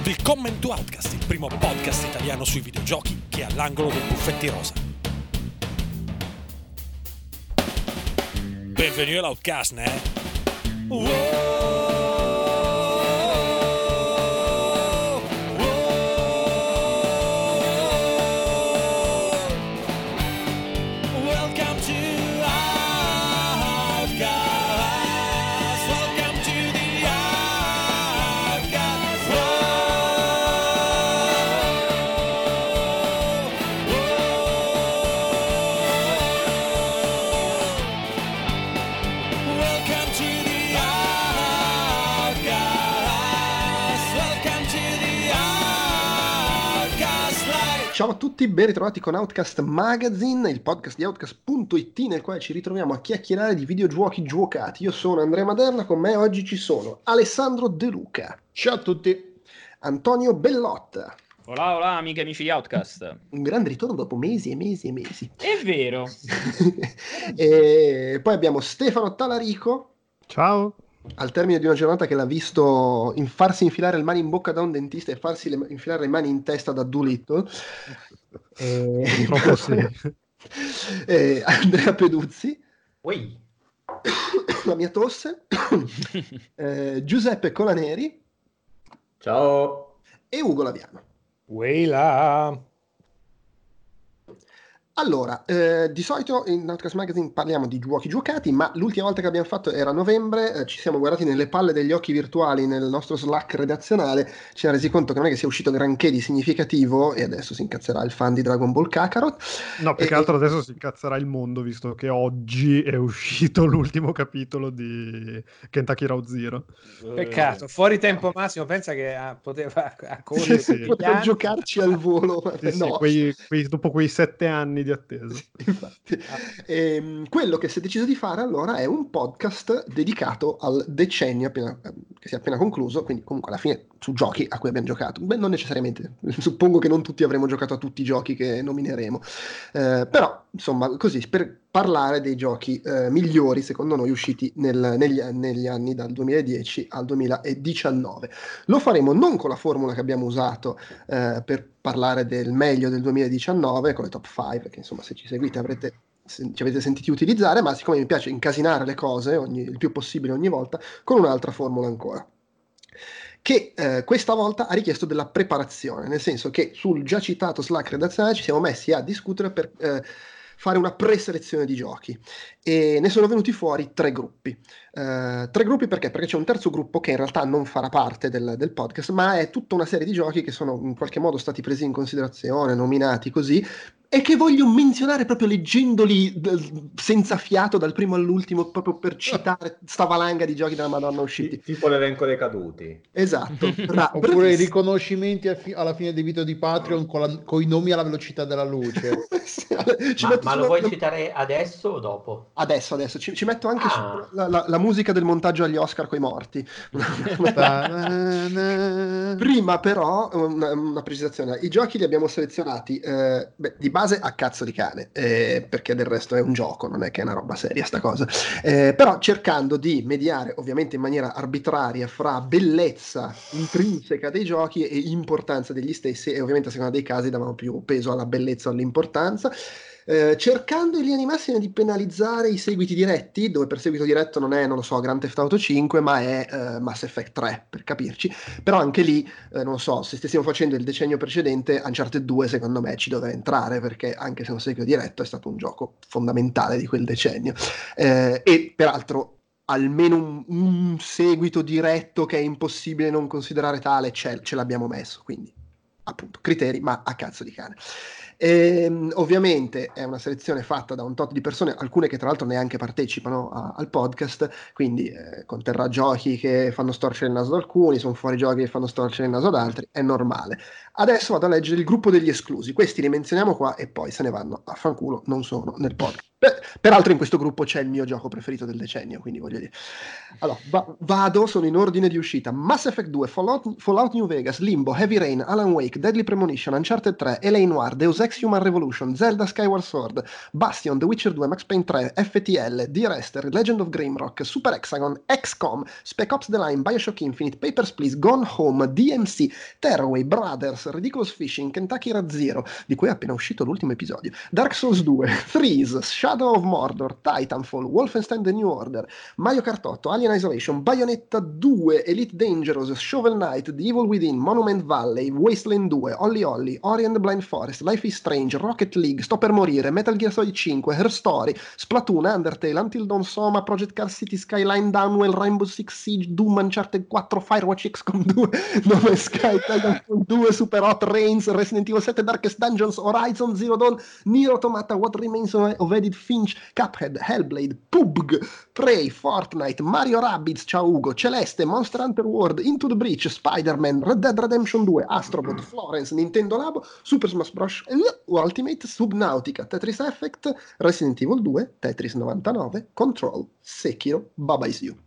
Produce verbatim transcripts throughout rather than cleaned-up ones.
Willkommen to Outcast, il primo podcast italiano sui videogiochi che è all'angolo dei buffetti rosa. Benvenuti all'Outcast, né? Wow! Ciao a tutti, ben ritrovati con Outcast Magazine, il podcast di Outcast punto it nel quale ci ritroviamo a chiacchierare di videogiochi giocati. Io sono Andrea Maderna, con me oggi ci sono Alessandro De Luca. Ciao a tutti. Antonio Bellotta. Hola, hola, amiche e amici di Outcast. Un grande ritorno dopo mesi e mesi e mesi. È vero. E poi abbiamo Stefano Talarico. Ciao. Al termine di una giornata che l'ha visto in farsi infilare le mani in bocca da un dentista e farsi le, infilare le mani in testa da Doolittle. E... Troppo sì. E Andrea Peduzzi. Ui. La mia tosse. eh, Giuseppe Colaneri. Ciao. E Ugo Laviano. Weila. Allora, eh, di solito in Outcast Magazine parliamo di giochi giocati, ma l'ultima volta che abbiamo fatto era a novembre, eh, ci siamo guardati nelle palle degli occhi virtuali nel nostro Slack redazionale, ci siamo resi conto che non è che sia uscito granché di significativo e adesso si incazzerà il fan di Dragon Ball Kakarot. No, più che e... altro adesso si incazzerà il mondo, visto che oggi è uscito l'ultimo capitolo di Kentucky Route Zero. Peccato, fuori tempo massimo, pensa che ah, poteva a correre sì, sì. Poteva giocarci al volo. Sì, no. sì, quei, quei, dopo quei sette anni di attesa. Infatti. E, quello che si è deciso di fare allora è un podcast dedicato al decennio appena, che si è appena concluso, quindi comunque alla fine su giochi a cui abbiamo giocato. Beh, non necessariamente, suppongo che non tutti avremo giocato a tutti i giochi che nomineremo, eh, però insomma così per parlare dei giochi eh, migliori secondo noi usciti nel, negli, negli anni dal duemiladieci al duemiladiciannove. Lo faremo non con la formula che abbiamo usato eh, per parlare del meglio del duemiladiciannove con le top cinque, perché insomma se ci seguite avrete, se, ci avete sentiti utilizzare, ma siccome mi piace incasinare le cose ogni, il più possibile ogni volta, con un'altra formula ancora, che eh, questa volta ha richiesto della preparazione, nel senso che sul già citato Slack redazionale ci siamo messi a discutere per eh, fare una preselezione di giochi e ne sono venuti fuori tre gruppi. Uh, tre gruppi perché? Perché c'è un terzo gruppo che in realtà non farà parte del, del podcast, ma è tutta una serie di giochi che sono in qualche modo stati presi in considerazione, nominati così, e che voglio menzionare proprio leggendoli d- senza fiato dal primo all'ultimo, proprio per citare sta valanga di giochi della Madonna usciti. Tipo l'elenco dei caduti. Esatto. Bra- Oppure i riconoscimenti fi- alla fine dei video di Patreon con, la- con i nomi alla velocità della luce. Ci ma metto ma lo solo- vuoi citare adesso o dopo? Adesso, adesso. Ci, ci metto anche Ah. su la, la, la musica del montaggio agli Oscar coi morti. Prima però una, una precisazione, i giochi li abbiamo selezionati eh, beh, di base a cazzo di cane, eh, perché del resto è un gioco, non è che è una roba seria sta cosa, eh, però cercando di mediare ovviamente in maniera arbitraria fra bellezza intrinseca dei giochi e importanza degli stessi, e ovviamente a seconda dei casi davano più peso alla bellezza o all'importanza. Eh, cercando in linea di massima di penalizzare i seguiti diretti, dove per seguito diretto non è, non lo so, Grand Theft Auto cinque, ma è eh, Mass Effect tre, per capirci. Però anche lì, eh, non lo so, se stessimo facendo il decennio precedente, Uncharted due secondo me ci doveva entrare, perché anche se un seguito diretto è stato un gioco fondamentale di quel decennio. Eh, e peraltro almeno un, un seguito diretto che è impossibile non considerare tale, ce, ce l'abbiamo messo, quindi appunto criteri, ma a cazzo di cane. E, ovviamente è una selezione fatta da un tot di persone, alcune che tra l'altro neanche partecipano a, al podcast, quindi eh, conterrà giochi che fanno storcere il naso ad alcuni, sono fuori giochi che fanno storcere il naso ad altri, è normale. Adesso vado a leggere il gruppo degli esclusi, questi li menzioniamo qua e poi se ne vanno a fanculo, non sono nel podcast. Beh, Peraltro in questo gruppo c'è il mio gioco preferito del decennio, quindi voglio dire. Allora, va- vado, sono in ordine di uscita. Mass Effect due, Fallout, Fallout New Vegas, Limbo, Heavy Rain, Alan Wake, Deadly Premonition, Uncharted tre, L A Noire, Deus Ex Human Revolution, Zelda Skyward Sword, Bastion, The Witcher due, Max Payne tre, F T L, Dear Esther, Legend of Grimrock, Super Hexagon, X COM, Spec Ops The Line, Bioshock Infinite, Papers, Please, Gone Home, D M C, Tearaway, Brothers, Ridiculous Fishing, Kentucky Road Zero, di cui è appena uscito l'ultimo episodio, Dark Souls due, Threes, Shadow of Mordor, Titanfall, Wolfenstein The New Order, Mario Kart otto, Alien Isolation, Bayonetta due, Elite Dangerous, Shovel Knight, The Evil Within, Monument Valley, Wasteland due, Holly Holly, Ori and the Blind Forest, Life is Strange, Rocket League, Sto per morire, Metal Gear Solid cinque, Her Story, Splatoon, Undertale, Until Dawn Soma, Project Cars City Skyline, Downwell, Rainbow Six Siege, Doom, Uncharted quattro, Firewatch, X COM due, No Man's Sky, Titanfall due, Super Hot, Reigns, Resident Evil sette, Darkest Dungeons, Horizon Zero Dawn, Nier Automata, What Remains of Edith Finch, Cuphead, Hellblade, P U B G, Prey, Fortnite, Mario Rabbids, ciao Ugo, Celeste, Monster Hunter World, Into the Breach, Spider-Man, Red Dead Redemption due, Astrobot, Florence, Nintendo Labo, Super Smash Bros. Ultimate, Subnautica, Tetris Effect, Resident Evil due, Tetris novantanove, Control, Sekiro, Baba Is You.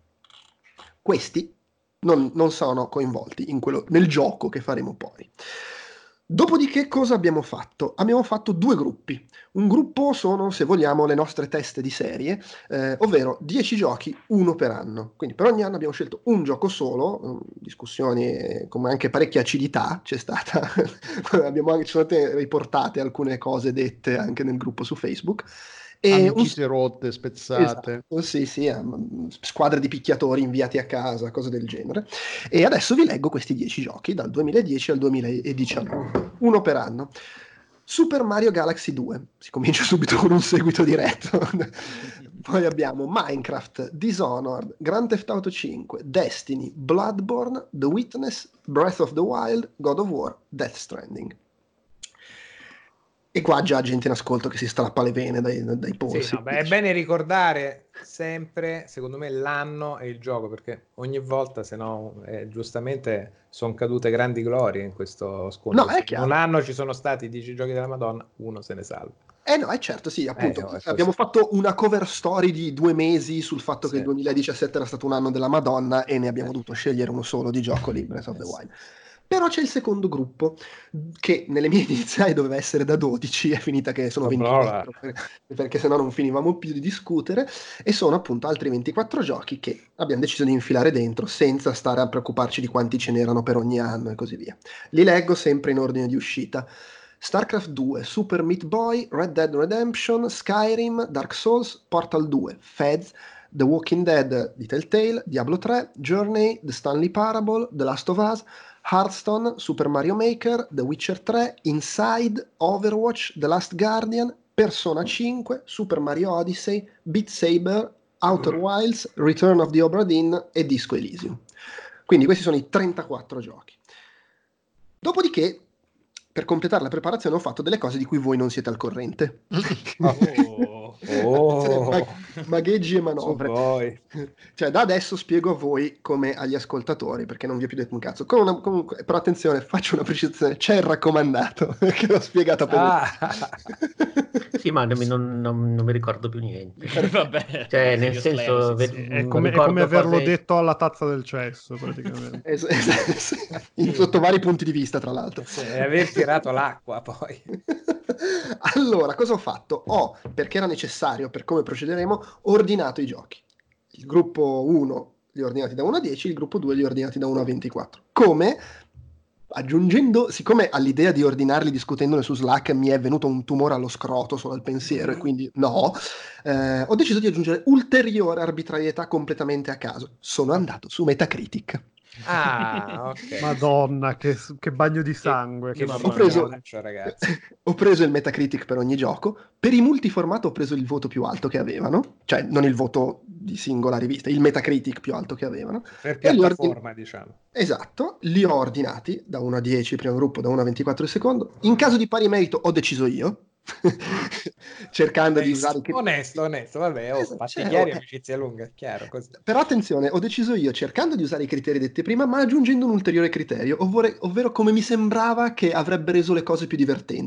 Questi non, non sono coinvolti in quello, nel gioco che faremo poi. Dopodiché cosa abbiamo fatto? Abbiamo fatto due gruppi. Un gruppo sono, se vogliamo, le nostre teste di serie, eh, ovvero dieci giochi, uno per anno. Quindi per ogni anno abbiamo scelto un gioco solo, discussioni eh, come anche parecchia acidità c'è stata, abbiamo anche, ci sono state riportate alcune cose dette anche nel gruppo su Facebook. E amicizie un... rotte, spezzate. Esatto, sì, sì, um, squadre di picchiatori inviati a casa, cose del genere. E adesso vi leggo questi dieci giochi dal duemiladieci al duemiladiciannove, uno per anno. Super Mario Galaxy due, si comincia subito con un seguito diretto. Poi abbiamo Minecraft, Dishonored, Grand Theft Auto cinque, Destiny, Bloodborne, The Witness, Breath of the Wild, God of War, Death Stranding. E qua già gente in ascolto che si strappa le vene dai, dai polsi. Sì, no, beh, è bene ricordare sempre, secondo me, l'anno e il gioco, perché ogni volta, se no, eh, giustamente sono cadute grandi glorie in questo scontro. No, è chiaro. Un anno ci sono stati dieci giochi della Madonna, uno se ne salva. Eh no, è certo, sì, appunto, Eh, abbiamo fatto una cover story di due mesi sul fatto sì. che il duemiladiciassette era stato un anno della Madonna e ne abbiamo dovuto scegliere uno solo di gioco lì, Breath of the Wild. Però c'è il secondo gruppo che nelle mie iniziali doveva essere da dodici, è finita che sono ventiquattro, perché sennò non finivamo più di discutere, e sono appunto altri ventiquattro giochi che abbiamo deciso di infilare dentro senza stare a preoccuparci di quanti ce n'erano per ogni anno e così via. Li leggo sempre in ordine di uscita. StarCraft due, Super Meat Boy, Red Dead Redemption, Skyrim, Dark Souls, Portal due, Fez, The Walking Dead di Telltale, Diablo tre, Journey, The Stanley Parable, The Last of Us, Hearthstone, Super Mario Maker, The Witcher tre, Inside, Overwatch, The Last Guardian, Persona cinque, Super Mario Odyssey, Beat Saber, Outer Wilds, Return of the Obra Dinn e Disco Elysium. Quindi questi sono i trentaquattro giochi. Dopodiché, per completare la preparazione, ho fatto delle cose di cui voi non siete al corrente. Oh, oh. Mag- magheggi e manovre. Cioè, da adesso spiego a voi come agli ascoltatori, perché non vi ho più detto un cazzo. Con una, comunque, però attenzione, faccio una precisazione, c'è il raccomandato, che l'ho spiegato per Ah. Sì, ma non, mi- non- non- non mi ricordo più niente. vabbè. Cioè, nel Io senso, sclerosi, ve- sì. È mi come, è ricordo come averlo cose- detto alla tazza del cesso, praticamente. Es- es- in- sotto vari punti di vista, tra l'altro. Sì, e aver tirato l'acqua poi. Allora, cosa ho fatto? Ho, perché era necessario, per come procederemo, ordinato i giochi. Il gruppo uno li ho ordinati da uno a dieci, il gruppo due li ho ordinati da uno a ventiquattro. Come? Aggiungendo, siccome all'idea di ordinarli discutendone su Slack mi è venuto un tumore allo scroto solo al pensiero e quindi no, eh, ho deciso di aggiungere ulteriore arbitrarietà completamente a caso. Sono andato su Metacritic. Ah, ok. Madonna, che, che bagno di sangue. Che che ho preso- mamma, ragazzi. Ho preso il Metacritic per ogni gioco. Per i multiformato ho preso il voto più alto che avevano, cioè non il voto di singola rivista, il Metacritic più alto che avevano. Per E li ho piattaforma, ordin- diciamo. Esatto, li ho ordinati da uno a dieci il primo gruppo, da uno a ventiquattro il secondo. In caso di pari merito ho deciso io, cercando di usare... Onesto, onesto, onesto, vabbè, oh, Esatto, fatti cioè, chiari, oh, eh. amicizia lunga, chiaro, così. Però attenzione, ho deciso io, cercando di usare i criteri detti prima, ma aggiungendo un ulteriore criterio, ovvero, ovvero come mi sembrava che avrebbe reso le cose più divertenti.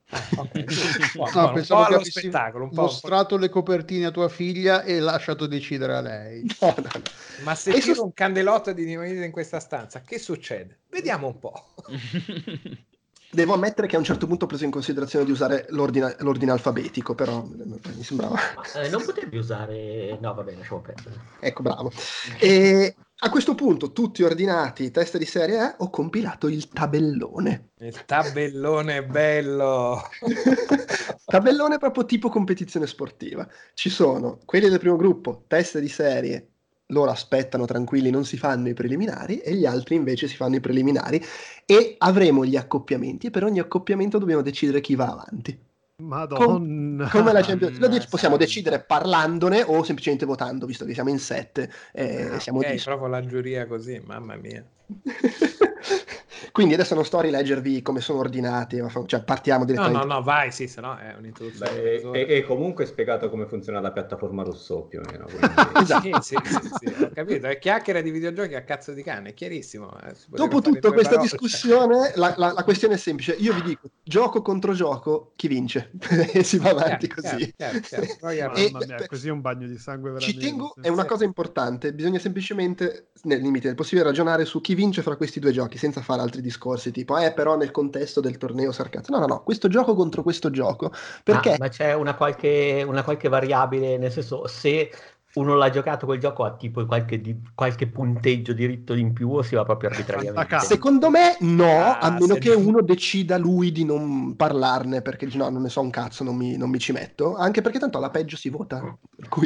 Ah, okay. un po', No, un pensavo po' che allo avessi spettacolo, un po', un po'. mostrato le copertine a tua figlia e lasciato decidere a lei. No, no, no. Ma se E tiro su- un candelotto di dinamite in questa stanza, che succede? Vediamo un po'. Devo ammettere che a un certo punto ho preso in considerazione di usare l'ordine, l'ordine alfabetico, però mi sembrava... Ma, eh, non potevi usare... No, va bene, lasciamo perdere. Ecco, bravo. E a questo punto, tutti ordinati, teste di serie E, ho compilato il tabellone. Il tabellone è bello. Tabellone proprio tipo competizione sportiva. Ci sono quelli del primo gruppo, teste di serie, loro aspettano tranquilli, non si fanno i preliminari, e gli altri invece si fanno i preliminari, e avremo gli accoppiamenti, e per ogni accoppiamento dobbiamo decidere chi va avanti. Madonna. Com- come la Champions Lo de- possiamo Santa. decidere parlandone o semplicemente votando, visto che siamo in sette e Ah, siamo ok, dis- proprio la giuria così, mamma mia. Quindi adesso non sto a rileggervi come sono ordinati, ma fa- cioè partiamo No, direttamente. no, no, vai, sì, se no è un'introduzione. Beh, di e, mezz'ora. e- e comunque spiegato come funziona la piattaforma Rousseau più o meno. quindi- Esatto. Sì, sì, sì, sì, ho capito, è chiacchiera di videogiochi a cazzo di cane, è chiarissimo. eh, si poteva Dopo fare tutta due questa parole. discussione, la, la- la questione è semplice. Io vi dico, gioco contro gioco, chi vince? E si va avanti Chiaro, così. chiaro, chiaro, chiaro. Poi Mamma E- mia, così è un bagno di sangue veramente. Ci tengo, è una Sì. cosa importante, bisogna semplicemente, nel limite del possibile, ragionare su chi vince fra questi due giochi, senza fare altri discorsi, tipo, eh, però nel contesto del torneo sarcazzo. No, no, no, questo gioco contro questo gioco, perché... Ah, ma c'è una qualche, una qualche variabile, nel senso, se uno l'ha giocato quel gioco ha tipo qualche, di- qualche punteggio diritto in più o si va proprio arbitrariamente? Fantacalcio. Secondo me no, Ah, a meno se- che uno decida lui di non parlarne, perché dice no, non ne so un cazzo, non mi, non mi ci metto, anche perché tanto alla peggio si vota. Per cui...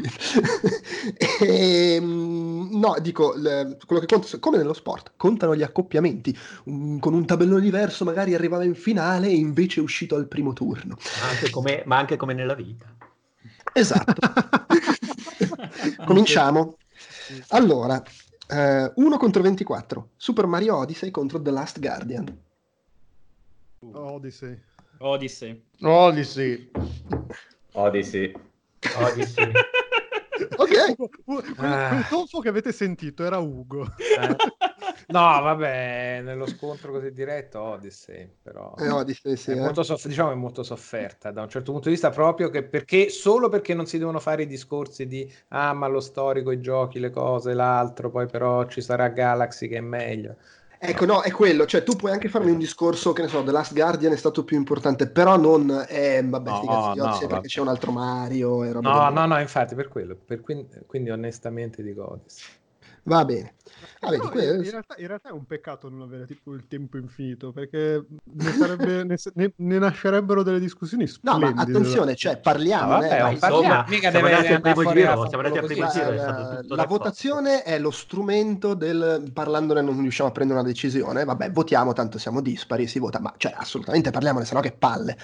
Ehm, no, dico, le- quello che conta, come nello sport, contano gli accoppiamenti. Un- con un tabellone diverso magari arrivava in finale e invece è uscito al primo turno. Ma anche come, ma anche come nella vita. Esatto. Cominciamo. Allora, eh, uno contro ventiquattro. Super Mario Odyssey contro The Last Guardian. Odyssey. Odyssey. Odyssey. Odyssey. Odyssey. Ok. Quel, Ah. quel tonfo che avete sentito era Ugo. Eh. No, vabbè, nello scontro così diretto Odyssey, però Eh, Odyssey, sì, è eh. molto soff- diciamo è molto sofferta da un certo punto di vista, proprio che perché solo perché non si devono fare i discorsi di ah, ma lo storico, i giochi, le cose, l'altro, poi però ci sarà Galaxy che è meglio. Ecco, no, è quello, cioè tu puoi anche farmi un discorso, che ne so, The Last Guardian è stato più importante, però non, eh, vabbè, No, sti cazzi di no, Odyssey, perché vabbè. c'è un altro Mario e roba No, del- no, no, infatti per quello, per quindi, quindi onestamente dico Odyssey. Va bene. Ah, vedi, Però que- in, in realtà, in realtà è un peccato non avere tipo il tempo infinito, perché ne, sarebbe, ne, ne- ne nascerebbero delle discussioni No, ma splendide. attenzione, cioè parliamo, Ah, vabbè, eh, ma dai, infatti- Insomma, mica siamo deve andati al andare primo fuori giro, da siamo andati al così. primo la, giro, è la- stato tutto la d'accordo. votazione è lo strumento del parlandone non riusciamo a prendere una decisione, vabbè, votiamo, tanto siamo dispari, si vota, ma cioè assolutamente parliamone, sennò che palle.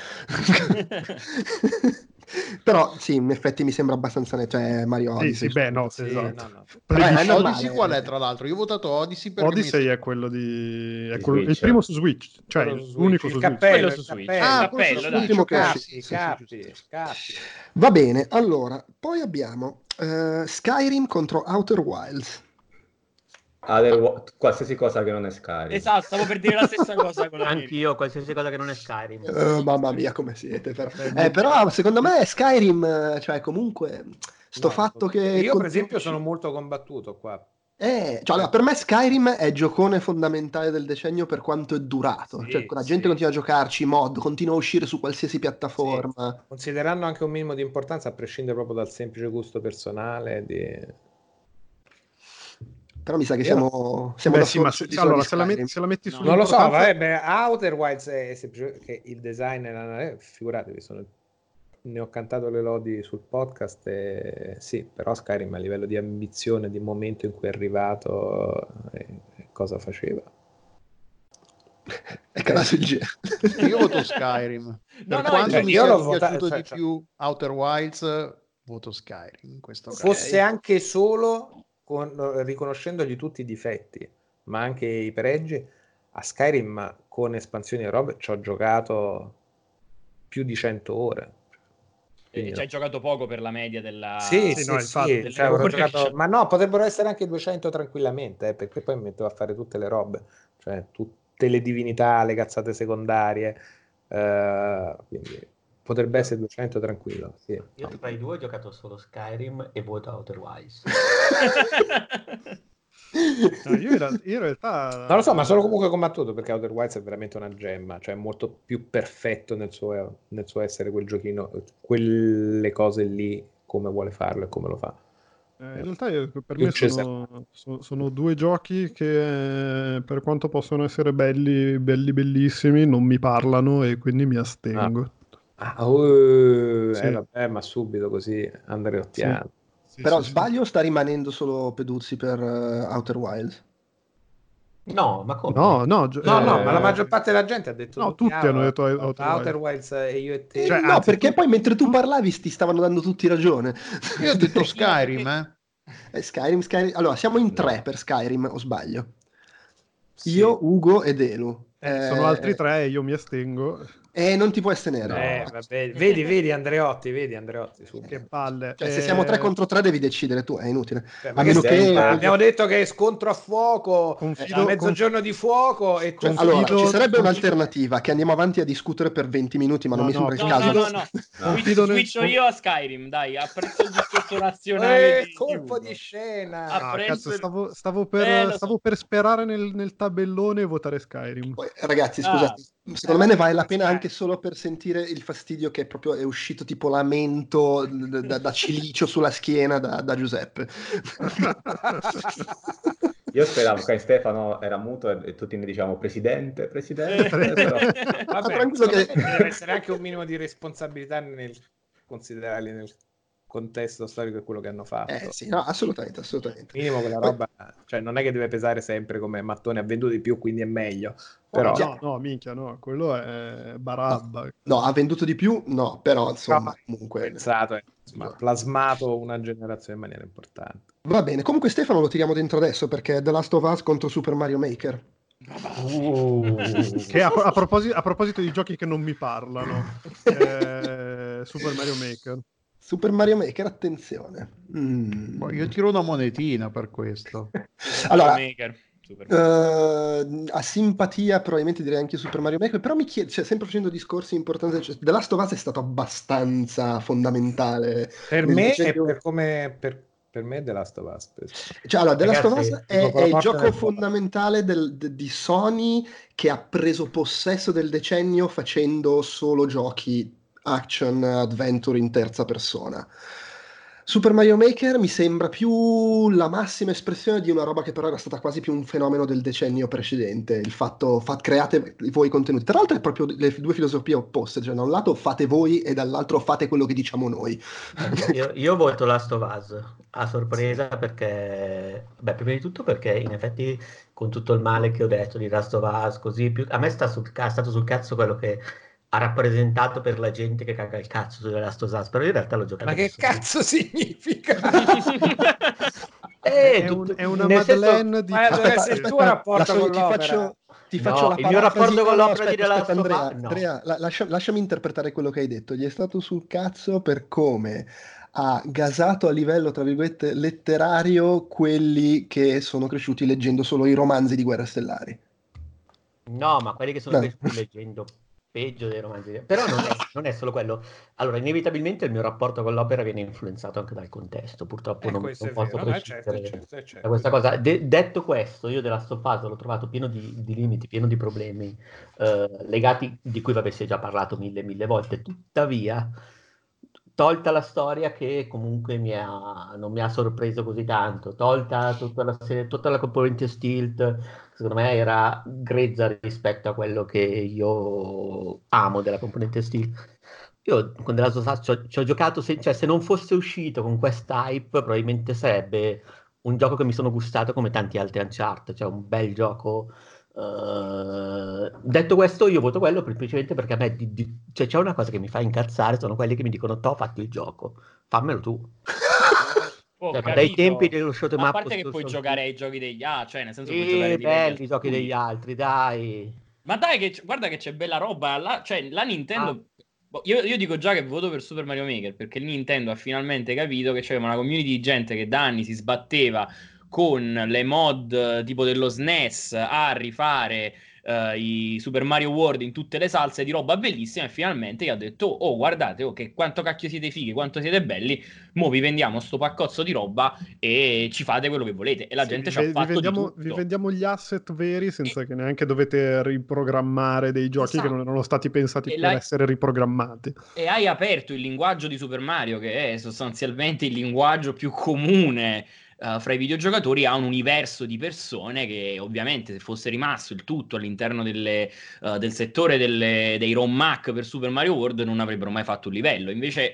Però sì, in effetti mi sembra abbastanza netto, cioè Mario Sì, Odyssey. sì, beh, no, Sì, esatto. no, no. Però è Plebiscito. normale. Odyssey qual è, tra l'altro? Io ho votato Odyssey perché Odyssey mi... è quello di... è Di quello- il Switch. primo su Switch, cioè Quello su l'unico Switch, su il Switch. cappello, Quello il su Switch. cappello. Ah, Il quello su cappello, Switch, dai. l'ultimo che è Cappi, uscito. Sì, sì, cappi, giusto, giusto. cappi. Va bene, allora, poi abbiamo eh, Skyrim contro Outer Wilds. Other- qualsiasi cosa che non è Skyrim. Esatto, stavo per dire la stessa cosa con la mia. Anch'io, qualsiasi cosa che non è Skyrim. Eh, mamma mia, come siete. Però, Eh, però secondo me Skyrim, eh, cioè comunque, sto No, fatto che... io per continua- esempio sono molto combattuto qua. Eh, cioè, allora, per me Skyrim è giocone fondamentale del decennio per quanto è durato. Sì, Cioè, la sì. gente continua a giocarci, mod, continua a uscire su qualsiasi piattaforma. Considerando anche un minimo di importanza, a prescindere proprio dal semplice gusto personale di... Però mi sa che Io- siamo, siamo Beh, da sì, soli ma sul se, discorso allora, di se la, Skyrim. metti, se la metti No. su Non lo so, vabbè, beh, Outer Wilds è semplicemente che il design è una- eh, figuratevi, sono- ne ho cantato le lodi sul podcast e sì, però Skyrim a livello di ambizione, di momento in cui è arrivato, eh, cosa faceva? È calato il G. Io voto Skyrim. Per No, no, quanto cioè, mi io sia l'ho votato- piaciuto cioè, di cioè- più Outer Wilds, voto Skyrim in questo caso. Fosse anche solo con, riconoscendogli tutti i difetti, ma anche i pregi, a Skyrim con espansioni e robe ci ho giocato più di cento ore. Quindi E no. ci hai giocato poco per la media della... Sì, sì, sì, no, sì, infatti, cioè, delle avrò ore. giocato- ma no, potrebbero essere anche duecento tranquillamente, eh, perché poi mi mettevo a fare tutte le robe, cioè tutte le divinità, le cazzate secondarie, Uh, quindi potrebbe essere duecento tranquillo. Sì. Io tra i due ho giocato solo Skyrim e voto Outer Wilds. No, io, in realtà, io in realtà non lo so, ma sono comunque combattuto perché Outer Wilds è veramente una gemma, cioè è molto più perfetto nel suo, nel suo essere quel giochino, quelle cose lì, come vuole farlo e come lo fa. Eh, in realtà io, per me sono, sono, sono due giochi che eh, per quanto possono essere belli, belli bellissimi, non mi parlano e quindi mi astengo. Ah, ah uh, sì. eh, vabbè, ma subito così andreottiano. Sì. Sì, Però sì, sbaglio o sì. sta rimanendo solo Peduzzi per uh, Outer Wilds? No, ma come? No, no, No, eh, no, ma la maggior parte della gente ha detto no, tutti hanno detto Outer, Outer Wilds e io e te. Eh, Cioè, no, anzi, perché tu- poi mentre tu parlavi ti stavano dando tutti ragione. Io ho detto Skyrim, eh. Eh, Skyrim, Skyrim. Allora, siamo in tre No. per Skyrim, o sbaglio? Sì. Io, Ugo ed Elu. eh, sono altri tre e io mi astengo. E non ti puoi astenere. Eh, vabbè, vedi, vedi Andreotti, vedi Andreotti. Subito. Che palle. Cioè, Eh, se siamo tre contro tre devi decidere tu, è inutile. Cioè, A ma meno che che... stai- abbiamo detto che è scontro a fuoco, Confido- a mezzogiorno di fuoco e confido- Allora, ci sarebbe confido- un'alternativa, che andiamo avanti a discutere per venti minuti, ma No, non mi no, sembra il No, caso. no, no, no. No. Switch, nel- switcho io a Skyrim, dai, apprezzo il discorso razionale Eh, di colpo Ugo. di scena. Ah, Ah, preso cazzo, il- stavo, stavo Eh, per, lo so. stavo per sperare nel, nel tabellone e votare Skyrim. Poi, ragazzi, Ah. scusate, secondo Eh, me ne vabbè, vale la pena dai. anche solo per sentire il fastidio che proprio è uscito tipo lamento da, da- da cilicio sulla schiena da, da Giuseppe. Io speravo che Stefano era muto e, e tutti ne diciamo presidente, presidente, però... Vabbè, tranquillo secondo che- me ci deve essere anche un minimo di responsabilità nel considerarli nel contesto storico e quello che hanno fatto. Eh sì, no, assolutamente, assolutamente. Minimo quella Poi- roba, cioè non è che deve pesare sempre come Mattone ha venduto di più, quindi è meglio. Però No, no, minchia, no, quello è Barabba. No, ha venduto di più? No, però insomma, No, comunque... pensato, eh, ha plasmato una generazione in maniera importante. Va bene, comunque Stefano lo tiriamo dentro adesso perché The Last of Us contro Super Mario Maker. Uh. Che a, a proposito, a proposito di giochi che non mi parlano, eh, Super Mario Maker. Super Mario Maker, attenzione. Mm. Boh, io tiro una monetina per questo. Allora, Maker. Super Mario. Uh, a simpatia probabilmente direi anche Super Mario Maker, però mi chiedo, cioè, sempre facendo discorsi importanti, cioè, The Last of Us è stato abbastanza fondamentale Per nel me decennio- è per come per, per me The Last of Us. Cioè, allora, The Last of Ragazzi, Us è, dico, è il la parte gioco del- fondamentale del- de- di Sony che ha preso possesso del decennio facendo solo giochi action adventure in terza persona. Super Mario Maker mi sembra più la massima espressione di una roba che però era stata quasi più un fenomeno del decennio precedente, il fatto fat, create voi i contenuti. Tra l'altro è proprio le due filosofie opposte, cioè da un lato fate voi e dall'altro fate quello che diciamo noi. Io, io voto Last of Us a sorpresa perché, beh, prima di tutto perché in effetti con tutto il male che ho detto di Last of Us, così più, a me sta sul, è stato sul cazzo quello che ha rappresentato per la gente che caga il cazzo di Last of Us, però in realtà l'ho giocato. Ma che nessuno. cazzo significa? Eh, È, un- tutto- è una nel senso- Madeleine di... Ma deve essere il tuo rapporto la- con ti l'opera. faccio, ti No, faccio la il mio parafrasi- rapporto con no, no, l'opera di aspetta, The aspetta, Last of Andrea, Us, no. Andrea, la- lascia- lasciami interpretare quello che hai detto. Gli è stato sul cazzo per come ha gasato a livello, tra virgolette, letterario quelli che sono cresciuti leggendo solo i romanzi di Guerre Stellari. No, ma quelli che sono No. cresciuti leggendo peggio dei romanzi. Però non è, non è solo quello. Allora, inevitabilmente il mio rapporto con l'opera viene influenzato anche dal contesto. Purtroppo Eh, non, questo non è posso vero, no, certo, prescindere certo, certo. da questa cosa. De- detto questo, io della Last of Us l'ho trovato pieno di, di limiti, pieno di problemi eh, legati, di cui avessi già parlato mille mille volte. Tuttavia, tolta la storia che comunque mi ha, non mi ha sorpreso così tanto, tolta tutta la, serie, tutta la componente stealth, secondo me era grezza rispetto a quello che io amo della componente stealth. Io con The Last of Us ci ho, ci ho giocato, se, cioè se non fosse uscito con questa hype probabilmente sarebbe un gioco che mi sono gustato come tanti altri Uncharted, cioè un bel gioco. Uh, detto questo, io voto quello semplicemente perché a me di, di, cioè, c'è una cosa che mi fa incazzare, sono quelli che mi dicono: "T'ho fatto il gioco, fammelo tu". Oh, Cioè, ma capito. dai tempi dello shoot 'em Ma a up parte che su- puoi su- giocare ai giochi degli ah, cioè nel senso puoi Sì, giocare ai livelli belli i giochi altrui. degli altri, dai. Ma dai, che c- guarda che c'è bella roba. La, cioè, la Nintendo. Ah. boh, Io, io dico già che voto per Super Mario Maker perché Nintendo ha finalmente capito che c'era una community di gente che da anni si sbatteva con le mod eh, tipo dello S N E S a rifare uh, i Super Mario World in tutte le salse di roba bellissima, e finalmente gli ha detto oh guardate oh, che quanto cacchio siete fighi, quanto siete belli, mo vi vendiamo sto paccozzo di roba e ci fate quello che volete, e la Sì, gente vi, ci ha vi fatto vendiamo, di tutto. vi vendiamo gli asset veri senza e... che neanche dovete riprogrammare dei giochi esatto. che non erano stati pensati e per la... essere riprogrammati. E hai aperto il linguaggio di Super Mario, che è sostanzialmente il linguaggio più comune Uh, fra i videogiocatori, a un universo di persone che ovviamente se fosse rimasto il tutto all'interno delle, uh, del settore delle, dei ROM hack per Super Mario World non avrebbero mai fatto un livello. Invece,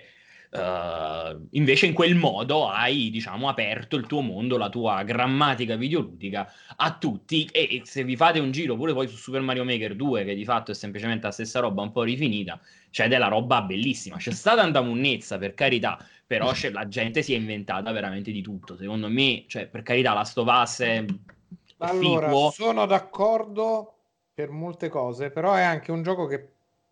uh, invece in quel modo hai, diciamo, aperto il tuo mondo, la tua grammatica videoludica a tutti, e, e se vi fate un giro pure poi su Super Mario Maker due, che di fatto è semplicemente la stessa roba un po' rifinita, c'è della roba bellissima. C'è stata una munnezza, per carità, però la gente si è inventata veramente di tutto. Secondo me, cioè, per carità, Last of Us è allora, ficuo. Sono d'accordo per molte cose, però è anche un gioco che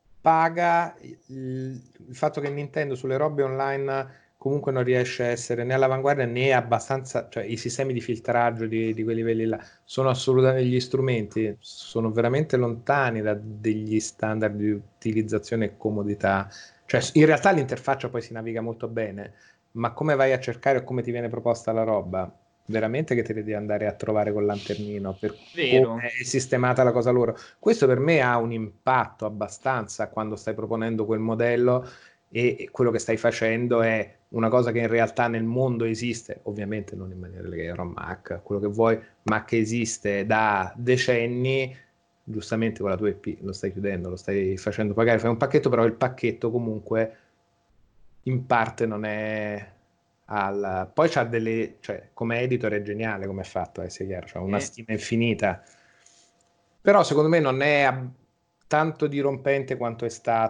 paga il, il fatto che Nintendo sulle robe online comunque non riesce a essere né all'avanguardia né abbastanza, cioè i sistemi di filtraggio di, di quei livelli là sono assolutamente, gli strumenti sono veramente lontani da degli standard di utilizzazione e comodità. Cioè, in realtà l'interfaccia poi si naviga molto bene, ma come vai a cercare o come ti viene proposta la roba? Veramente che te devi andare a trovare col lanternino per Vero. come è sistemata la cosa loro. Questo per me ha un impatto abbastanza quando stai proponendo quel modello, e quello che stai facendo è una cosa che in realtà nel mondo esiste, ovviamente non in maniera legata a Mac, quello che vuoi, ma che esiste da decenni. Giustamente con la tua E P lo stai chiudendo, lo stai facendo pagare, fai un pacchetto, però il pacchetto comunque in parte non è al... poi c'ha delle, cioè come editor è geniale come è fatto, eh, sia chiaro, c'ha una eh. stima infinita, però secondo me non è ab- tanto dirompente quanto è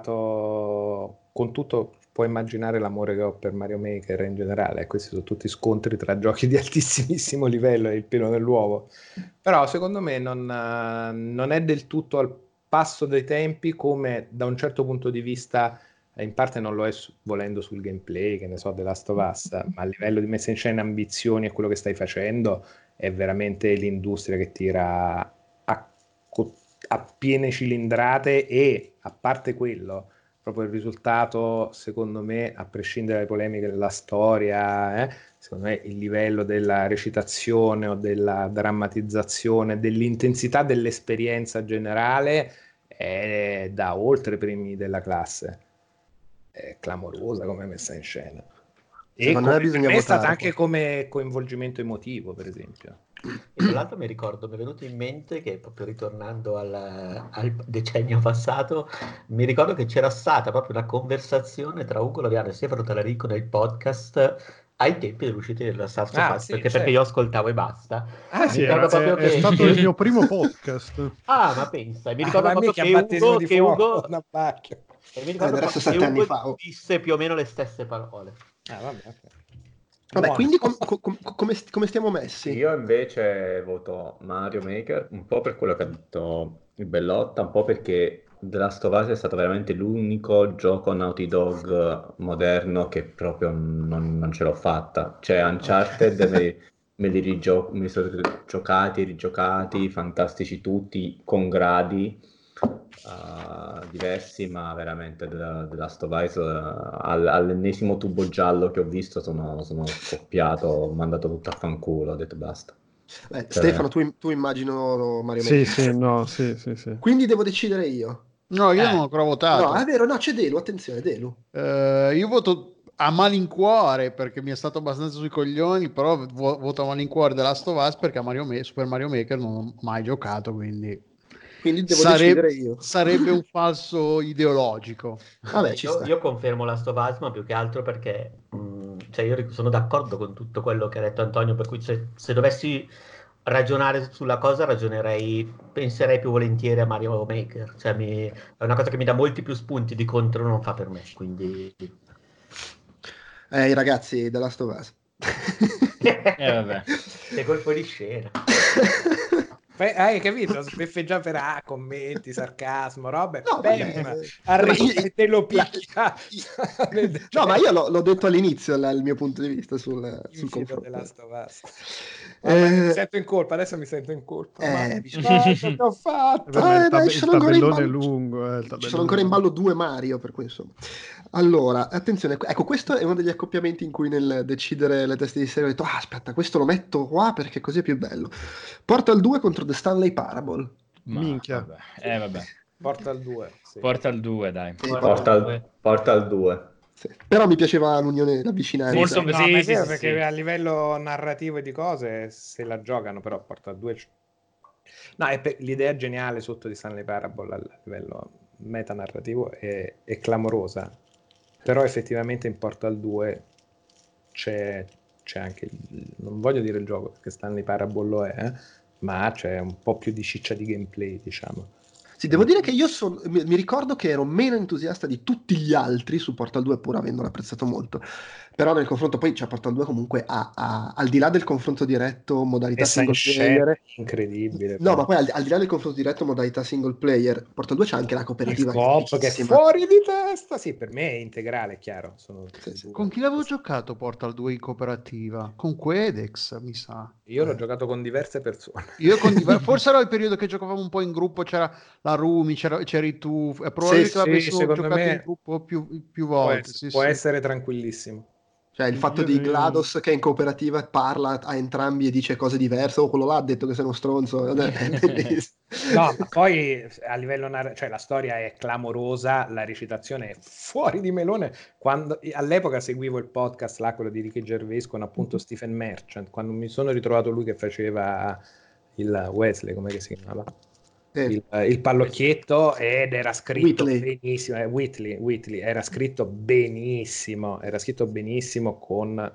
stato. Con tutto puoi immaginare l'amore che ho per Mario Maker in generale, questi sono tutti scontri tra giochi di altissimissimo livello, è il pelo nell'uovo, però secondo me non, non è del tutto al passo dei tempi, come da un certo punto di vista in parte non lo è su, volendo sul gameplay, che ne so, The Last of Us, ma a livello di messa in scena, ambizioni e quello che stai facendo è veramente l'industria che tira a, a piene cilindrate, e a parte quello proprio il risultato, secondo me, a prescindere dalle polemiche della storia, eh, secondo me il livello della recitazione o della drammatizzazione, dell'intensità dell'esperienza generale è da oltre i primi della classe. È clamorosa come messa in scena. E secondo me bisogna è stata votare, anche poi come coinvolgimento emotivo, per esempio. E tra l'altro mi ricordo, mi è venuto in mente che proprio ritornando al, al decennio passato, mi ricordo che c'era stata proprio una conversazione tra Ugo Laviano e Stefano Talarico nel podcast ai tempi dell'uscita della Last of Us, ah, sì, perché, certo. perché io ascoltavo e basta. Ah, mi sì, ricordo era, proprio è, che... è stato il mio primo podcast. Ah, ma pensa, mi ricordo ah, proprio che Ugo, che Ugo... E mi ricordo eh, proprio che anni Ugo fa. disse più o meno le stesse parole. Ah, vabbè, okay. Vabbè, quindi com- com- come, come stiamo messi? Io invece voto Mario Maker, un po' per quello che ha detto il Bellotta, un po' perché The Last of Us è stato veramente l'unico gioco Naughty Dog moderno che proprio non, non ce l'ho fatta. Cioè Uncharted me, me li rigio- me li sono giocati, rigiocati, fantastici tutti, con gradi uh, diversi, ma veramente The, The Last of Us uh, all, all'ennesimo tubo giallo che ho visto sono, sono scoppiato, ho mandato tutto a fanculo, ho detto basta. Beh, Stefano, tu, tu immagino Mario sì, Maker. Sì, no, sì, sì, sì. Quindi devo decidere io. No, io Eh. non ho ancora votato. No, è vero, no, c'è Delu, attenzione, Delu. Uh, io voto a malincuore perché mi è stato abbastanza sui coglioni, però vo- voto a malincuore The Last of Us perché a Mario Ma- Super Mario Maker non ho mai giocato, quindi, quindi devo sareb- decidere io. Sarebbe un falso ideologico. Vabbè, ci io, sta. io confermo Last of Us, ma più che altro perché mh, cioè io sono d'accordo con tutto quello che ha detto Antonio, per cui se, se dovessi ragionare sulla cosa ragionerei, penserei più volentieri a Mario Maker, cioè mi, è una cosa che mi dà molti più spunti, di contro non fa per me, quindi Eh, i ragazzi della Last of Us. Eh, vabbè. che colpo di scena. Hai capito? Sbeffeggia per ah, commenti, sarcasmo, robe. No, Bam, arriva e te lo picchia. No, ma io l'ho, l'ho detto all'inizio la, il mio punto di vista sul, sul confronto. Last of Us. Eh, mi sento in colpa, adesso mi sento in colpa. Eh, ma... bisogna... che ho fatto? Ah, eh, dai, il, ci tab- sono il ancora in tabellone è ballo, lungo. Eh, ci sono ancora in ballo due Mario, per cui insomma. Allora, attenzione, ecco, questo è uno degli accoppiamenti in cui nel decidere le teste di serie ho detto, ah, aspetta, questo lo metto qua perché così è più bello. Portal due contro The Stanley Parable. Ma, Minchia. vabbè. Eh, vabbè. Portal due. Sì. Portal due, dai. Sì, Portal, Portal- Portal due. sì. Però mi piaceva l'unione, la vicinanza. Molto Sì, no, sì, ma è sì, vero, sì, perché sì. a livello narrativo e di cose se la giocano, però Portal due c- no, è per- l'idea geniale sotto di Stanley Parable a livello metanarrativo è, è clamorosa, però effettivamente in Portal due c'è, c'è anche il- non voglio dire il gioco perché Stanley Parable lo è, eh, ma c'è un po' più di ciccia di gameplay, diciamo. Sì, devo dire che io son- mi, mi ricordo che ero meno entusiasta di tutti gli altri su Portal due, pur avendolo apprezzato molto. Però nel confronto, poi cioè, Portal due comunque ha, ha- al di là del confronto diretto, modalità Essa in single player. scena incredibile. No, ma poi al, al di là del confronto diretto, modalità single player, Portal due c'ha anche la il cooperativa che è coop che è fighissima. fuori di testa, sì, per me è integrale, è chiaro. Sono Sì, sì. Con chi l'avevo giocato Portal due in cooperativa? Con Quedex, mi sa. Io l'ho giocato con diverse persone. Io con diver- forse era il periodo che giocavamo un po' in gruppo, c'era la Rumi, c'era, c'eri tu, è probabile Sì, che l'avessimo sì, secondo giocato me in gruppo più, più Può, volte. essere, sì, può sì. essere tranquillissimo. Cioè il fatto Io- di GLaDOS che in cooperativa parla a entrambi e dice cose diverse, o quello là ha detto che sei uno stronzo, è bellissimo. No, ma poi a livello narrativo, cioè la storia è clamorosa, la recitazione è fuori di melone. Quando, all'epoca seguivo il podcast là, quello di Ricky Gervais con appunto Stephen Merchant, quando mi sono ritrovato lui che faceva il Wesley, come si chiamava? Eh, Il, il pallocchietto, ed era scritto Whitley. benissimo, eh, Whitley, Whitley, era scritto benissimo, era scritto benissimo con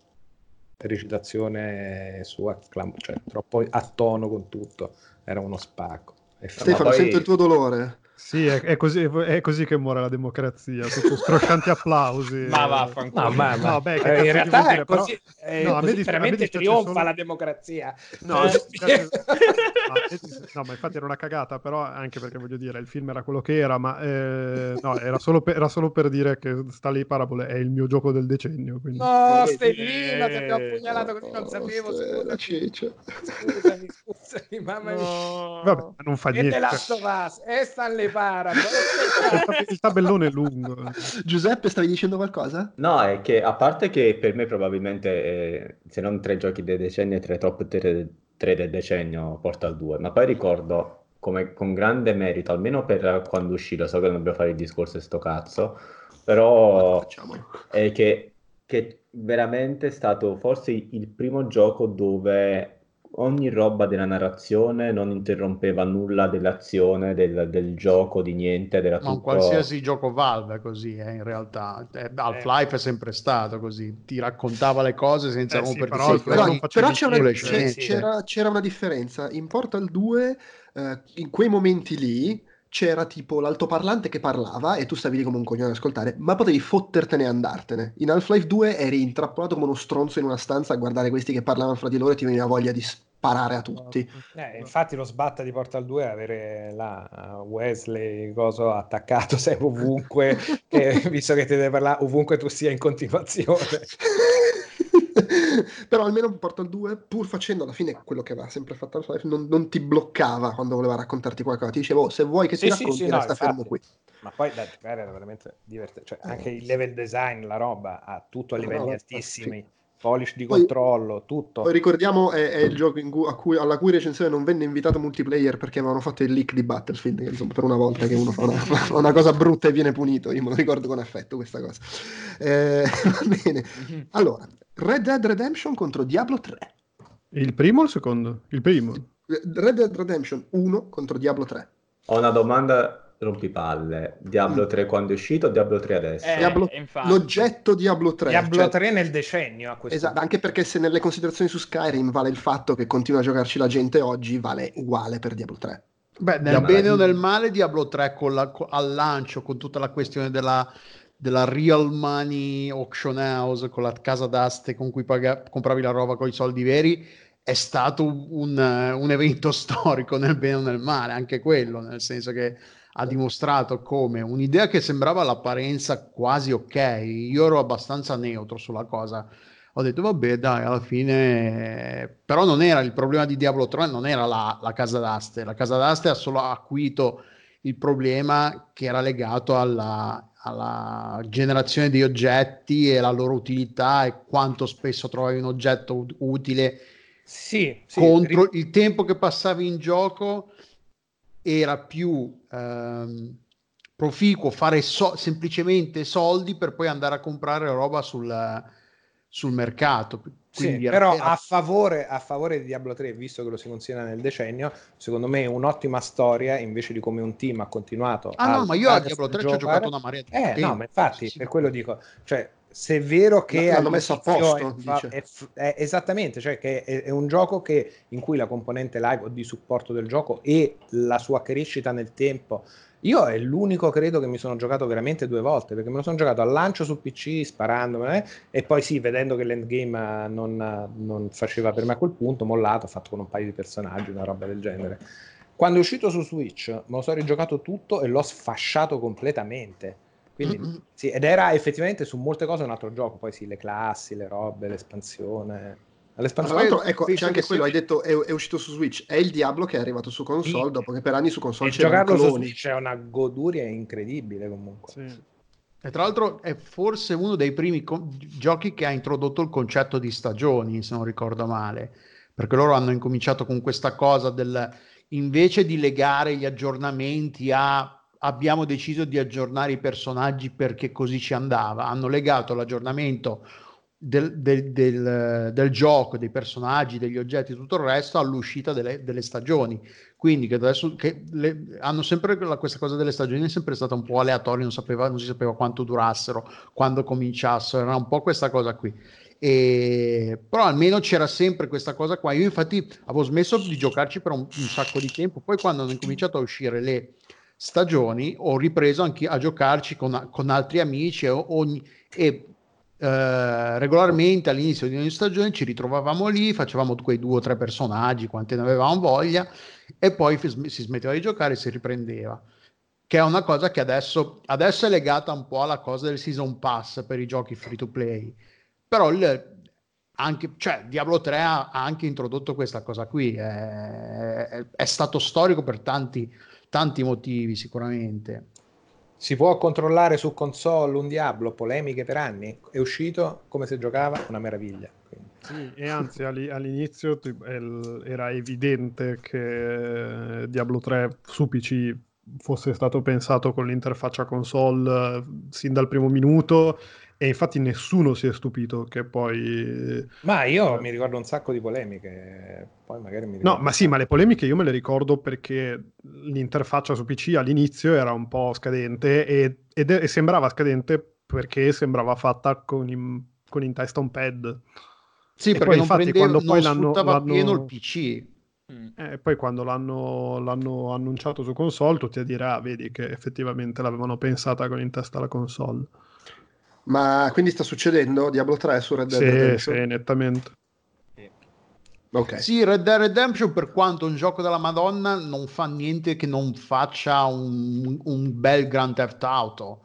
recitazione sua, clam- cioè troppo a tono con tutto, era uno spacco. E fa- Stefano, poi- sento il tuo dolore. Sì, è, è così, è così che muore la democrazia, sotto scroscianti applausi. Ma vaffanculo. No, ma, ma- No, beh, che eh, cazzo in ti realtà vuol dire, è così, però- è no, a me così dis- a me veramente dispiace trionfa solo- la democrazia. No, mi Eh, dispiace- no, mi dis- no, ma infatti era una cagata, però anche perché voglio dire, il film era quello che era, ma eh, no, era solo, per, era solo per dire che Stanley Parable è il mio gioco del decennio. Quindi. No, Eh, Stellina, ti abbiamo eh, appugnalato così, non sapevo. Oh, la Scusami, ciccia. scusami, scusami, mamma mia. No. Vabbè, non fa E niente. The Last of Us, e Stanley Parable. Il tab- il tabellone è lungo. Giuseppe, stavi dicendo qualcosa? No, è che a parte che per me probabilmente, eh, se non tre giochi del decennio, tre top tre, tre del decennio, Portal due, ma poi ricordo come con grande merito, almeno per quando uscì, lo so che non dobbiamo fare il discorso di sto cazzo, però Facciamolo. è che, che veramente è stato forse il primo gioco dove ogni roba della narrazione non interrompeva nulla dell'azione, del, del gioco, di niente, della Ma un tutto... qualsiasi gioco Valve è così, eh, in realtà. Eh, Half-Life è sempre stato così, ti raccontava le cose senza Eh sì, romperti però i il coglioni. non Però, facevi però c'è una- le c'è- scelte. c'era, c'era una differenza. In Portal due, eh, in quei momenti lì, c'era tipo l'altoparlante che parlava e tu stavi lì come un coglione ad ascoltare, ma potevi fottertene e andartene. In Half-Life due eri intrappolato come uno stronzo in una stanza a guardare questi che parlavano fra di loro e ti veniva voglia di sparare a tutti. Eh, infatti lo sbatta di Portal due è avere là Wesley coso attaccato sempre ovunque, che, visto che ti deve parlare ovunque tu sia in continuazione. Però almeno Portal due, pur facendo alla fine quello che aveva sempre fatto Half-Life, non, non ti bloccava quando voleva raccontarti qualcosa. Ti dicevo, oh, se vuoi che Sì, ti sì, racconti, sì, no, resta infatti. fermo qui. Ma poi da giocare era veramente divertente, cioè anche il level design, la roba, ha tutto a No, livelli no, altissimi, sì. polish di Poi- controllo, tutto. Poi ricordiamo, è, è il gioco in cui- a cui- alla cui recensione non venne invitato multiplayer perché avevano fatto il leak di Battlefield, che insomma per una volta che uno fa una, una cosa brutta e viene punito, io me lo ricordo con affetto questa cosa. Eh, va bene, allora, Red Dead Redemption contro Diablo tre. Il primo o il secondo? Il primo. Red Dead Redemption uno contro Diablo tre. Ho una domanda rompipalle. Diablo Mm. tre quando è uscito o Diablo tre adesso? Eh, Diablo- infatti. l'oggetto Diablo tre. Diablo cioè- tre nel decennio a questo Esatto, punto. anche perché se nelle considerazioni su Skyrim vale il fatto che continua a giocarci la gente oggi, vale uguale per Diablo tre. Beh, nel Diablo- bene o nel male, Diablo tre con la- co- al lancio, con tutta la questione della, della real money auction house, con la casa d'aste con cui paga- compravi la roba con i soldi veri, è stato un, eh, un evento storico nel bene o nel male, anche quello, nel senso che ha dimostrato come un'idea che sembrava all'apparenza quasi ok, io ero abbastanza neutro sulla cosa, ho ho detto vabbè dai, alla fine però non era il problema di Diablo tre, non era la, la casa d'aste, la casa d'aste ha solo acuito il problema che era legato alla, alla generazione di oggetti e la loro utilità e quanto spesso trovavi un oggetto ut- utile sì, sì, contro ri- il tempo che passavi in gioco. Era più ehm, proficuo fare so- semplicemente soldi per poi andare a comprare roba sul, sul mercato. Quindi sì, era, però era- a favore, a favore di Diablo tre, visto che lo si considera nel decennio, secondo me è un'ottima storia, invece di come un team ha continuato ah a no, ma io a lavorare Diablo sul tre ci ho giocato giocare. una marea di Eh, no, tempo. ma Sì, infatti, sì, per sì. quello dico, cioè, se è vero che L- l'hanno messo a all'inizio posto, è fa- dice. è f- è esattamente, cioè che è, è un gioco che, in cui la componente live o di supporto del gioco e la sua crescita nel tempo. Io è l'unico, credo, che mi sono giocato veramente due volte, perché me lo sono giocato al lancio sul P C, sparando, eh, e poi sì, vedendo che l'endgame eh, non, eh, non faceva per me a quel punto, mollato, ho fatto con un paio di personaggi, una roba del genere. Quando è uscito su Switch, me lo sono rigiocato tutto e l'ho sfasciato completamente. Quindi, sì, ed era effettivamente su molte cose un altro gioco, poi sì, le classi, le robe, l'espansione. Ma tra L'espansione l'altro, ecco, c'è penso anche che quello, sia- hai detto è, è uscito su Switch, è il Diablo che è arrivato su console, sì, dopo che per anni su console e c'erano i giocarlo su cloni. Switch è una goduria incredibile comunque. Sì. E tra l'altro è forse uno dei primi co- giochi che ha introdotto il concetto di stagioni, se non ricordo male, perché loro hanno incominciato con questa cosa del, invece di legare gli aggiornamenti a abbiamo deciso di aggiornare i personaggi perché così ci andava, hanno legato l'aggiornamento del, del, del, del gioco, dei personaggi, degli oggetti, tutto il resto all'uscita delle, delle stagioni. Quindi che adesso che le, hanno sempre la, questa cosa delle stagioni è sempre stata un po' aleatoria, non, sapeva, non si sapeva quanto durassero, quando cominciassero, era un po' questa cosa qui. E, però almeno c'era sempre questa cosa qua. Io infatti avevo smesso di giocarci per un, un sacco di tempo, poi quando hanno incominciato a uscire le stagioni ho ripreso anche a giocarci con, con altri amici e, ogni, e eh, regolarmente all'inizio di ogni stagione ci ritrovavamo lì, facevamo quei due o tre personaggi, quante ne avevamo voglia, e poi si smetteva di giocare e si riprendeva, che è una cosa che adesso, adesso è legata un po' alla cosa del season pass per i giochi free to play, però il, anche, cioè, Diablo tre ha, ha anche introdotto questa cosa qui, è, è, è stato storico per tanti, tanti motivi sicuramente. Si può controllare su console un Diablo, polemiche per anni, è uscito come se giocava, una meraviglia. Quindi. Sì, e anzi all'inizio era evidente che Diablo tre su P C fosse stato pensato con l'interfaccia console sin dal primo minuto, e infatti nessuno si è stupito che poi... Ma io eh, mi ricordo un sacco di polemiche, poi magari mi ricordo... No, ma sì, ma le polemiche io me le ricordo perché l'interfaccia su P C all'inizio era un po' scadente e, ed, e sembrava scadente perché sembrava fatta con in, con in testa un pad. Sì, e perché poi non, infatti prendeva, quando poi non l'hanno, sfruttava l'hanno... pieno il P C. E poi quando l'hanno, l'hanno annunciato su console, tutti a dire, ah, vedi che effettivamente l'avevano pensata con in testa la console. Ma quindi sta succedendo Diablo tre su Red Dead Sì, Redemption? sì, nettamente. Okay. Sì, Red Dead Redemption, per quanto un gioco della Madonna, non fa niente che non faccia un, un bel Grand Theft Auto.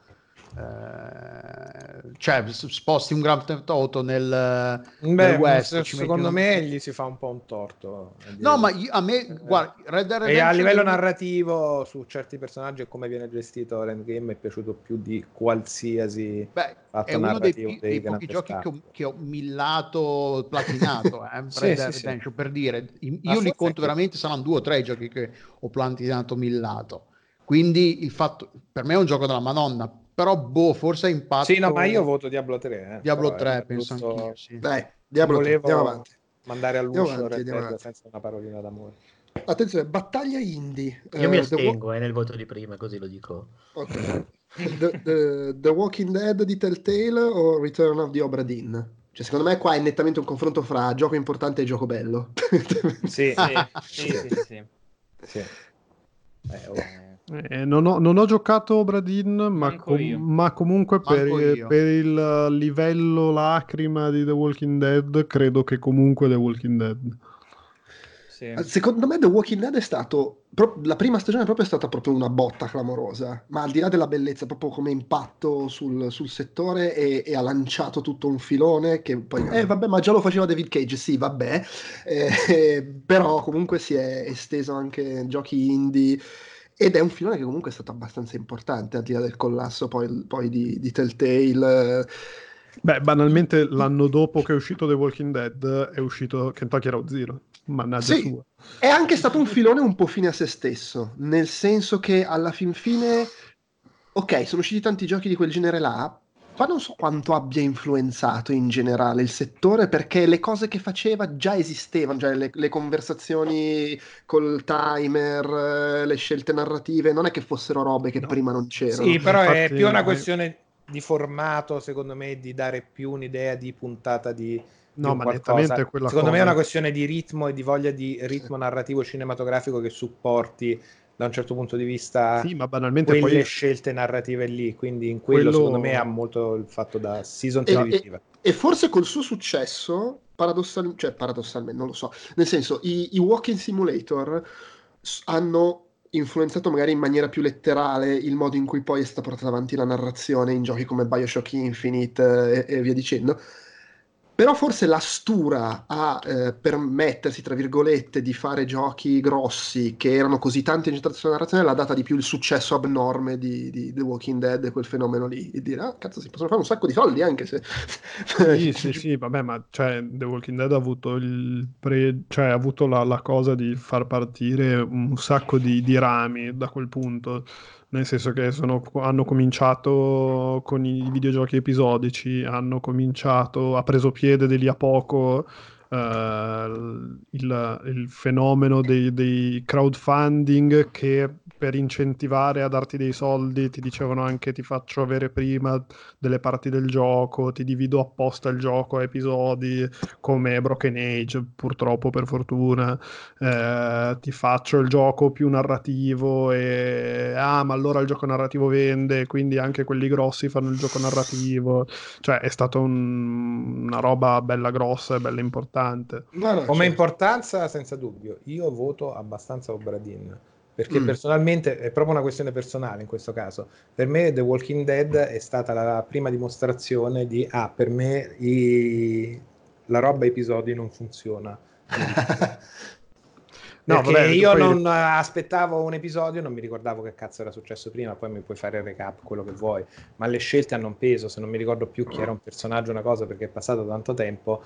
Eh, cioè, sposti un Grand Theft Auto nel, nel Beh, West, se- ci metti secondo un... me gli si fa un po' un torto. a dire No, ma il- io- a me, guarda, Red Dead E a Redemption livello è uno- narrativo, su certi personaggi e come viene gestito l'endgame, è piaciuto più di qualsiasi beh, è fatto uno dei, narrativo pi- dei dei pochi Grand Theft giochi che ho, Auto. che ho millato, platinato, eh, Sì, Red sì, Dead sì. Redemption, per dire. Ma Io li forse conto anche- veramente, saranno due o tre i giochi che ho platinato, millato. Quindi il fatto, per me è un gioco della Madonna, però boh, forse ha impatto... Sì, no, ma io voto Diablo tre, eh, Diablo però tre, era penso giusto- anch'io, sì. Dai, non Diablo tre, andiamo volevo avanti. mandare Andiamo all'uscio avanti, Red andiamo Dead avanti. senza una parolina d'amore. Attenzione, battaglia indie. Io mi Eh, The Wa- astengo eh, nel voto di prima, così lo dico. ok. The, The- The Walking Dead di Telltale o Return of the Obra Dinn? Cioè, secondo me qua è nettamente un confronto fra gioco importante e gioco bello. Sì, Sì, sì, sì, sì, sì. sì. Eh, oh. Eh, non, ho, non ho giocato Obradin, ma, Manco com- io. ma comunque per, Manco io. per il livello lacrima di The Walking Dead, credo che comunque The Walking Dead. sì. Secondo me The Walking Dead è stato pro- la prima stagione proprio è stata proprio una botta clamorosa, ma al di là della bellezza, proprio come impatto sul, sul settore, e, e ha lanciato tutto un filone che poi, eh vabbè, ma già lo faceva David Cage, sì, vabbè, eh, però comunque si è esteso anche in giochi indie, ed è un filone che comunque è stato abbastanza importante, al di là del collasso poi, poi di, di Telltale. Beh, banalmente l'anno dopo che è uscito The Walking Dead è uscito Kentucky Route Zero, mannaggia Sì, sua. è anche stato un filone un po' fine a se stesso, nel senso che alla fin fine, ok, sono usciti tanti giochi di quel genere là, ma non so quanto abbia influenzato in generale il settore, perché le cose che faceva già esistevano, cioè le, le conversazioni col timer, eh, le scelte narrative, non è che fossero robe che No. prima non c'erano. Sì, però Infatti, è più una ma- questione di formato, secondo me, di dare più un'idea di puntata di, di No, un ma qualcosa. nettamente è quella Secondo me è cosa. una questione di ritmo e di voglia di ritmo narrativo cinematografico che supporti da un certo punto di vista Sì, ma banalmente quelle poi scelte narrative lì, quindi in quello, quello- secondo me ha molto il fatto da season E, televisiva. e- e forse col suo successo, paradossal- cioè paradossalmente, non lo so, nel senso, i, i walking simulator s- hanno influenzato magari in maniera più letterale il modo in cui poi è stata portata avanti la narrazione in giochi come BioShock Infinite, eh, e, e via dicendo. Però forse la stura a eh, permettersi, tra virgolette, di fare giochi grossi che erano così tanti incentrati sulla narrazione l'ha data di più il successo abnorme di, di The Walking Dead e quel fenomeno lì. E dire, ah, cazzo, si possono fare un sacco di soldi anche se... Sì, sì, sì, vabbè, ma cioè, The Walking Dead ha avuto, il pre- cioè, ha avuto la, la cosa di far partire un sacco di, di rami da quel punto, nel senso che sono- hanno cominciato con i videogiochi episodici, hanno cominciato, ha preso piede di lì a poco eh, il, il fenomeno dei, dei crowdfunding, che per incentivare a darti dei soldi ti dicevano anche ti faccio avere prima delle parti del gioco, ti divido apposta il gioco a episodi come Broken Age, purtroppo, per fortuna, eh, ti faccio il gioco più narrativo e ah, ma allora il gioco narrativo vende, quindi anche quelli grossi fanno il gioco narrativo, cioè è stata un- una roba bella grossa e bella importante. No, no, Come certo. importanza, senza dubbio, io voto abbastanza Obradin, perché Mm. personalmente è proprio una questione personale in questo caso. Per me The Walking Dead è stata la prima dimostrazione di, ah, per me i- la roba episodi non funziona. No, Perché vabbè, io poi- non aspettavo un episodio, non mi ricordavo che cazzo era successo prima, poi mi puoi fare il recap, quello che vuoi, ma le scelte hanno un peso, se non mi ricordo più chi era un personaggio, una cosa, perché è passato tanto tempo,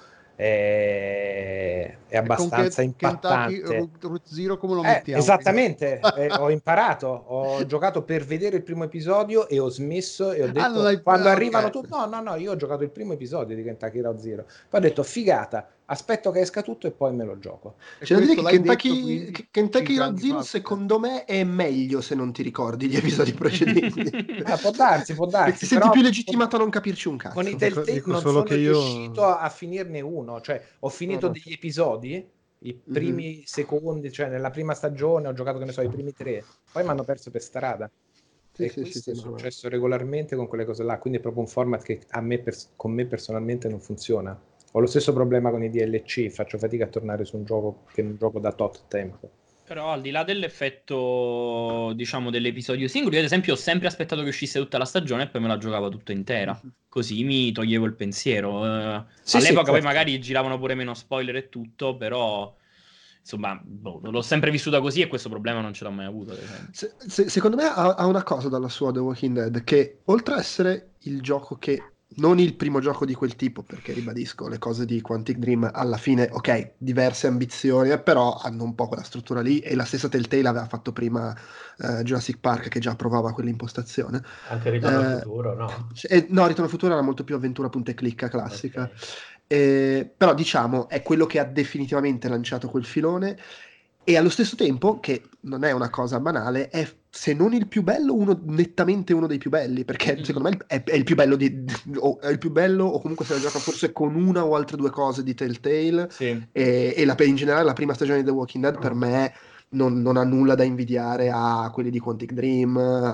è, è E con abbastanza Ken- Kentucky impattante. Route Route Zero come lo Eh, mettiamo? esattamente, eh, ho imparato, ho giocato per vedere il primo episodio e ho smesso e ho detto, Ah, non hai- quando ah, arrivano ok. tutti, no, no, no, io ho giocato il primo episodio di Kentucky Route Zero, poi ho detto, figata, aspetto che esca tutto e poi me lo gioco. E C'è da dire questo che l'hai Kentucky, detto, quindi, che Kentucky cinque Route anni Zero fa. secondo me è meglio se non ti ricordi gli episodi precedenti. Ah, può darsi, può Perché darsi, ti senti però più legittimato a non capirci un con i cazzo. Telltale Dico non solo sono che io- riuscito a finirne uno, cioè ho finito No, no, degli episodi, i primi secondi, cioè nella prima stagione ho giocato, che ne so, i primi tre, poi mi hanno perso per strada. Sì, E sì, questo sì, è sì, no, no. successo regolarmente con quelle cose là, quindi è proprio un format che a me pers- con me personalmente non funziona. Ho lo stesso problema con i D L C, faccio fatica a tornare su un gioco che non gioco da tot tempo. Però al di là dell'effetto, diciamo, dell'episodio singolo, io ad esempio ho sempre aspettato che uscisse tutta la stagione e poi me la giocavo tutta intera. Così mi toglievo il pensiero. Eh, Sì, sì, all'epoca poi certo. magari giravano pure meno spoiler e tutto, però insomma, boh, l'ho sempre vissuta così e questo problema non ce l'ho mai avuto, ad esempio. Se- se- secondo me ha, ha una cosa dalla sua The Walking Dead, che oltre a essere il gioco che, non il primo gioco di quel tipo, perché ribadisco, le cose di Quantic Dream alla fine, ok, diverse ambizioni, eh, però hanno un po' quella struttura lì, e la stessa Telltale aveva fatto prima eh, Jurassic Park, che già provava quell'impostazione. Anche Ritorno al Eh, futuro, no? eh, no, Ritorno al futuro era molto più avventura punta e clicca classica. Ok. Eh, però diciamo è quello che ha definitivamente lanciato quel filone, e allo stesso tempo, che non è una cosa banale, è se non il più bello, uno, nettamente uno dei più belli, perché Mm. secondo me è, è il più bello di, o è il più bello, o comunque se la gioca forse con una o altre due cose di Telltale, Sì. e, e la, in generale la prima stagione di The Walking Dead per me non, non ha nulla da invidiare a quelli di Quantic Dream,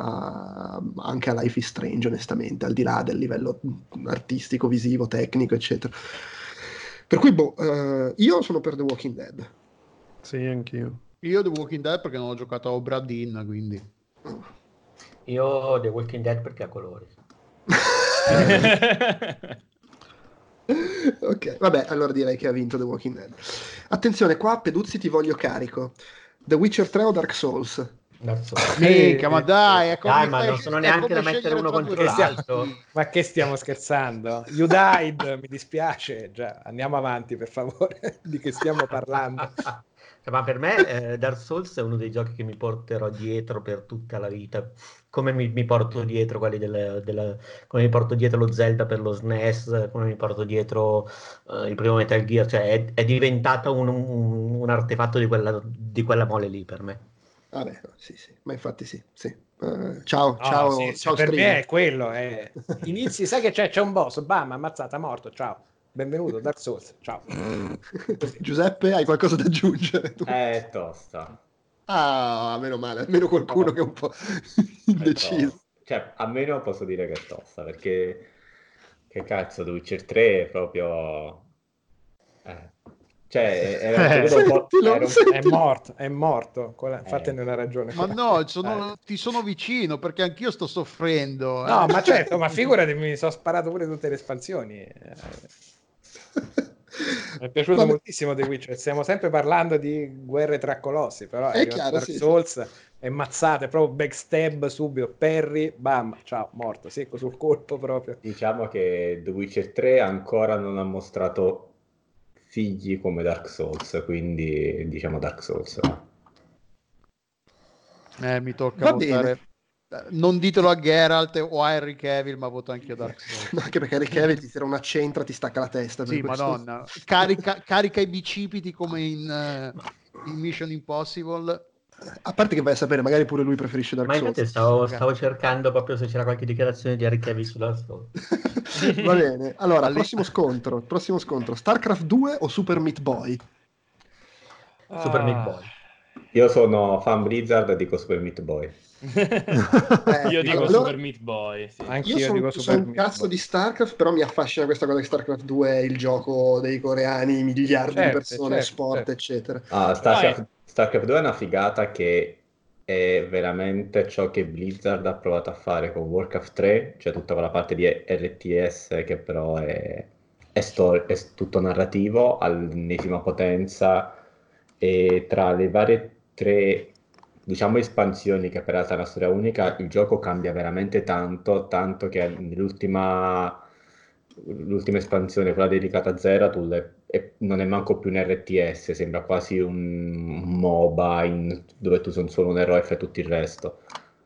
a- anche a Life is Strange, onestamente, al di là del livello artistico, visivo, tecnico, eccetera. Per cui, boh, eh, io sono per The Walking Dead. Sì, anch'io. Io The Walking Dead perché non ho giocato a Obra Dinn, quindi... Io The Walking Dead perché ha colori. Ok, vabbè, allora direi che ha vinto The Walking Dead. Attenzione, qua Peduzzi ti voglio carico. The Witcher tre o Dark Souls? Dark Souls. Mica, ma dai, è come, Dai, ma è- non sono è neanche come da mettere scegliere uno tra contro due Che stiamo- l'altro. Ma che stiamo scherzando? You died, mi dispiace. Già, andiamo avanti, per favore. Di che stiamo parlando? Cioè, ma per me eh, Dark Souls è uno dei giochi che mi porterò dietro per tutta la vita. Come mi, mi porto dietro quelli del, del- come mi porto dietro lo Zelda per lo S N E S, come mi porto dietro eh, il primo Metal Gear, cioè è, è diventata un, un- un artefatto di quella, di quella mole lì per me. Vabbè, no, sì, sì, ma infatti sì, sì. Eh, ciao, No, ciao, sì, sì, ciao per Scrigno. me è quello. È... Inizi, sai che c'è? C'è un boss, bam, ammazzata, morto, ciao. Benvenuto, Dark Souls, ciao. Così. Giuseppe, hai qualcosa da aggiungere? Tu? È tosta. Ah, meno male, almeno qualcuno che è un po' È indeciso. tosta. Cioè, almeno posso dire che è tosta, perché che cazzo, The Witcher tre è proprio... Eh. Cioè, era un periodo un po'... Sentilo, era un- È sentilo. morto, è morto. Quella- Eh. Fatene una ragione. Ma no, sono- ti sono vicino perché anch'io sto soffrendo. eh. No, ma certo, ma figurati, mi sono sparato pure tutte le espansioni. Eh, Mi è piaciuto Vabbè, moltissimo The Witcher. Stiamo sempre parlando di guerre tra colossi, però È è arrivato chiaro, Dark sì, sì. Souls e mazzate, proprio backstab subito, parry, bam, ciao, morto, secco sul colpo proprio. Diciamo che The Witcher tre ancora non ha mostrato figli come Dark Souls, quindi diciamo Dark Souls. Eh, mi tocca Va votare. bene. Eh, Non ditelo a Geralt o a Henry Cavill, ma voto anche io Dark Souls. No, anche perché Rick Cavill ti tira una centra, ti stacca la testa. per Sì, questo. madonna. Carica, carica i bicipiti come in, eh, in Mission Impossible. A parte che vai a sapere, magari pure lui preferisce Dark Ma Souls. infatti stavo, stavo cercando proprio se c'era qualche dichiarazione di Henry Cavill su Dark Souls. Va bene. Allora, Allì- prossimo scontro. Prossimo scontro. StarCraft due o Super Meat Boy? Super Meat Ah. Boy. Io sono fan Blizzard e dico Super Meat Boy. Io dico allora- Super Meat Boy. Sì. Anch'io Io sono, dico sono Super un Meat cazzo Boy. di StarCraft, però mi affascina questa cosa che StarCraft due è il gioco dei coreani, miliardi di Certo, persone, certo, sport, certo. eccetera. Ah, StarCraft, Vai. StarCraft due è una figata che è veramente ciò che Blizzard ha provato a fare con Warcraft tre, cioè tutta quella parte di R T S che però è, è, stor- è tutto narrativo all'ennesima potenza, e tra le varie tre, diciamo, espansioni che per realtà è una storia unica, il gioco cambia veramente tanto, tanto che nell'ultima l'ultima espansione, quella dedicata a Zeratul, è- è- non è manco più un R T S, sembra quasi un MOBA in- dove tu sei solo un eroe e fai tutto il resto.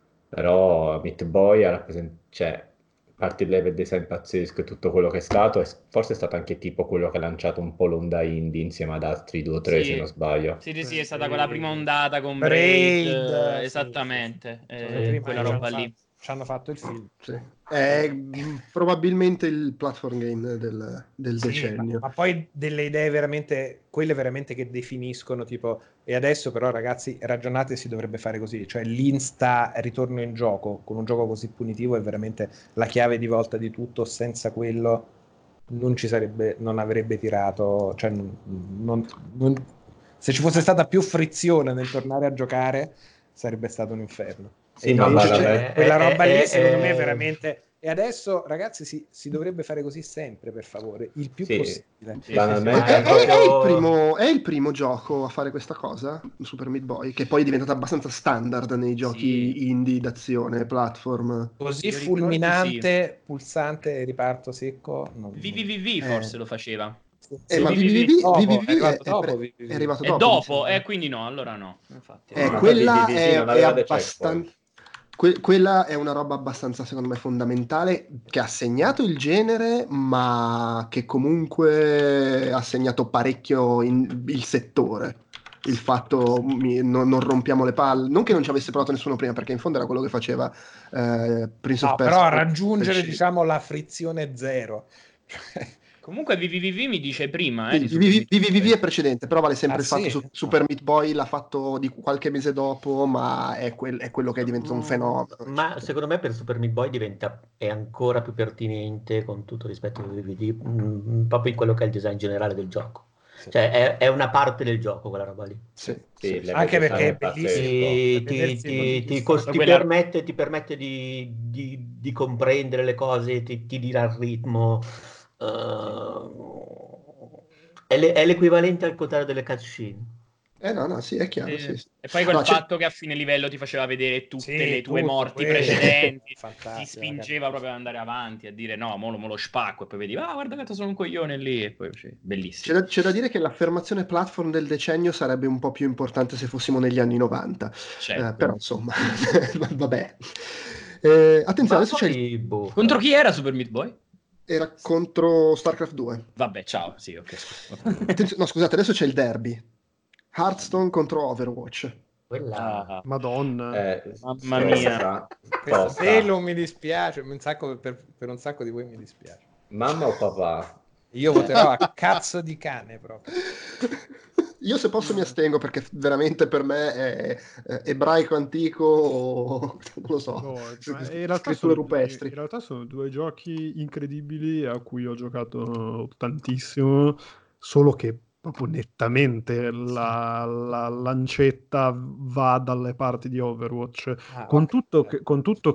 Però Meat Boy ha rappresentato, cioè, a parte il level design pazzesco e tutto quello che è stato, è forse è stato anche tipo quello che ha lanciato un po' l'onda indie insieme ad altri due o tre, Sì. se non sbaglio. Sì, sì, sì, è stata quella prima ondata con Braid, Braid, eh, sì, esattamente, sì, sì. eh, Sono i primi quella che ci roba hanno lì. fatto- ci hanno fatto il film. Sì. È mm, probabilmente il platform game del, del Sì, decennio. ma, ma poi delle idee veramente, quelle veramente che definiscono tipo, e adesso però ragazzi ragionate, si dovrebbe fare così, cioè l'insta ritorno in gioco con un gioco così punitivo è veramente la chiave di volta di tutto, senza quello non ci sarebbe, non avrebbe tirato, cioè non- non- non- se ci fosse stata più frizione nel tornare a giocare sarebbe stato un inferno. Sì, E ma invece banalmente- c'è quella eh, roba eh, lì eh, secondo me eh, è veramente. E adesso, ragazzi, si, si dovrebbe fare così sempre, per favore, il più Sì, possibile. Sì, banalmente- È, Ma è è- è il proprio- primo, è il primo gioco a fare questa cosa, Super Meat Boy, che poi è diventato abbastanza standard nei giochi Sì. indie d'azione, platform. Così Io ricordo, fulminante, pulsante, riparto secco. non- V V V V Eh, forse lo faceva. sì, Eh, sì. ma V V V. V V V, Dopo, V V V è arrivato è, dopo pre- V V V. è arrivato E dopo. mi dopo, sembra. eh, quindi no, allora no. Infatti, Eh, Ma quella poi V V V è, non è aveva dei abbastan- checkpoint. que- quella è una roba abbastanza, secondo me, fondamentale, che ha segnato il genere, ma che comunque ha segnato parecchio in- il settore. Il fatto, mi- non, non rompiamo le palle, non che non ci avesse provato nessuno prima, perché in fondo era quello che faceva eh, Prince No, of però Persia. a raggiungere, Shade. diciamo, la frizione zero. Comunque V V V V mi dice prima, eh, Sì, di Super Meat V V V Boy. è precedente, però vale sempre Ah, il fatto sì? su Super Meat Boy l'ha fatto di qualche mese dopo, ma è, quel- è quello che è diventato un Mm, fenomeno. Ma eccetera. secondo me per Super Meat Boy diventa è ancora più pertinente con tutto rispetto al D V D, mm, proprio in quello che è il design generale del gioco. Sì. Cioè è, è una parte del gioco quella roba lì. Sì, Sì, sì, le Anche vedi perché è sempre bellissimo. Ti, pazzesco. ti- Vedersi ti- ti in cos- questa- ti quella- permette, ti permette di, di- di comprendere le cose, ti, ti dirà il ritmo. eh, è, le- è l'equivalente al contrario delle cutscene. Eh no, no, sì, è chiaro, Sì. sì, sì. E poi quel No, c'è- fatto che a fine livello ti faceva vedere tutte Sì, le tue tutto, morti quello. precedenti, ti Fantastico, spingeva proprio ad andare avanti, a dire no, mo lo, mo lo spacco, e poi vedi, ah, guarda che sono un coglione lì, e poi sì, C'è bellissimo. da, c'è da dire che l'affermazione platform del decennio sarebbe un po' più importante se fossimo negli anni novanta. Certo. Eh, però insomma, vabbè. Eh, attenzione, Ma adesso c'è il- poi, boh, Contro chi era Super Meat Boy? era contro StarCraft due. Vabbè, ciao, sì, ok, scusa. Attenzio- no, scusate, adesso c'è il derby. Hearthstone contro Overwatch. quella... Ah, Madonna. Eh, Mamma tosta, Questo tosta. pelo mi dispiace, un sacco- per, per un sacco di voi mi dispiace. Mamma o papà? Io voterò a cazzo di cane proprio. Io se posso mi astengo perché veramente per me è, è ebraico antico o non lo so, No, ma in realtà, scritture sono, rupestri. in realtà sono due giochi incredibili a cui ho giocato tantissimo, solo che proprio nettamente la, la lancetta va dalle parti di Overwatch, Ah, con, ok. tutto che, con tutto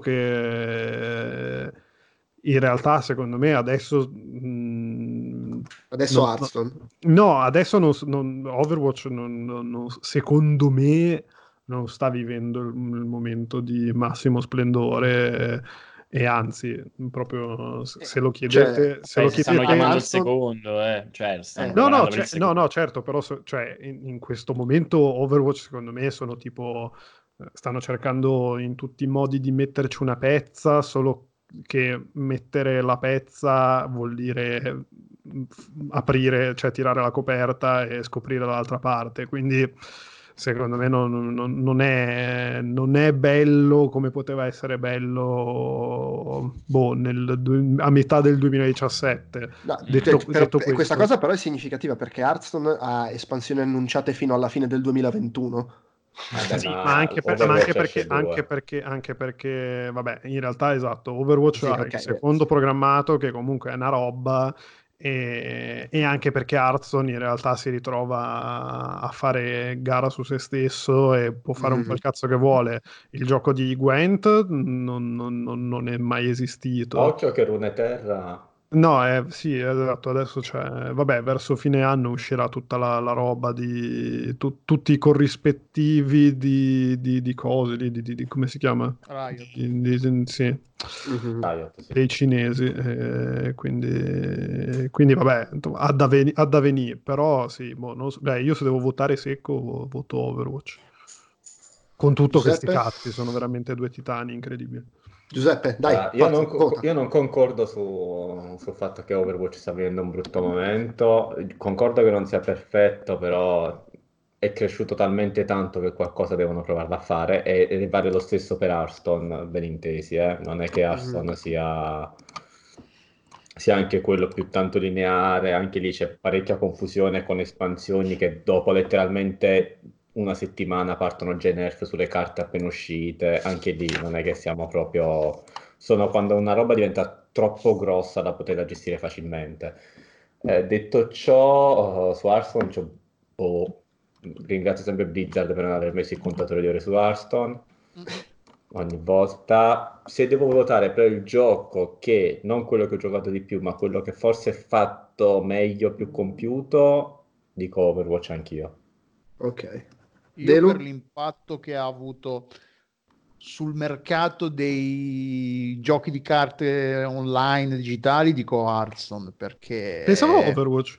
che in realtà secondo me adesso mh, Adesso non- Hearthstone. no, adesso non, non- Overwatch non- non- non- secondo me non sta vivendo il, il momento di massimo splendore e, e anzi, proprio se, se lo chiedete, se lo Cioè, si stanno chiedete, chiamando il Hearthstone- secondo, eh. Cioè, stanno Eh. no, no, lavorando per cioè- il secondo. no, no, certo, però so- cioè, in, in questo momento Overwatch secondo me sono tipo, eh, stanno cercando in tutti i modi di metterci una pezza, solo che mettere la pezza vuol dire mm, f- aprire, cioè tirare la coperta e scoprire dall'altra parte, quindi secondo me non, non- non è, non è bello come poteva essere bello boh, nel du- a metà del duemiladiciassette. No, Detto- cioè, però- detto questa questo- cosa però è significativa perché Hearthstone ha espansioni annunciate fino alla fine del duemilaventuno. Vabbè, Sì, Ma anche, per- ma Overwatch anche perché, esce due. anche, perché, anche perché, vabbè, in realtà esatto, Overwatch Sì, ha ok, il secondo programmato che comunque è una roba e, e anche perché Hearthstone in realtà si ritrova a fare gara su se stesso e può fare un po' il cazzo che vuole. Il gioco di Gwent non, non- non- non è mai esistito. Occhio che Runeterra... No, eh, sì, esatto, adesso c'è, vabbè, verso fine anno uscirà tutta la, la roba di tu- tutti i corrispettivi di, di, di cose, di, di- di- di- come si chiama? Riot. Di- di- sì, Mhm. Riot, sì. dei cinesi, eh, quindi, quindi vabbè, insomma, ad avveni- ad avvenire, però sì, boh, non so- beh, io se devo votare secco voto Overwatch, con tutto che sti Giuseppe? cazzi, sono veramente due titani incredibili. Giuseppe, dai, Ah, io, forza, non, co- vota. io non concordo su- sul fatto che Overwatch sta vivendo un brutto momento. Concordo che non sia perfetto, però è cresciuto talmente tanto che qualcosa devono provarla a fare. E, e vale lo stesso per Hearthstone, ben intesi, eh. Non è che Hearthstone Mhm. sia, sia anche quello più tanto lineare, anche lì c'è parecchia confusione con espansioni che dopo letteralmente una settimana partono già i nerf sulle carte appena uscite, anche lì non è che siamo proprio... sono quando una roba diventa troppo grossa da poterla gestire facilmente. Eh, detto ciò, uh, su Hearthstone c'ho- boh, ringrazio sempre Blizzard per non aver messo il contatore di ore su Hearthstone ogni volta. Se devo votare per il gioco che non quello che ho giocato di più, ma quello che forse è fatto meglio, più compiuto, dico Overwatch anch'io. Ok. Io Delu? per l'impatto che ha avuto sul mercato dei giochi di carte online digitali dico Hearthstone perché Pensavo Overwatch.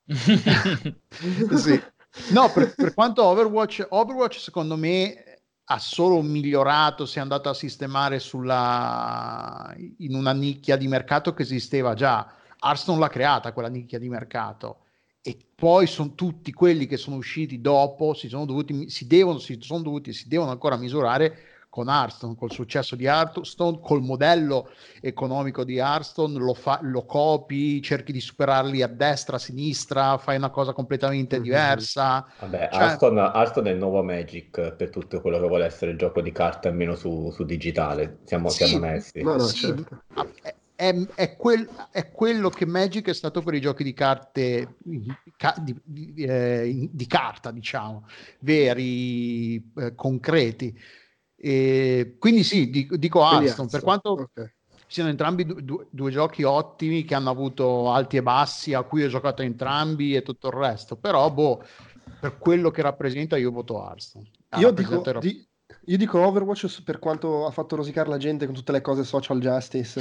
sì. No, per, per quanto Overwatch Overwatch secondo me ha solo migliorato, si è andato a sistemare sulla in una nicchia di mercato che esisteva già. Hearthstone l'ha creata quella nicchia di mercato e poi sono tutti quelli che sono usciti dopo si sono dovuti si devono si sono dovuti si devono ancora misurare con Hearthstone, col successo di Hearthstone, col modello economico di Hearthstone, lo, fa, lo copi, cerchi di superarli a destra, a sinistra, fai una cosa completamente Mhm. diversa. Vabbè, Cioè- Hearthstone, Hearthstone è il nuovo Magic per tutto quello che vuole essere il gioco di carte, almeno su, su digitale, siamo, Sì, siamo onesti. No, no, sì, certo. ma è, è, è, quel, è quello che Magic è stato per i giochi di carte di, di, di, eh, di carta, diciamo, veri, eh, concreti. E quindi sì, dico, dico Hearthstone, per quanto okay. siano entrambi du, du, due giochi ottimi che hanno avuto alti e bassi, a cui ho giocato entrambi e tutto il resto, però boh, per quello che rappresenta io voto Hearthstone. Ah, io, dico, di, io dico Overwatch per quanto ha fatto rosicare la gente con tutte le cose social justice.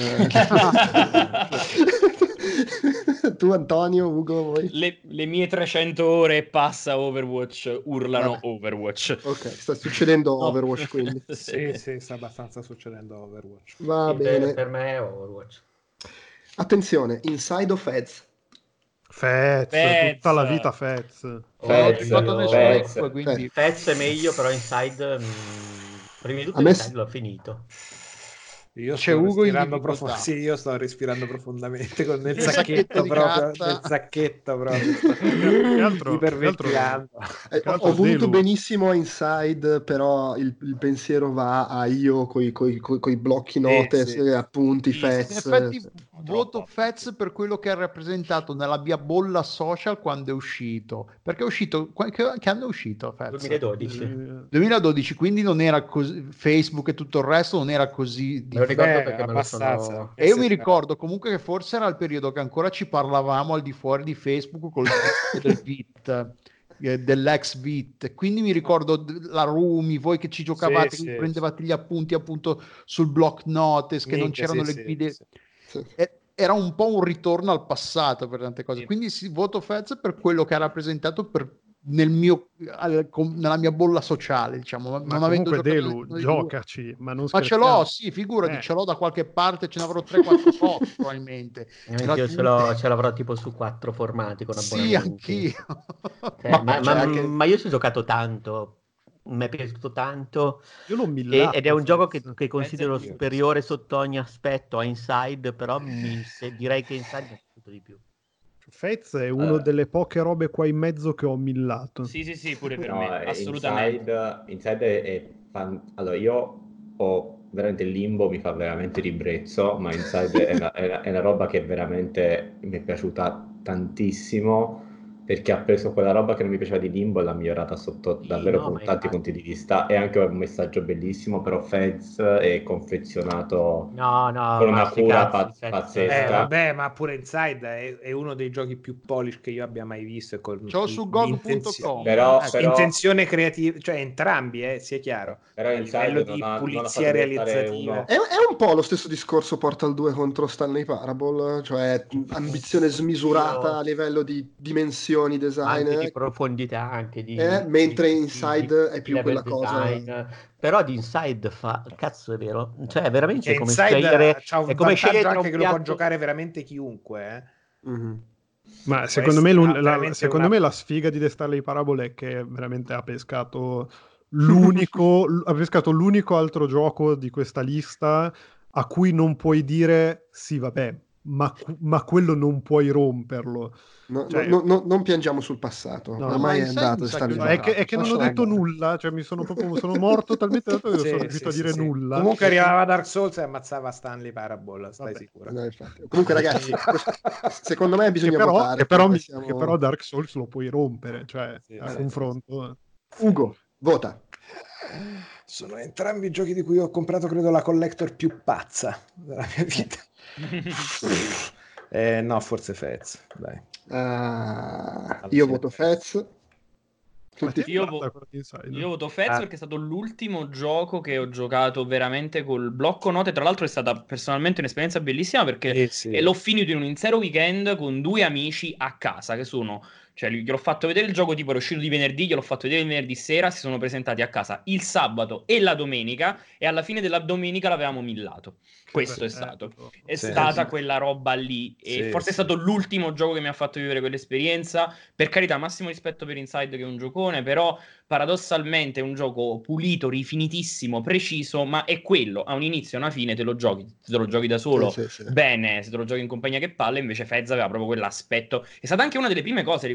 Tu Antonio, Ugo, voi? Le, le mie trecento ore e passa Overwatch urlano Vabbè. Overwatch. Ok, sta succedendo No. Overwatch quindi. Sì, sì, sta abbastanza succedendo Overwatch. Va Sì, bene. per, per me è Overwatch. Attenzione, Inside of Fez. Fez, Fez. tutta la vita Fez. Fez, Fez, Fez. quindi... Fez è meglio, però Inside mh, prima di tutto A me Inside s- l'ho finito. Io C'è sto, Ugo in respirando difficoltà. prof- sì, io sto respirando profondamente con nel Il sacchetto sacchetto di proprio, carta. nel sacchetto proprio. Che altro, che altro, Iperventilando. Eh, che ho, altro ho voluto Delu. benissimo a Inside, però il, il pensiero va a io coi, coi, coi, coi blocchi note, sì. eh, appunti, Sì, Fez. In effetti voto troppo. Fez per quello che ha rappresentato nella mia bolla social quando è uscito, perché è uscito, che, che anno è uscito Fez? duemiladodici. Eh, duemiladodici, quindi non era così, Facebook e tutto il resto non era così Me lo diffuso. ricordo Beh, perché me lo abbastanza. sono... E io mi ricordo comunque che forse era il periodo che ancora ci parlavamo al di fuori di Facebook col del V I T, eh, dell'ex V I T, quindi mi ricordo d- la Rumi, voi che ci giocavate, Sì, che sì, prendevate gli appunti appunto sul block notice, che non Minchia, c'erano sì, le sì, guide. sì. Sì. E- Era un po' un ritorno al passato per tante cose, Sì. quindi sì, voto Fez per quello che ha rappresentato per, nel mio, al- com- nella mia bolla sociale, diciamo, Ma non avendo comunque giocato Delu, nessuno dei due. giocaci, ma non Ma ce scherziamo. l'ho, sì, figurati, Eh. ce l'ho da qualche parte, ce ne avrò tre quattro copie probabilmente. Io ce, Gratuite. l'ho, ce l'avrò tipo su quattro formati con Sì, abbonamenti. anch'io. Cioè, Ma ma, c'è ma- anche- ma io ci ho giocato tanto, mi è piaciuuto tanto Io l'ho e- millato, ed è un gioco che, Fez. che considero anch'io. superiore sotto ogni aspetto a Inside, però mi, se, direi che Inside mi è piaciuto di più. Fez è una Eh. delle poche robe qua in mezzo che ho millato. Sì, sì, sì, pure per No, me, eh, assolutamente. Inside, Inside è, è fan- allora io ho veramente il Limbo, mi fa veramente ribrezzo, ma Inside è, una, è una- è una roba che veramente mi è piaciuta tantissimo, perché ha preso quella roba che non mi piaceva di Limbo e l'ha migliorata sotto Sì, davvero no, con ma tanti infatti. punti di vista, e anche un messaggio bellissimo, però Fez è confezionato No, no, con ma una sti cura cazzi, paz- Fez, pazzesca. Eh, vabbè, ma pure Inside è, è uno dei giochi più polish che io abbia mai visto. E con Ce l'ho su gog punto com. Però- Ecco. però- intenzione creativa, cioè entrambi, eh, sia chiaro. Però a Inside livello non di ha- non ha pulizia fatto diventare realizzativa. uno- È, è un po' lo stesso discorso Portal due contro Stanley Parable, cioè ambizione smisurata a livello di dimensioni, Ma design, anche di eh, profondità, anche di, eh, mentre di- di- Inside di- è più di quella level cosa. design. Però di Inside fa cazzo, è vero, cioè è veramente Che come Inside scegliere, c'ha un è come scegliere vantaggio tra anche un che lo può piatto- giocare veramente chiunque. Eh. Mhm. Ma Può secondo me, essere l'un- una- la, veramente secondo una- me la sfiga di The Starley Parable è che veramente ha pescato l'unico, l- ha pescato l'unico altro gioco di questa lista a cui non puoi dire sì, vabbè, ma, ma quello non puoi romperlo. No, Cioè- no, no, non piangiamo sul passato, No, ormai ma è Inside andato. mi sa Stanley che No, è, che, è che non ho Parable. detto nulla, cioè mi sono proprio sono morto talmente tanto che Sì, sono sì, riuscito a sì, dire sì. nulla. Comunque arrivava Dark Souls e ammazzava Stanley Parable, stai Vabbè. sicuro. No, infatti. Comunque ragazzi, secondo me bisogna che però, votare. che, però perché mi- siamo- che però Dark Souls lo puoi rompere, cioè Sì, a sì, confronto. Ugo, vota. Sono entrambi i giochi di cui ho comprato, credo, la collector più pazza della mia vita. eh, no, forse Fez, dai. Ah, Alla io fine voto Fez. Fez. Ma Tutti- ti Io, guarda vo- quello di Inside. io voto Fez Ah. perché è stato l'ultimo gioco che ho giocato veramente col blocco note. Tra l'altro è stata personalmente un'esperienza bellissima perché Sì, sì. e l'ho finito in un intero weekend con due amici a casa che sono, cioè gliel'ho fatto vedere il gioco, tipo era uscito di venerdì, gliel'ho fatto vedere il venerdì sera, si sono presentati a casa il sabato e la domenica e alla fine della domenica l'avevamo millato. Questo è bello. stato. È Sì, stata sì. quella roba lì e Sì, forse sì. è stato l'ultimo gioco che mi ha fatto vivere quell'esperienza. Per carità, massimo rispetto per Inside che è un giocone, però paradossalmente è un gioco pulito, rifinitissimo, preciso, ma è quello, ha un inizio e una fine, te lo giochi, se te lo giochi da solo Sì, sì, sì. bene, se te lo giochi in compagnia che palle, invece Fez aveva proprio quell'aspetto. È stata anche una delle prime cose,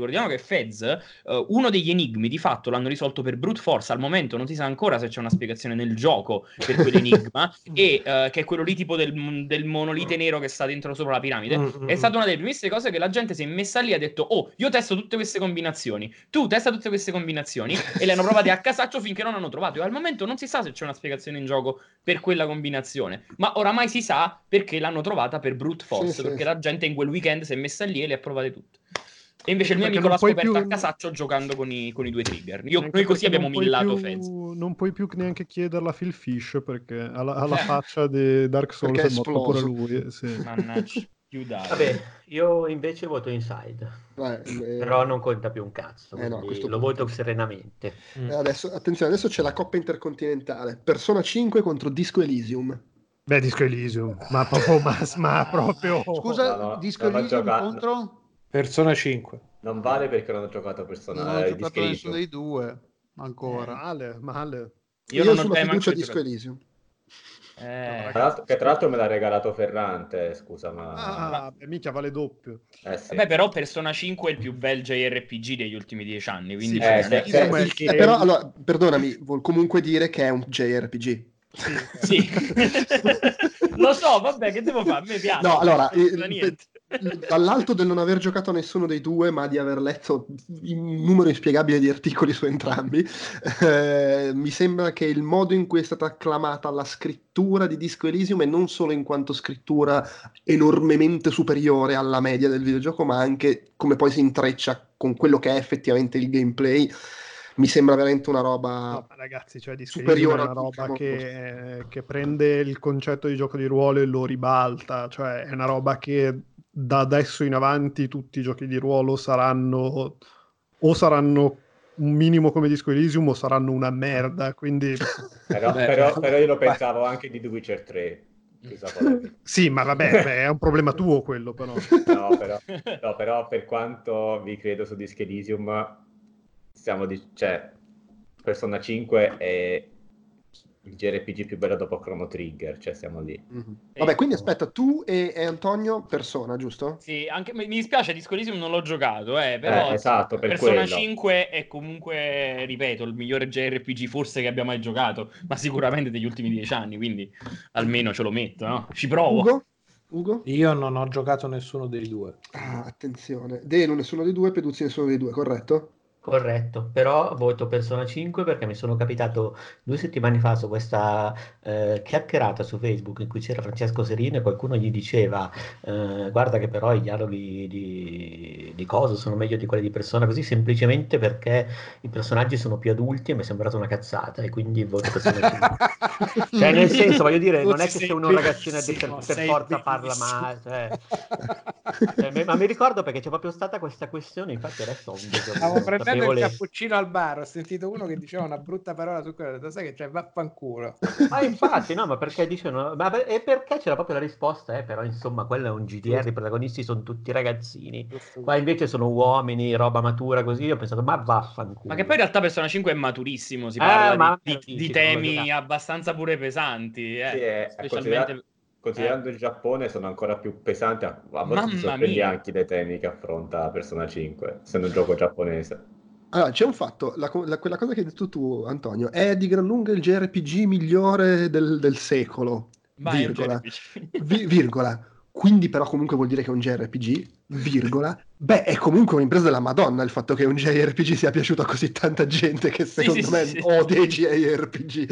ricordiamo che Fez, uh, uno degli enigmi di fatto l'hanno risolto per brute force, al momento non si sa ancora se c'è una spiegazione nel gioco per quell'enigma, e uh, che è quello lì tipo del, del monolite nero che sta dentro sopra la piramide. Mm-hmm. È stata una delle primissime cose che la gente si è messa lì e ha detto: oh, io testo tutte queste combinazioni, tu testa tutte queste combinazioni, e le hanno provate a casaccio finché non hanno trovato, e al momento non si sa se c'è una spiegazione in gioco per quella combinazione, ma oramai si sa perché l'hanno trovata per brute force, sì, perché sì, la gente in quel weekend si è messa lì e le ha provate tutte. E invece il mio perché amico l'ha scoperto più... a casaccio giocando con i, con i due trigger. Io, noi così abbiamo millato più, Fez. Non puoi più neanche chiederla a Phil Fish, perché alla, alla faccia di Dark Souls è morto pure lui. Sì. Mannaggia, chiudate. Vabbè, io invece voto Inside. Beh, eh... Però non conta più un cazzo, eh no, lo punto. voto serenamente. Mm. Adesso, attenzione, adesso c'è la Coppa Intercontinentale. Persona cinque contro Disco Elysium. Beh, Disco Elysium, ma proprio... Ma, ma proprio... Scusa, no, no, Disco Elysium contro... Persona cinque. Non vale perché non ho giocato a Persona non ho eh, giocato nessuno dei due ancora. Eh, male, male. Io, Io non sono fiducia a Disco Elysium. Eh, tra l'altro, che tra l'altro me l'ha regalato Ferrante, scusa, ma... Ah, beh, mica vale doppio. Eh, sì. Beh, però Persona cinque è il più bel J R P G degli ultimi dieci anni, quindi... Sì, cioè, eh, sì, è... sì, eh, però, allora, perdonami, vuol comunque dire che è un J R P G. Sì. sì. Lo so, vabbè, che devo fare? A me piace. No, allora... dall'alto del non aver giocato a nessuno dei due, ma di aver letto un numero inspiegabile di articoli su entrambi, eh, mi sembra che il modo in cui è stata acclamata la scrittura di Disco Elysium, e non solo in quanto scrittura enormemente superiore alla media del videogioco, ma anche come poi si intreccia con quello che è effettivamente il gameplay, mi sembra veramente una roba no, ragazzi, cioè Disco superiore, è una roba che, che prende il concetto di gioco di ruolo e lo ribalta, cioè è una roba che da adesso in avanti tutti i giochi di ruolo saranno o saranno un minimo come Disco Elysium o saranno una merda, quindi però, però, però io lo pensavo anche di The Witcher tre. Sì, ma vabbè, beh, è un problema tuo quello, però. No, però, no, però per quanto vi credo su Disco Elysium, stiamo di... cioè Persona cinque è il J R P G più bello dopo Chrono Trigger, cioè siamo lì. Mm-hmm. Vabbè, quindi aspetta, tu e, e Antonio Persona, giusto? Sì, anche mi dispiace, Disco Elysium non l'ho giocato, eh, però eh, esatto, per Persona quello. cinque è comunque, ripeto, il migliore J R P G forse che abbia mai giocato, ma sicuramente degli ultimi dieci anni, quindi almeno ce lo metto, no? Ci provo. Ugo? Ugo? Io non ho giocato nessuno dei due. Ah, attenzione. Delu nessuno dei due, Peduzzi nessuno dei due, corretto? Corretto, però voto Persona cinque perché mi sono capitato due settimane fa su questa eh, chiacchierata su Facebook in cui c'era Francesco Serino e qualcuno gli diceva eh, guarda che però i dialoghi di, di Coso sono meglio di quelli di Persona, così semplicemente perché i personaggi sono più adulti e mi è sembrata una cazzata e quindi voto Persona cinque. Cioè nel senso, voglio dire, non è che se uno ragazzino per, per forza parla male, cioè, cioè, ma mi ricordo perché c'è proprio stata questa questione, infatti adesso ho un discorso il cappuccino al bar, ho sentito uno che diceva una brutta parola su quello, sai che c'è, vaffanculo. Ma infatti no, ma perché dicevano, ma e perché c'era proprio la risposta, eh, però insomma quello è un G D R, i protagonisti sono tutti ragazzini, qua invece sono uomini, roba matura così, ho pensato ma vaffanculo. Ma che poi in realtà Persona cinque è maturissimo, si parla eh, ma di, di, di temi abbastanza pure pesanti, eh, sì, è, specialmente... Considerando eh. il Giappone sono ancora più pesanti, a volte ti sorprendi anche dei temi che affronta Persona cinque, essendo un gioco giapponese. Allora, c'è un fatto, la, la, quella cosa che hai detto tu, Antonio, è di gran lunga il J R P G migliore del, del secolo, Vai, virgola, vi, virgola, quindi però comunque vuol dire che è un J R P G, virgola, beh, è comunque un'impresa della Madonna il fatto che un J R P G sia piaciuto a così tanta gente che secondo sì, me sì, odia i J R P G.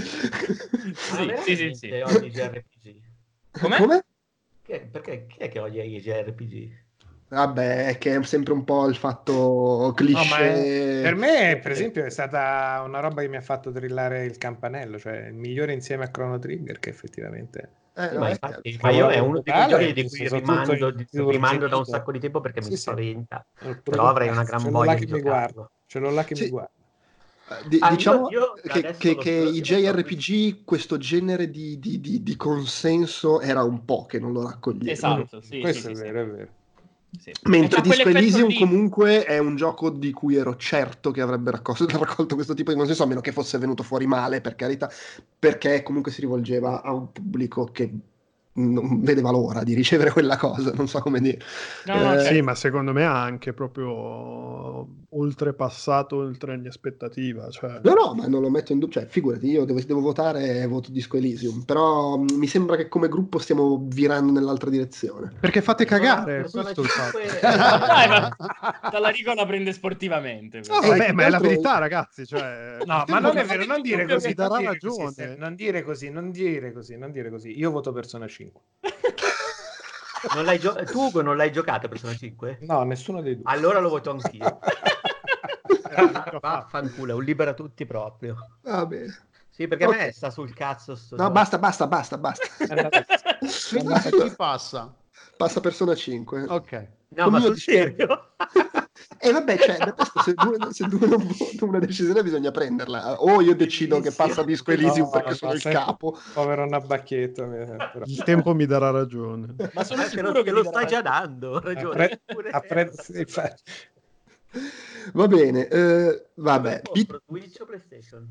Sì, sì, sì, sì. Odia i J R P G. Com'è? Come? Che, perché chi è che odia i J R P G? Vabbè, è che è sempre un po' il fatto cliché. No, ma è, per me, per esempio, è stata una roba che mi ha fatto trillare il campanello, cioè il migliore insieme a Chrono Trigger, che effettivamente... Eh, sì, no, ma, è infatti, ma io è uno di quei giochi di cui rimando, di, più rimando da un sacco di tempo perché sì, mi spaventa, sì. Però avrei una gran voglia di giocarlo. Ce l'ho là che sì. mi guarda. D- ah, diciamo io, io che, che, che i J R P G, questo genere di, di, di, di consenso era un po' che non lo raccoglieva. Esatto, sì, questo sì, è sì, vero, sì. è vero. Sì. Mentre Disco Elysium lì... comunque è un gioco di cui ero certo che avrebbe raccolto, raccolto questo tipo di consenso, a meno che fosse venuto fuori male, per carità, perché comunque si rivolgeva a un pubblico che non vedeva l'ora di ricevere quella cosa, non so come dire. No, no, Eh, certo. Sì, ma secondo me ha anche proprio oltrepassato oltre ogni aspettativa. Cioè... No, no, ma non lo metto in dubbio, cioè figurati, io devo, devo votare, voto Disco Elysium, però mh, mi sembra che come gruppo stiamo virando nell'altra direzione. Perché fate cagare, Persona questo è il fatto. cinque, Dai, ma Tallarico la prende sportivamente. No, Eh, vabbè, più ma che è la altro- verità, ragazzi. Cioè... No, ma non è vero, non dire così, Mi darà non dire così, ragione. Steph, non dire così, non dire così, non dire così. Io voto Persona cinque. Non l'hai gio- tu Ugo non l'hai giocato Persona cinque? No, nessuno dei due. Allora lo voto anch'io. Eh, Vaffanculo, è un libera tutti proprio. Va bene. Sì, perché a Ok. me sta sul cazzo sto No, gioco. basta, basta, basta, basta. Quindi se chi passa? Passa Persona cinque. Ok. No, ma Io sul dicevo- serio? E vabbè, cioè, adesso se due, se due non votano una decisione bisogna prenderla. O io decido che passa Disco Elysium No, perché no, sono il sempre- capo. Povero Nabbacchetto. mi- però. Il tempo mi darà ragione. Ma sono Eh, te sicuro lo, che te lo gli stai darà- già dando, ragione. Appre- Pure- appre- sì, infatti. Va bene, eh, vabbè. Come Beat, compro, Switch o PlayStation?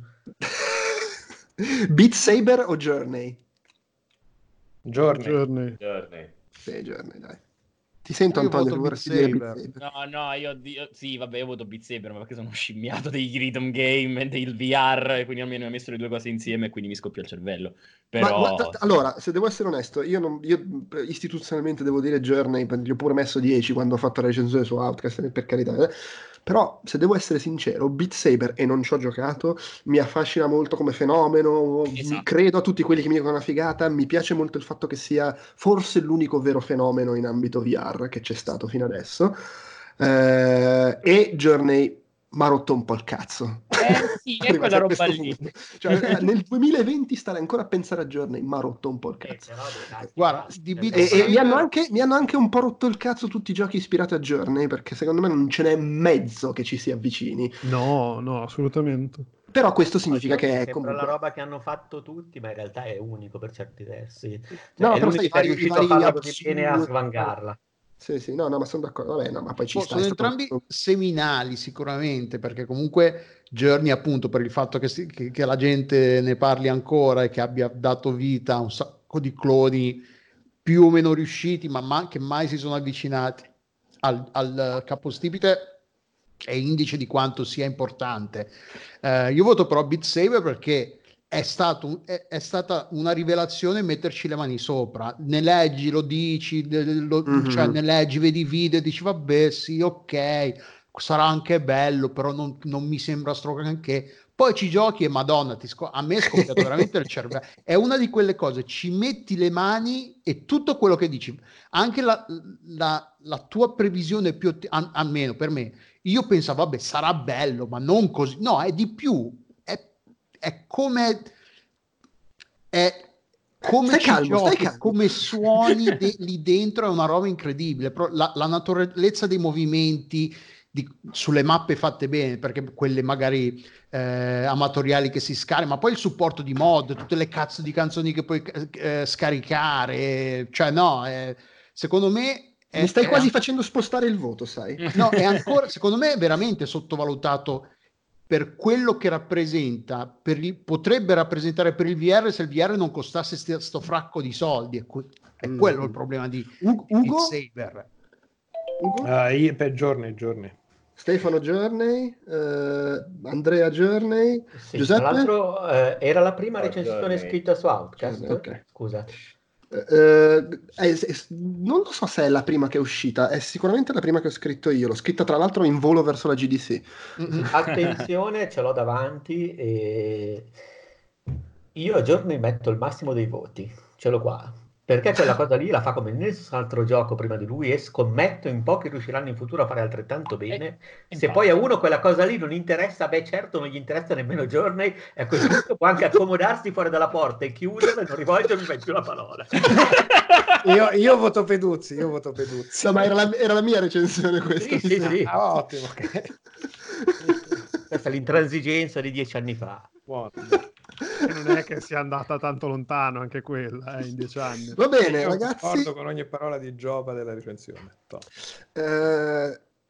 Beat Saber o Journey? Giorni. Journey. Journey. Sì, Journey, dai. Ti sento, Io Antonio, voto che Beat vorresti dire Beat Saber. Saber. No, no, io, io- sì, vabbè, io voto Beat Saber, ma perché sono scimmiato dei rhythm game e del V R, e quindi almeno ho messo le due cose insieme e quindi mi scoppia il cervello. Ma Però... guarda, allora, se devo essere onesto, io, non, io eh, istituzionalmente devo dire Journey, gli ho pure messo dieci quando ho fatto la recensione su Outcast, per carità, eh. Però se devo essere sincero, Beat Saber, e non ci ho giocato, mi affascina molto come fenomeno, Esatto. credo a tutti quelli che mi dicono una figata, mi piace molto il fatto che sia forse l'unico vero fenomeno in ambito V R che c'è stato fino adesso, eh, e Journey mi ha rotto un po' il cazzo. Eh sì, è Arrivati quella a roba questo lì. punto. Cioè, nel duemilaventi stare ancora a pensare a Journey mi ha rotto un po' il Eh, cazzo. però, dai, Guarda, basta. di Beat E, e Saber- mi, hanno anche, mi hanno anche un po' rotto il cazzo tutti i giochi ispirati a Journey, perché secondo me non ce n'è mezzo che ci si avvicini. No, no, assolutamente. Però questo significa Oggi che è sembra comunque... la roba che hanno fatto tutti, ma in realtà è unico per certi versi. Cioè, No, è però l'unico sai, che è i vari- riuscito i vari a farla così bene e a absurdi- svangarla. Sì, sì, no, no, ma sono d'accordo. Vabbè, no, ma poi ci Boh, sta. sono è stato- entrambi seminali sicuramente, perché comunque Journey, appunto, per il fatto che, si- che- che la gente ne parli ancora e che abbia dato vita a un sacco di cloni più o meno riusciti, ma ma- che mai si sono avvicinati al, al capostipite, è indice di quanto sia importante. Eh, io voto però Beat Saber perché è, stato, un- è, è stata una rivelazione metterci le mani sopra. Ne leggi, lo dici, de- de- lo- Mhm. cioè ne leggi, vedi i video e dici vabbè sì, ok, sarà anche bello, però non, non mi sembra anche. Poi ci giochi e madonna, ti sco- a me è scoppiato veramente il cervello. È una di quelle cose, ci metti le mani e tutto quello che dici, anche la, la- la tua previsione più, otti- al- almeno per me, io pensavo vabbè sarà bello, ma non così, no, è di più, è, è come è come Stai ci calmo, stai giochi, calmo. come suoni de- lì dentro è una roba incredibile. Però la, la naturalezza dei movimenti di- sulle mappe fatte bene, perché quelle magari eh, amatoriali che si scaricano, ma poi il supporto di mod, tutte le cazzo di canzoni che puoi eh, scaricare, cioè no, eh, secondo me è, Mi stai è quasi an- facendo spostare il voto, sai? no, è ancora, secondo me è veramente sottovalutato per quello che rappresenta, per il- potrebbe rappresentare per il V R se il V R non costasse sti- sto fracco di soldi. È, que- è Mm. quello il problema di, U- di Beat Ugo? Saber. Ugo? Ah, io per giorni, giorni. Stefano Journey, eh, Andrea Journey, Sì, Giuseppe? tra l'altro eh, era la prima Oh, recensione Journey. scritta su Outcast. Journey, ok. Scusa. Eh, è- è- non lo so se è la prima che è uscita, è sicuramente la prima che ho scritto io. L'ho scritta tra l'altro in volo verso la G D C. Mm-mm. Attenzione, ce l'ho davanti e io a giorni metto il massimo dei voti, ce l'ho qua. Perché quella cosa lì la fa come nessun altro gioco prima di lui e scommetto in pochi riusciranno in futuro a fare altrettanto bene. E- Se infatti. poi a uno quella cosa lì non interessa, beh certo non gli interessa nemmeno Journey e a quel punto può anche accomodarsi fuori dalla porta e chiuderla e non rivolgermi mai più la parola. Io, io voto Peduzzi, io voto Peduzzi. No, ma era la, era la mia recensione questa. Sì, sì, sì. Ah, ottimo, ok. Questa è l'intransigenza di dieci anni fa. Buono. E non è che sia andata tanto lontano anche quella, eh, in dieci anni. Va bene, Io ragazzi. concordo con ogni parola di Giova della recensione. Top. eh,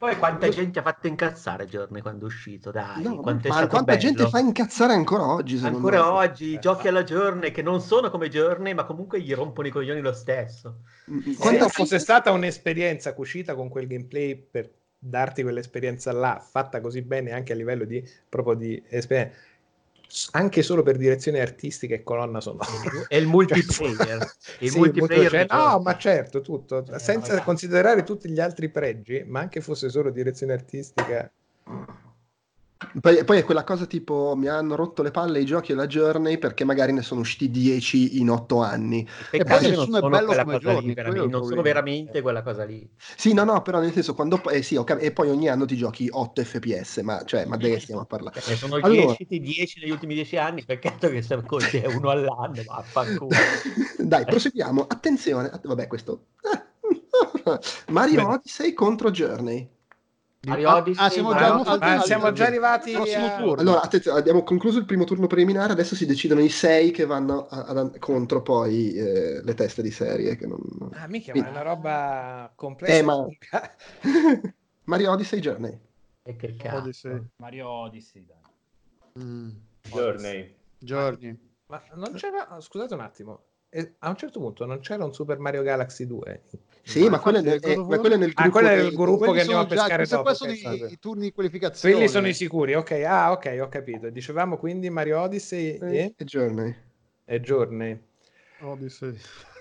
Poi quanta gente ha fatto incazzare Journey quando è uscito, dai, No, quanto è ma stato quanta bello. gente fa incazzare ancora oggi, secondo Ancora me. oggi i giochi alla Journey che non sono come Journey, ma comunque gli rompono i coglioni lo stesso. Mm, Se quanta non gente- fosse stata un'esperienza cucita con quel gameplay per darti quell'esperienza là, fatta così bene anche a livello di proprio di esperienza, anche solo per direzione artistica e colonna sonora. E il multiplayer. Il Sì, multiplayer molto- di no, Journey. ma certo, tutto, Eh, senza ragazzi. considerare tutti gli altri pregi, ma anche fosse solo direzione artistica. Poi, poi è quella cosa tipo mi hanno rotto le palle i giochi alla Journey perché magari ne sono usciti dieci in otto anni. Peccato poi che non nessuno è sono bello quella come cosa lì, Journey, quello è veramente, il non sono problema. veramente quella cosa lì. Sì, no, no, però nel senso quando poi- eh, sì, ho cap- e poi ogni anno ti giochi otto F P S, ma cioè, ma di che stiamo a parlare? Ne sono Allora, dieci, dieci negli ultimi dieci anni, peccato che siamo così, è uno all'anno, vaffanculo. dai, proseguiamo. Attenzione, att- vabbè, questo Mario Beh. Odyssey contro Journey. Mario Ah, Odyssey, ah, siamo ma già no, al- Ma al- siamo al- già arrivati prossimo a- turno. Allora, attenzione, abbiamo concluso il primo turno preliminare, adesso si decidono i sei che vanno a- ad- contro poi eh, le teste di serie. Che non... Ah, mica, ma Quindi- è una roba complessa. Eh, e ma... lunga. Mario Odyssey Journey. E che cazzo. Odyssey. Mario Odyssey, dai. Mm, Journey. Journey. Ma non c'era, scusate un attimo, eh, a un certo punto non c'era un Super Mario Galaxy due? Sì, ma quello è nel, infatti, eh, God of ma quello è nel Ah, gruppo. quello è il dei- gruppo Quelli che andiamo a sono già- pescare questi dopo. qua sono ok, i, salve. i turni di qualificazione. Quelli sono i sicuri, ok, ah ok, ho capito. Dicevamo quindi Mario Odyssey e, e Journey. e Journey. Odyssey.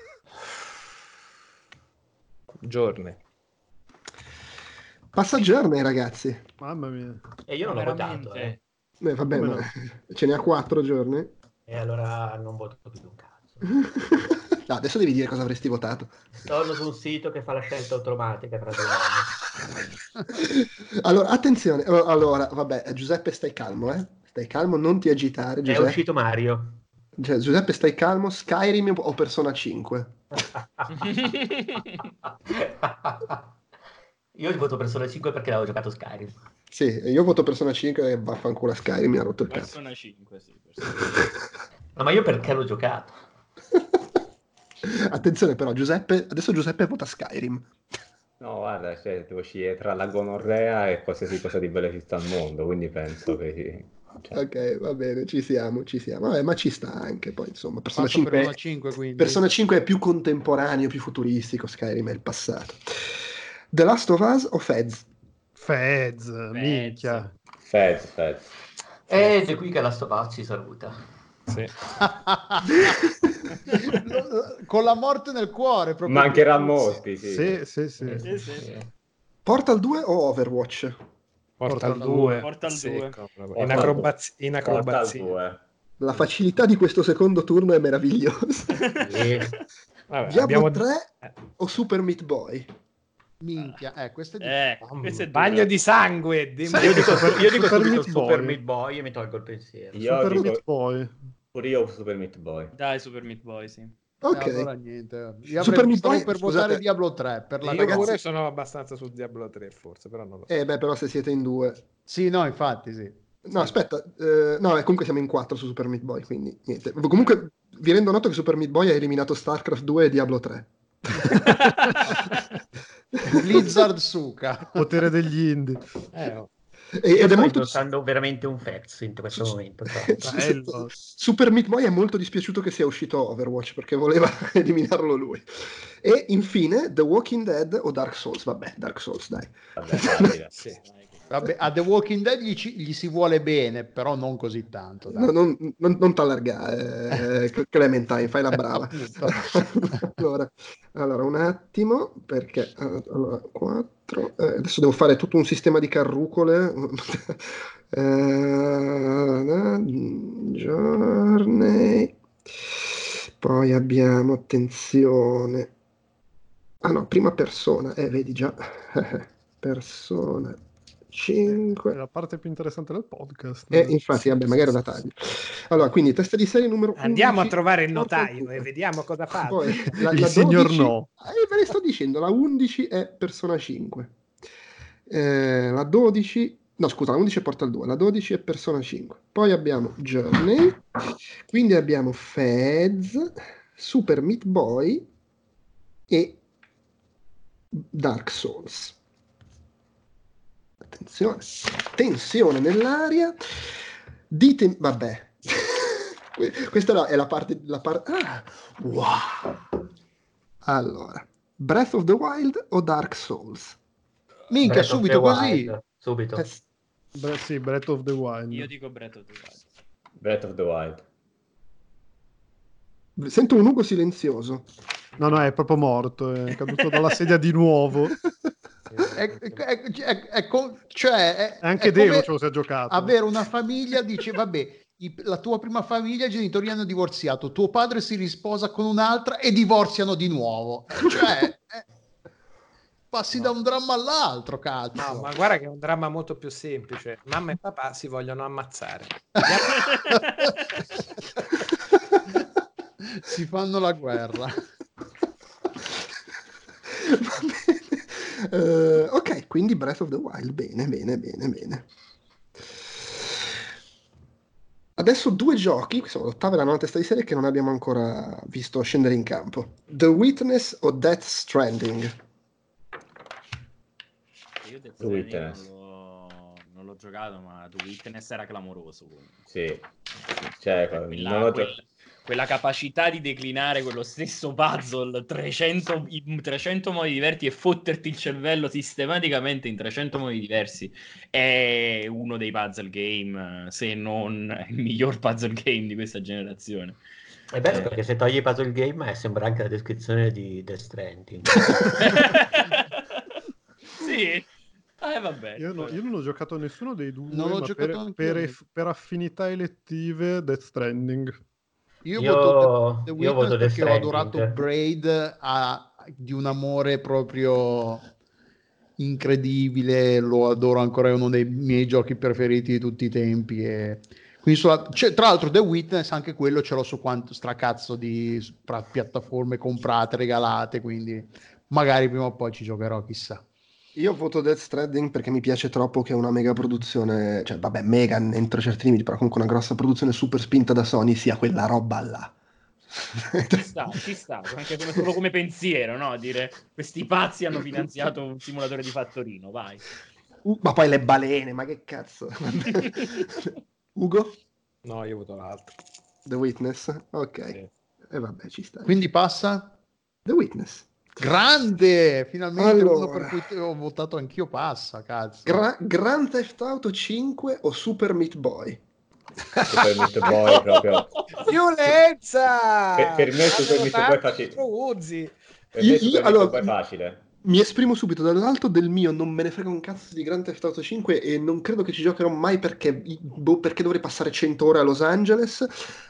Journey. Passa Journey, ragazzi. Mamma mia. E io non l'ho Veramente. votato, eh. Beh, vabbè, Come ma no? ce ne ha quattro Journey. E allora non voto più un cazzo. No, adesso devi dire cosa avresti votato. Torno su un sito che fa la scelta automatica tra due anni. Allora, attenzione. Allora, vabbè, Giuseppe, stai calmo, eh. Stai calmo, non ti agitare, È Giuseppe. uscito Mario. Cioè, Giuseppe, stai calmo. Skyrim o Persona cinque? Io voto Persona cinque perché l'avevo giocato Skyrim. Sì, io voto Persona cinque e vaffanculo a Skyrim, mi ha rotto il cazzo. Persona cinque, sì. Persona... No, ma io perché l'ho giocato? Attenzione però, Giuseppe, adesso Giuseppe vota Skyrim. No, guarda, cioè, devo scegliere tra la gonorrea e qualsiasi cosa di bello esista al mondo, quindi penso che sì. Cioè, Ok, va bene, ci siamo, ci siamo. Vabbè, ma ci sta anche poi, insomma, Persona Passa cinque, Persona cinque, quindi. Persona cinque è più contemporaneo, più futuristico, Skyrim è il passato. The Last of Us o Fez? Fez, minchia. Fez, Fez. Ed è qui che la Stovaz ci saluta. Sì. Con la morte nel cuore. Proprio. Mancherà molti, sì. Sì, sì, sì. Sì, sì. Portal due o Overwatch? Portal Portal due. Portal Secco, due. proprio. In acrobazia. In Portal acrobazia. due. La facilità di questo secondo turno è meravigliosa. E... Vabbè, Diablo abbiamo tre eh, o Super Meat Boy? Minchia, eh, questo è di... Eh, mamma, questo è bagno duro. di sangue. di- Io dico, io dico Super subito Meat Super Boy. Meat Boy e mi tolgo il pensiero. Io Super dico, Meat Boy. pure io Super Meat Boy. Dai, Super Meat Boy, sì. Ok. Eh, allora niente. Io Super avrei Meat stavo Boy, per scusate. votare Diablo tre per la Io ragazzi- pure sono abbastanza su Diablo tre, forse, però non lo so. Eh beh, però se siete in due... Sì, no, infatti, sì. No, aspetta, eh, no, eh, comunque siamo in quattro su Super Meat Boy, quindi niente. Comunque vi rendo noto che Super Meat Boy ha eliminato StarCraft due e Diablo tre. Blizzard Suka. Potere degli indie. Eh, oh. E- Io ed è sto molto... indossando veramente un pezzo in questo momento. Cioè. Bello. Super Meat Boy è molto dispiaciuto che sia uscito Overwatch perché voleva eliminarlo lui. E infine The Walking Dead o Dark Souls? Vabbè, Dark Souls, dai. Vabbè, facile. Sì. Vabbè, a The Walking Dead gli, ci- gli si vuole bene, però non così tanto. dai. No, non non, non t'allargare, eh, Clementine, fai la brava. allora, allora, un attimo, perché eh, allora, quattro, eh, adesso devo fare tutto un sistema di carrucole. eh, Journey. Poi abbiamo, attenzione. Ah no, prima persona, eh, vedi già. Persona È cinque. la parte più interessante del podcast. E infatti, vabbè, magari la taglio. Allora, quindi testa di serie numero Andiamo a undici, trovare il Portal notaio due. e vediamo cosa fa. Poi, la, Il la signor dodici no. Eh, ve ne sto dicendo, la undici è Persona cinque. Eh, la dodici... No, scusa, la undici è Portal due, la dodici è Persona cinque. Poi abbiamo Journey, quindi abbiamo Fez, Super Meat Boy e Dark Souls. attenzione, tensione nell'aria. Ditemi, vabbè, questa no, è la parte, la parte, ah, wow. Allora, Breath of the Wild o Dark Souls? Minchia, Breath of subito the così. Wild, subito. Eh, Bre- sì, Breath of the Wild. Io dico Breath of the Wild. Breath of the Wild. sento un Ugo silenzioso. No, no, è proprio morto, è caduto dalla sedia di nuovo. È, è- è- è- è co- cioè, è, E anche è come Devo ce lo si è giocato. avere una famiglia, dice, vabbè, i- la tua prima famiglia, i genitori hanno divorziato, tuo padre si risposa con un'altra e divorziano di nuovo. Eh, Cioè, eh, passi da un dramma all'altro, cazzo. No, ma guarda che è un dramma molto più semplice. Mamma e papà si vogliono ammazzare. Si fanno la guerra. Va bene. Eh, ok, quindi Breath of the Wild, bene, bene, bene, bene. Adesso due giochi, che sono l'ottava e la nona testa di serie, che non abbiamo ancora visto scendere in campo. The Witness o Death Stranding? Io Death The Stranding Witness. non l'ho, non l'ho giocato, ma The Witness era clamoroso comunque. Sì. Cioè, Quella, non ho quel- giocato. quella capacità di declinare quello stesso puzzle trecento, in trecento modi diversi e fotterti il cervello sistematicamente in trecento modi diversi è uno dei puzzle game, se non il miglior puzzle game di questa generazione. È bello perché se togli i puzzle game eh, sembra anche la descrizione di Death Stranding. Sì, eh, vabbè. Io, no- io non ho giocato a nessuno dei due, Non ho ma giocato per, anch'io. per eff- per affinità elettive Death Stranding. Io, Io- voto The, The io Witness voto Death perché ho Stranding. adorato Braid a- di un amore proprio incredibile, lo adoro ancora, è uno dei miei giochi preferiti di tutti i tempi. E... Quindi sulla- cioè, tra l'altro The Witness anche quello ce l'ho su quanto stracazzo di pra- piattaforme comprate, regalate, quindi magari prima o poi ci giocherò, chissà. Io voto Death Stranding perché mi piace troppo che è una mega produzione, cioè vabbè, mega entro certi limiti, però comunque una grossa produzione super spinta da Sony sia quella roba là. Ci sta, ci sta, anche come, solo come pensiero, no? Dire questi pazzi hanno finanziato un simulatore di fattorino, vai. Uh, ma poi le balene, ma che cazzo. Ugo? No, io voto l'altro. The Witness? Ok. Sì. E vabbè, ci sta. Quindi passa? The Witness. Grande! Finalmente Allora. uno per cui ho votato anch'io passa, cazzo. Gra- Grand Theft Auto cinque o Super Meat Boy? Super Meat Boy proprio. Violenza! Per, per me Super Hanno Meat Boy è tanto facile. contro Uzi. Per Io- me io- Super allora- Meat Boy è facile. Mi esprimo subito dall'alto del mio, non me ne frega un cazzo di Grand Theft Auto cinque e non credo che ci giocherò mai perché, boh, perché dovrei passare cento ore a Los Angeles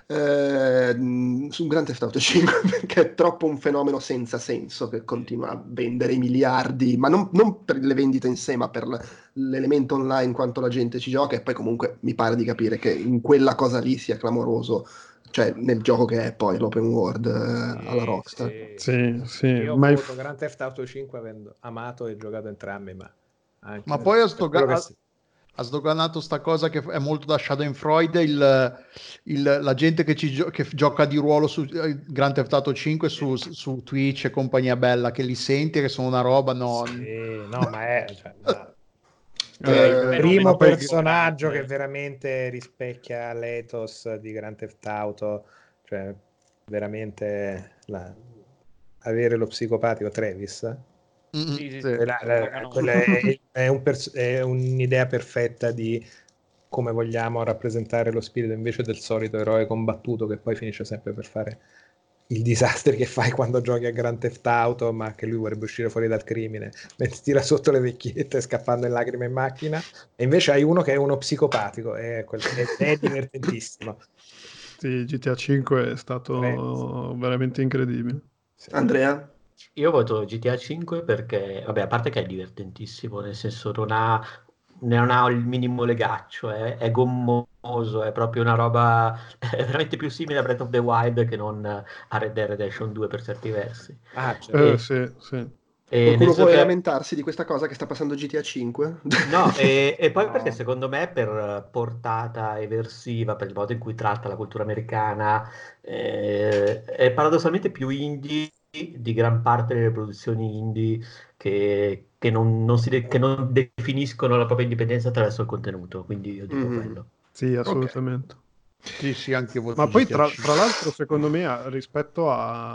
eh, su un Grand Theft Auto cinque perché è troppo un fenomeno senza senso che continua a vendere miliardi, ma non, non per le vendite in sé, ma per l- l'elemento online, quanto la gente ci gioca, e poi comunque mi pare di capire che in quella cosa lì sia clamoroso, cioè nel gioco che è poi l'open world eh, alla Rockstar. Sì, Sì, sì. Io Ma ho il- voto Grand Theft Auto cinque avendo amato e giocato entrambi, ma anche Ma poi ha, per quello sdoga- che si- ha sdoganato sta cosa che è molto da Schadenfreude, il, il- la gente che, ci gio- che gioca di ruolo su eh, Grand Theft Auto cinque su, su Twitch e compagnia bella, che li senti che sono una roba, no, Sì, no, ma è cioè, ma- Eh, è il ma primo poi- personaggio che veramente rispecchia l'ethos di Grand Theft Auto, cioè veramente la- avere lo psicopatico Travis. Mm, Sì, sì, sì. sì. Quella, la- quella è, è un pers- è un'idea perfetta di come vogliamo rappresentare lo spirito invece del solito eroe combattuto che poi finisce sempre per fare il disastro che fai quando giochi a Grand Theft Auto, ma che lui vorrebbe uscire fuori dal crimine mentre tira sotto le vecchiette scappando in lacrime in macchina, e invece hai uno che è uno psicopatico e quel- è, è divertentissimo. Sì, G T A cinque è stato Prego. veramente incredibile. Andrea? Io voto G T A cinque perché, vabbè, a parte che è divertentissimo, nel senso non ha, non ha il minimo legaccio, è, è gommoso, è proprio una roba, è veramente più simile a Breath of the Wild che non a Red Dead Redemption due per certi versi. Ah, cioè, Eh, sì, sì. E nel Qualcuno senso vuole che- lamentarsi di questa cosa che sta passando G T A cinque? No, e, e poi No. perché secondo me per portata eversiva, per il modo in cui tratta la cultura americana, eh, è paradossalmente più indie di gran parte delle produzioni indie che, che, non, non si de- che non definiscono la propria indipendenza attraverso il contenuto, quindi io dico Mhm. quello. Sì, assolutamente. Sì, sì, anche voto Ma poi G T A tra, cinque. tra l'altro secondo me a- rispetto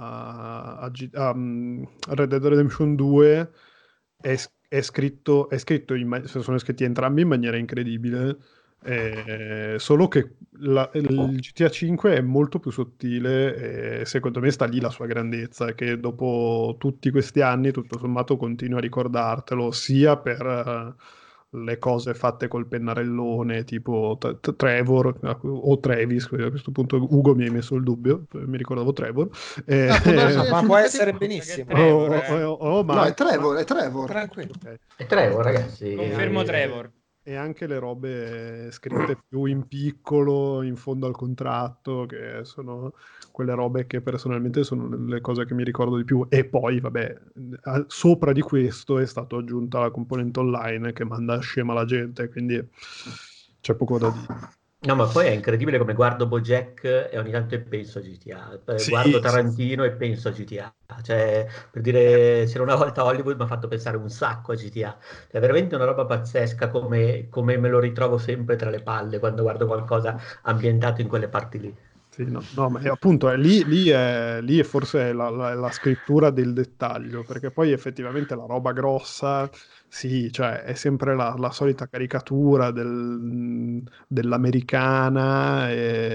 a, a G- a, mm, Red Dead Redemption due è, s- è scritto, è scritto in ma- sono scritti entrambi in maniera incredibile, eh, solo che la- il G T A cinque è molto più sottile e secondo me sta lì la sua grandezza, che dopo tutti questi anni tutto sommato continua a ricordartelo, sia per eh, le cose fatte col pennarellone tipo T- T- Trevor o Travis, a questo punto Ugo mi hai messo il dubbio, mi ricordavo Trevor. Eh, Ah, può darsi- Ma, eh, ma sul può G T A essere cinque. benissimo. Trevor, oh, eh. oh, oh, ma No, è anche- Trevor, è Trevor. Tranquillo. ok. E Trevor, ragazzi. Confermo eh, Trevor. E anche le robe scritte più in piccolo, in fondo al contratto, che sono quelle robe che personalmente sono le cose che mi ricordo di più. E poi, vabbè, a- sopra di questo è stata aggiunta la componente online che manda a scema la gente, quindi c'è poco da dire. No, ma poi è incredibile come guardo BoJack e ogni tanto penso a G T A. Eh, Sì, Guardo sì. Tarantino e penso a G T A. Cioè, per dire, c'era una volta Hollywood mi ha fatto pensare un sacco a G T A. È veramente una roba pazzesca come, come me lo ritrovo sempre tra le palle quando guardo qualcosa ambientato in quelle parti lì. Sì, no, no, ma è, appunto è lì, lì, è, lì è forse la, la- la scrittura del dettaglio, perché poi effettivamente la roba grossa, sì, cioè è sempre la, la solita caricatura del- dell'americana,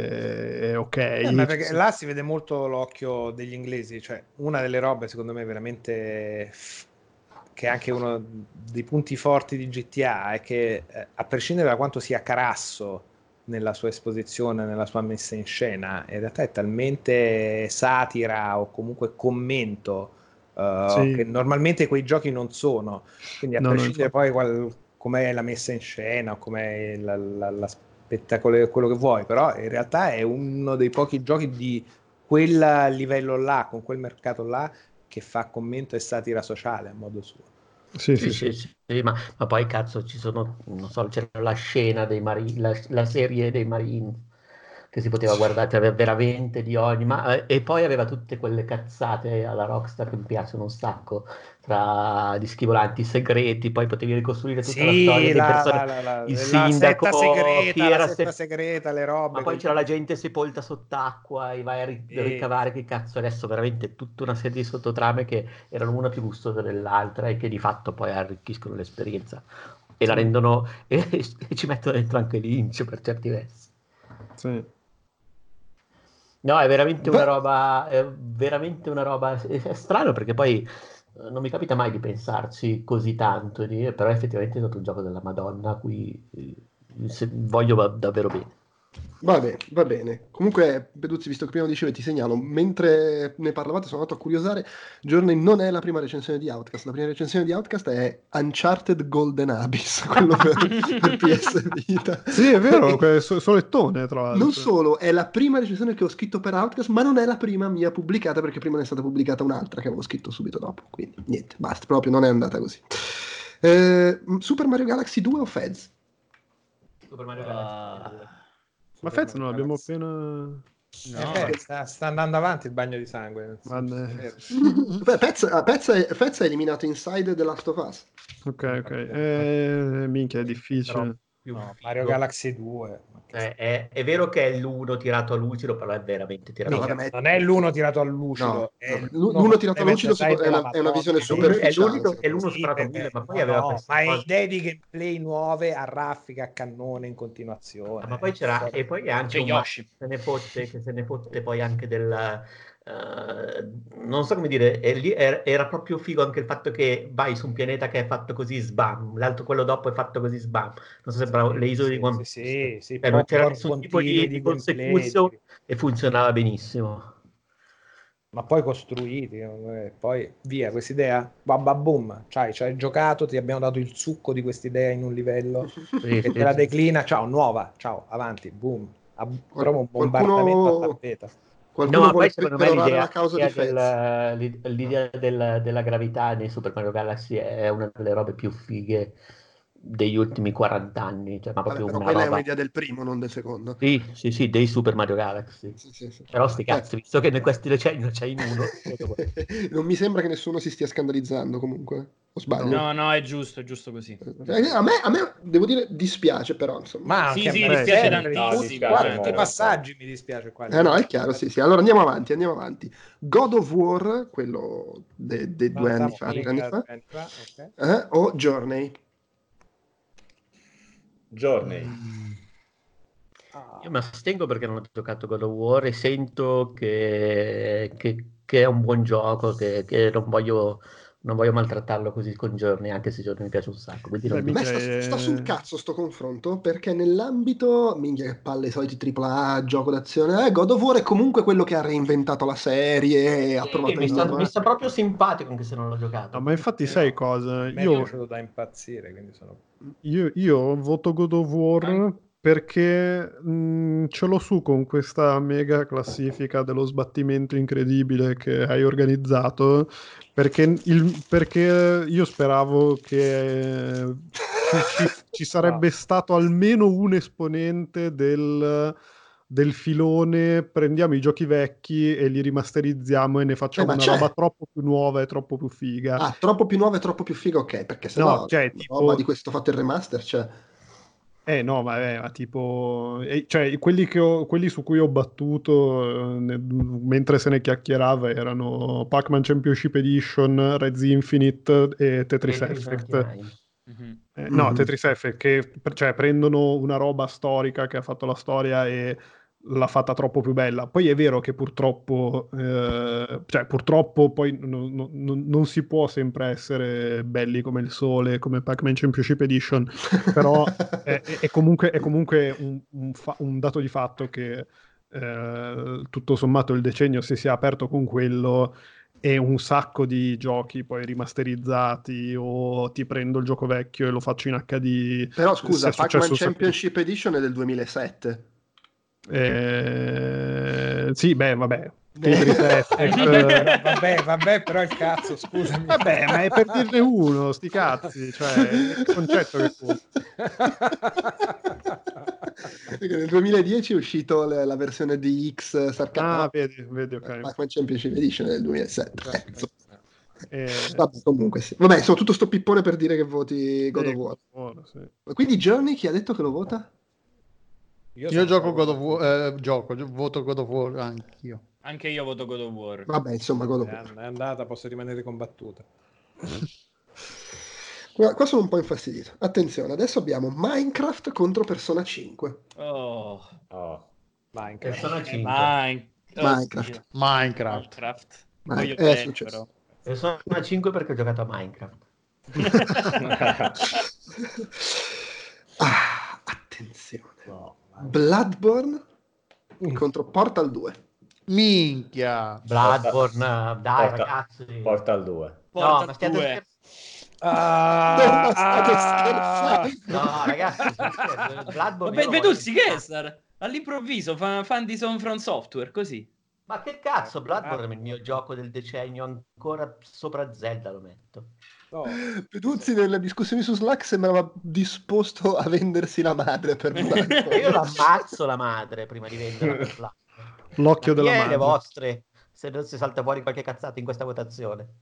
e, e ok. Eh, ma ci perché si- là si vede molto l'occhio degli inglesi, cioè una delle robe secondo me veramente f- che è anche uno dei punti forti di G T A è che eh, a prescindere da quanto sia carasso nella sua esposizione, nella sua messa in scena, in realtà è talmente satira o comunque commento eh, sì, che normalmente quei giochi non sono, quindi a no, no, prescindere infatti. poi qual- com'è la messa in scena o com'è la, la, la spettacolo, quello che vuoi, però in realtà è uno dei pochi giochi di quel livello là, con quel mercato là, che fa commento e satira sociale a modo suo. Sì, Sì, sì, sì. sì, sì, ma, ma poi cazzo ci sono, non so, c'era la scena dei Marines, la, la serie dei Marines che si poteva guardare, cioè, aveva veramente di ogni, ma, eh, e poi aveva tutte quelle cazzate alla Rockstar che mi piacciono un sacco, tra gli schivolanti segreti, poi potevi ricostruire tutta la storia Sì, dei la, personaggi, la, la, il la, la sindaco, setta chi segreta, la era setta se- segreta, le ma robe. poi quel- c'era la gente sepolta sott'acqua e vai a ri- e- ricavare che cazzo adesso, veramente tutta una serie di sottotrame che erano una più gustosa dell'altra e che di fatto poi arricchiscono l'esperienza e la Sì, rendono e, e ci mettono dentro anche Lynch per certi versi. sì. No, è veramente una Beh, roba, è veramente una roba, è, è strano perché poi eh, non mi capita mai di pensarci così tanto, di- però effettivamente è stato un gioco della Madonna a cui eh, se- voglio va- davvero bene. va bene, va bene. Comunque, Peduzzi, visto che prima dicevi, ti segnalo, mentre ne parlavate sono andato a curiosare, Journey non è la prima recensione di Outcast, la prima recensione di Outcast è Uncharted Golden Abyss, quello per, per P S Vita. Sì, è vero, E que- so- solettone tra non l'altro. solo, è la prima recensione che ho scritto per Outcast, ma non è la prima mia pubblicata, perché prima ne è stata pubblicata un'altra che avevo scritto subito dopo, quindi niente, basta, proprio non è andata così. Eh, Super Mario Galaxy due o Fez? Super Mario Uh, Galaxy due. Ma Super Fez non Mario l'abbiamo Galaxy. appena... Eh, no, beh, sta, sta andando avanti il bagno di sangue. Ma ne- Vero. Beh, Pez, ah, Pez è, Pez è eliminato Inside The Last of Us. Ok, ok. Eh, minchia, è difficile. Più No, Mario figo. Galaxy due. Ma che Eh, è, è vero che è l'uno tirato a lucido, però è veramente tirato No, a Mica, vabbè, lucido. ma- non è l'uno tirato al lucido, No, è no, l'uno l'uno con tirato a level lucido design è una, della è una visione Madonna. È l'uni- è superficiale. l'unico, è l'uno Sì, sparato a perché- mille, ma poi no, aveva no, questa ma cosa- idee di gameplay nuove a raffica, a cannone in continuazione. Ah, ma poi c'era, e poi è anche c'è un ma- Yoshi. se ne fotte, che se ne fotte poi anche del, eh, non so come dire, e lì era, era proprio figo anche il fatto che vai su un pianeta che è fatto così, sbam, l'altro quello dopo è fatto così, sbam, non so se sembrava le isole di Sì, One sì, Piece. sì, sì, Cioè, non c'era popcorn nessun tipo continui di, di di gameplay, consecution di- e funzionava benissimo. ma poi costruiti, eh, poi via quest'idea, babba boom, c'hai, c'hai giocato, ti abbiamo dato il succo di quest'idea in un livello Sì, che sì, te la sì. declina, ciao, nuova, ciao, avanti, boom, a, Qual- proprio un bombardamento a qualcuno, tappeta. qualcuno No, ma vuole poi secondo me perorare l'idea, la causa l'idea di Fez. del- l'i- l'idea del- della gravità nei Super Mario Galaxy è una delle robe più fighe degli ultimi quaranta anni, cioè, ma Vabbè, proprio però una quella è roba... un'idea del primo, non del secondo. Sì, sì, sì, dei Super Mario Galaxy. Sì, sì, sì. Però sti Eh. cazzi, visto che in questi decenni c'è in uno... Non mi sembra che nessuno si stia scandalizzando comunque, o sbaglio? No, no, è giusto, è giusto così. Eh, A me, a me, devo dire, dispiace però, insomma. Ma Sì, anche sì, a mi me dispiace sempre, No, tantissimo. dispiace qua- eh. tutti i molto. passaggi mi dispiace qua. Eh no, è chiaro, sì, sì. Allora andiamo avanti, andiamo avanti. God of War, quello dei de due anni fa, tre anni fa, Anni fa, ok. eh, o Journey? Journey. Io mi astengo perché non ho giocato God of War e sento che, che- che è un buon gioco, che, che non voglio, non voglio maltrattarlo così con Journey, anche se Journey mi piace un sacco. Quindi Beh, non A me dico. sta, Minchia, sta eh, sul cazzo sto confronto, perché nell'ambito, minchia che palle, i soliti tripla A, gioco d'azione, eh, God of War è comunque quello che ha reinventato la serie, e ha Sì, provato a mi sta, mi innovare. sta proprio simpatico anche se non l'ho giocato. no, ma infatti sai cosa? A me è Io, piaciuto da impazzire, quindi sono... io, io voto God of War perché mh, ce l'ho su con questa mega classifica dello sbattimento incredibile che hai organizzato, perché, il- perché io speravo che ci, ci- ci sarebbe stato almeno un esponente del, del filone, prendiamo i giochi vecchi e li rimasterizziamo e ne Eh, facciamo ma una c'è. roba troppo più nuova e troppo più figa. Ah, troppo più nuova e troppo più figa, ok, perché se No, no, cioè, roba tipo... di questo fatto il remaster, cioè... Eh no, ma, eh, ma tipo, eh, cioè, quelli, che ho- quelli su cui ho battuto eh, ne- mentre se ne chiacchierava erano Pac-Man Championship Edition, Rez Infinite e Tetris Tetris Effect. ventinove. Mhm. Eh, no, Mhm. Tetris Effect, che per- cioè, prendono una roba storica che ha fatto la storia e l'ha fatta troppo più bella. Poi è vero che purtroppo, eh, cioè, purtroppo poi non- non- non- non si può sempre essere belli come il sole, come Pac-Man Championship Edition, però è, è- è comunque, è comunque un, un fa- un dato di fatto che eh, tutto sommato il decennio, se si è aperto con quello, e un sacco di giochi poi rimasterizzati o ti prendo il gioco vecchio e lo faccio in acca di. Però Se scusa, è Pac-Man successo un sacco di- Championship Edition è del duemilasette. Eh, sì, beh, vabbè. Tetris Effect. Eh, vabbè, però, vabbè, vabbè, però il cazzo, scusami. Vabbè, ma è per dirne uno, sti cazzi, cioè, è il concetto che conta. Perché nel duemiladieci è uscito la, la versione di X Sarcasmo. Ah, vedi, vedi, ok. Pac-Man Championship Edition del duemilasette. Eh, insomma. Eh, Vabbè, comunque sì. Vabbè, insomma, tutto sto pippone per dire che voti God sì, of War. buono, sì. Quindi Journey, chi ha detto che lo vota? Io, Io sono gioco God proprio- of War, eh, gioco, gio- voto God of War anch'io. Anche io voto God of War. Vabbè, insomma, God of È War. an- è andata, posso rimanere combattuta. Qua, qua sono un po' infastidito. Attenzione, adesso abbiamo Minecraft contro Persona cinque. Oh, Oh. Minecraft. Persona cinque. Mine- Minecraft. Oddio. Minecraft. Minecraft. Ma Voglio è bene, successo. Persona cinque perché ho giocato a Minecraft. Ah, attenzione. No, Bloodborne contro Portal due. Minchia. Bloodborne, dai Porta- ragazzi. Portal due. No, Portal ma stiate due. scherzando. Ah, No, state ah, scherzando. No, ragazzi, sto scherzando. Bloodborne Vabbè, io lo voglio Veduzzi, che è giocare. star? All'improvviso, fa- fan di Son From Software, così. Ma che cazzo, Bloodborne è il mio gioco del decennio, ancora sopra Zelda lo metto. no. Peduzzi nelle discussioni su Slack sembrava disposto a vendersi la madre per E io Bloodborne. l'ammazzo la madre prima di venderla per Bloodborne. L'occhio Ma chi della è madre. le vostre? Se non si salta fuori qualche cazzata in questa votazione.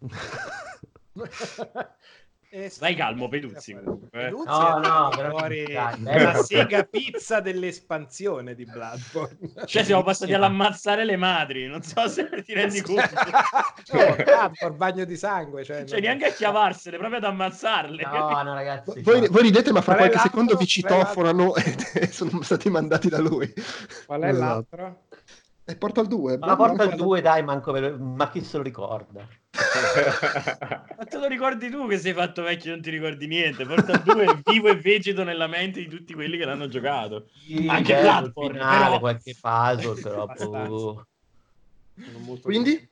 Eh, Stai calmo, Peduzzi, comunque, eh. Peduzzi No, è no, andato veramente, fuori dai, la bello. sega pizza dell'espansione di Bloodborne. Cioè, siamo passati all'ammazzare le madri, non so se ti rendi conto. No, Bloodborne, bagno di sangue. Cioè, Cioè, non- neanche a chiavarsele, proprio ad ammazzarle. No, no, ragazzi. Voi, no. voi ridete, ma fra Qual è qualche l'altro? secondo vi Qual è citofonano e sono stati mandati da lui. Qual è Esatto. l'altro? E Portal due. Ma Bloodborne porta il Portal due, dai, manco ve lo- ma chi se lo ricorda? Ma te lo ricordi tu che sei fatto vecchio e non ti ricordi niente? Portal due è vivo e vegeto nella mente di tutti quelli che l'hanno giocato. Sì, Anche bello, il Bloodborne, finale, però... qualche puzzle, però Abbastanza. boh. Sono molto Quindi?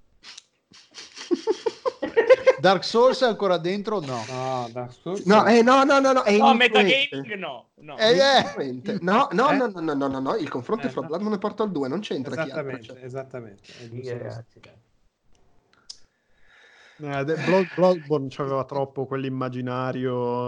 Dark Souls è ancora dentro o no? No, Dark Souls- No, eh, no, no, no, no, è No, influente. metagaming no. no. È Eh, eh. influente. No, no, Eh? no, no, no, no, no, no, il confronto Eh, è fra no. Bloodborne e Portal due, non c'entra chi altro Esattamente, c'è. esattamente. È Sì, giusto così. ragazzi, dai. Eh, de- Blood- Bloodborne c'aveva troppo quell'immaginario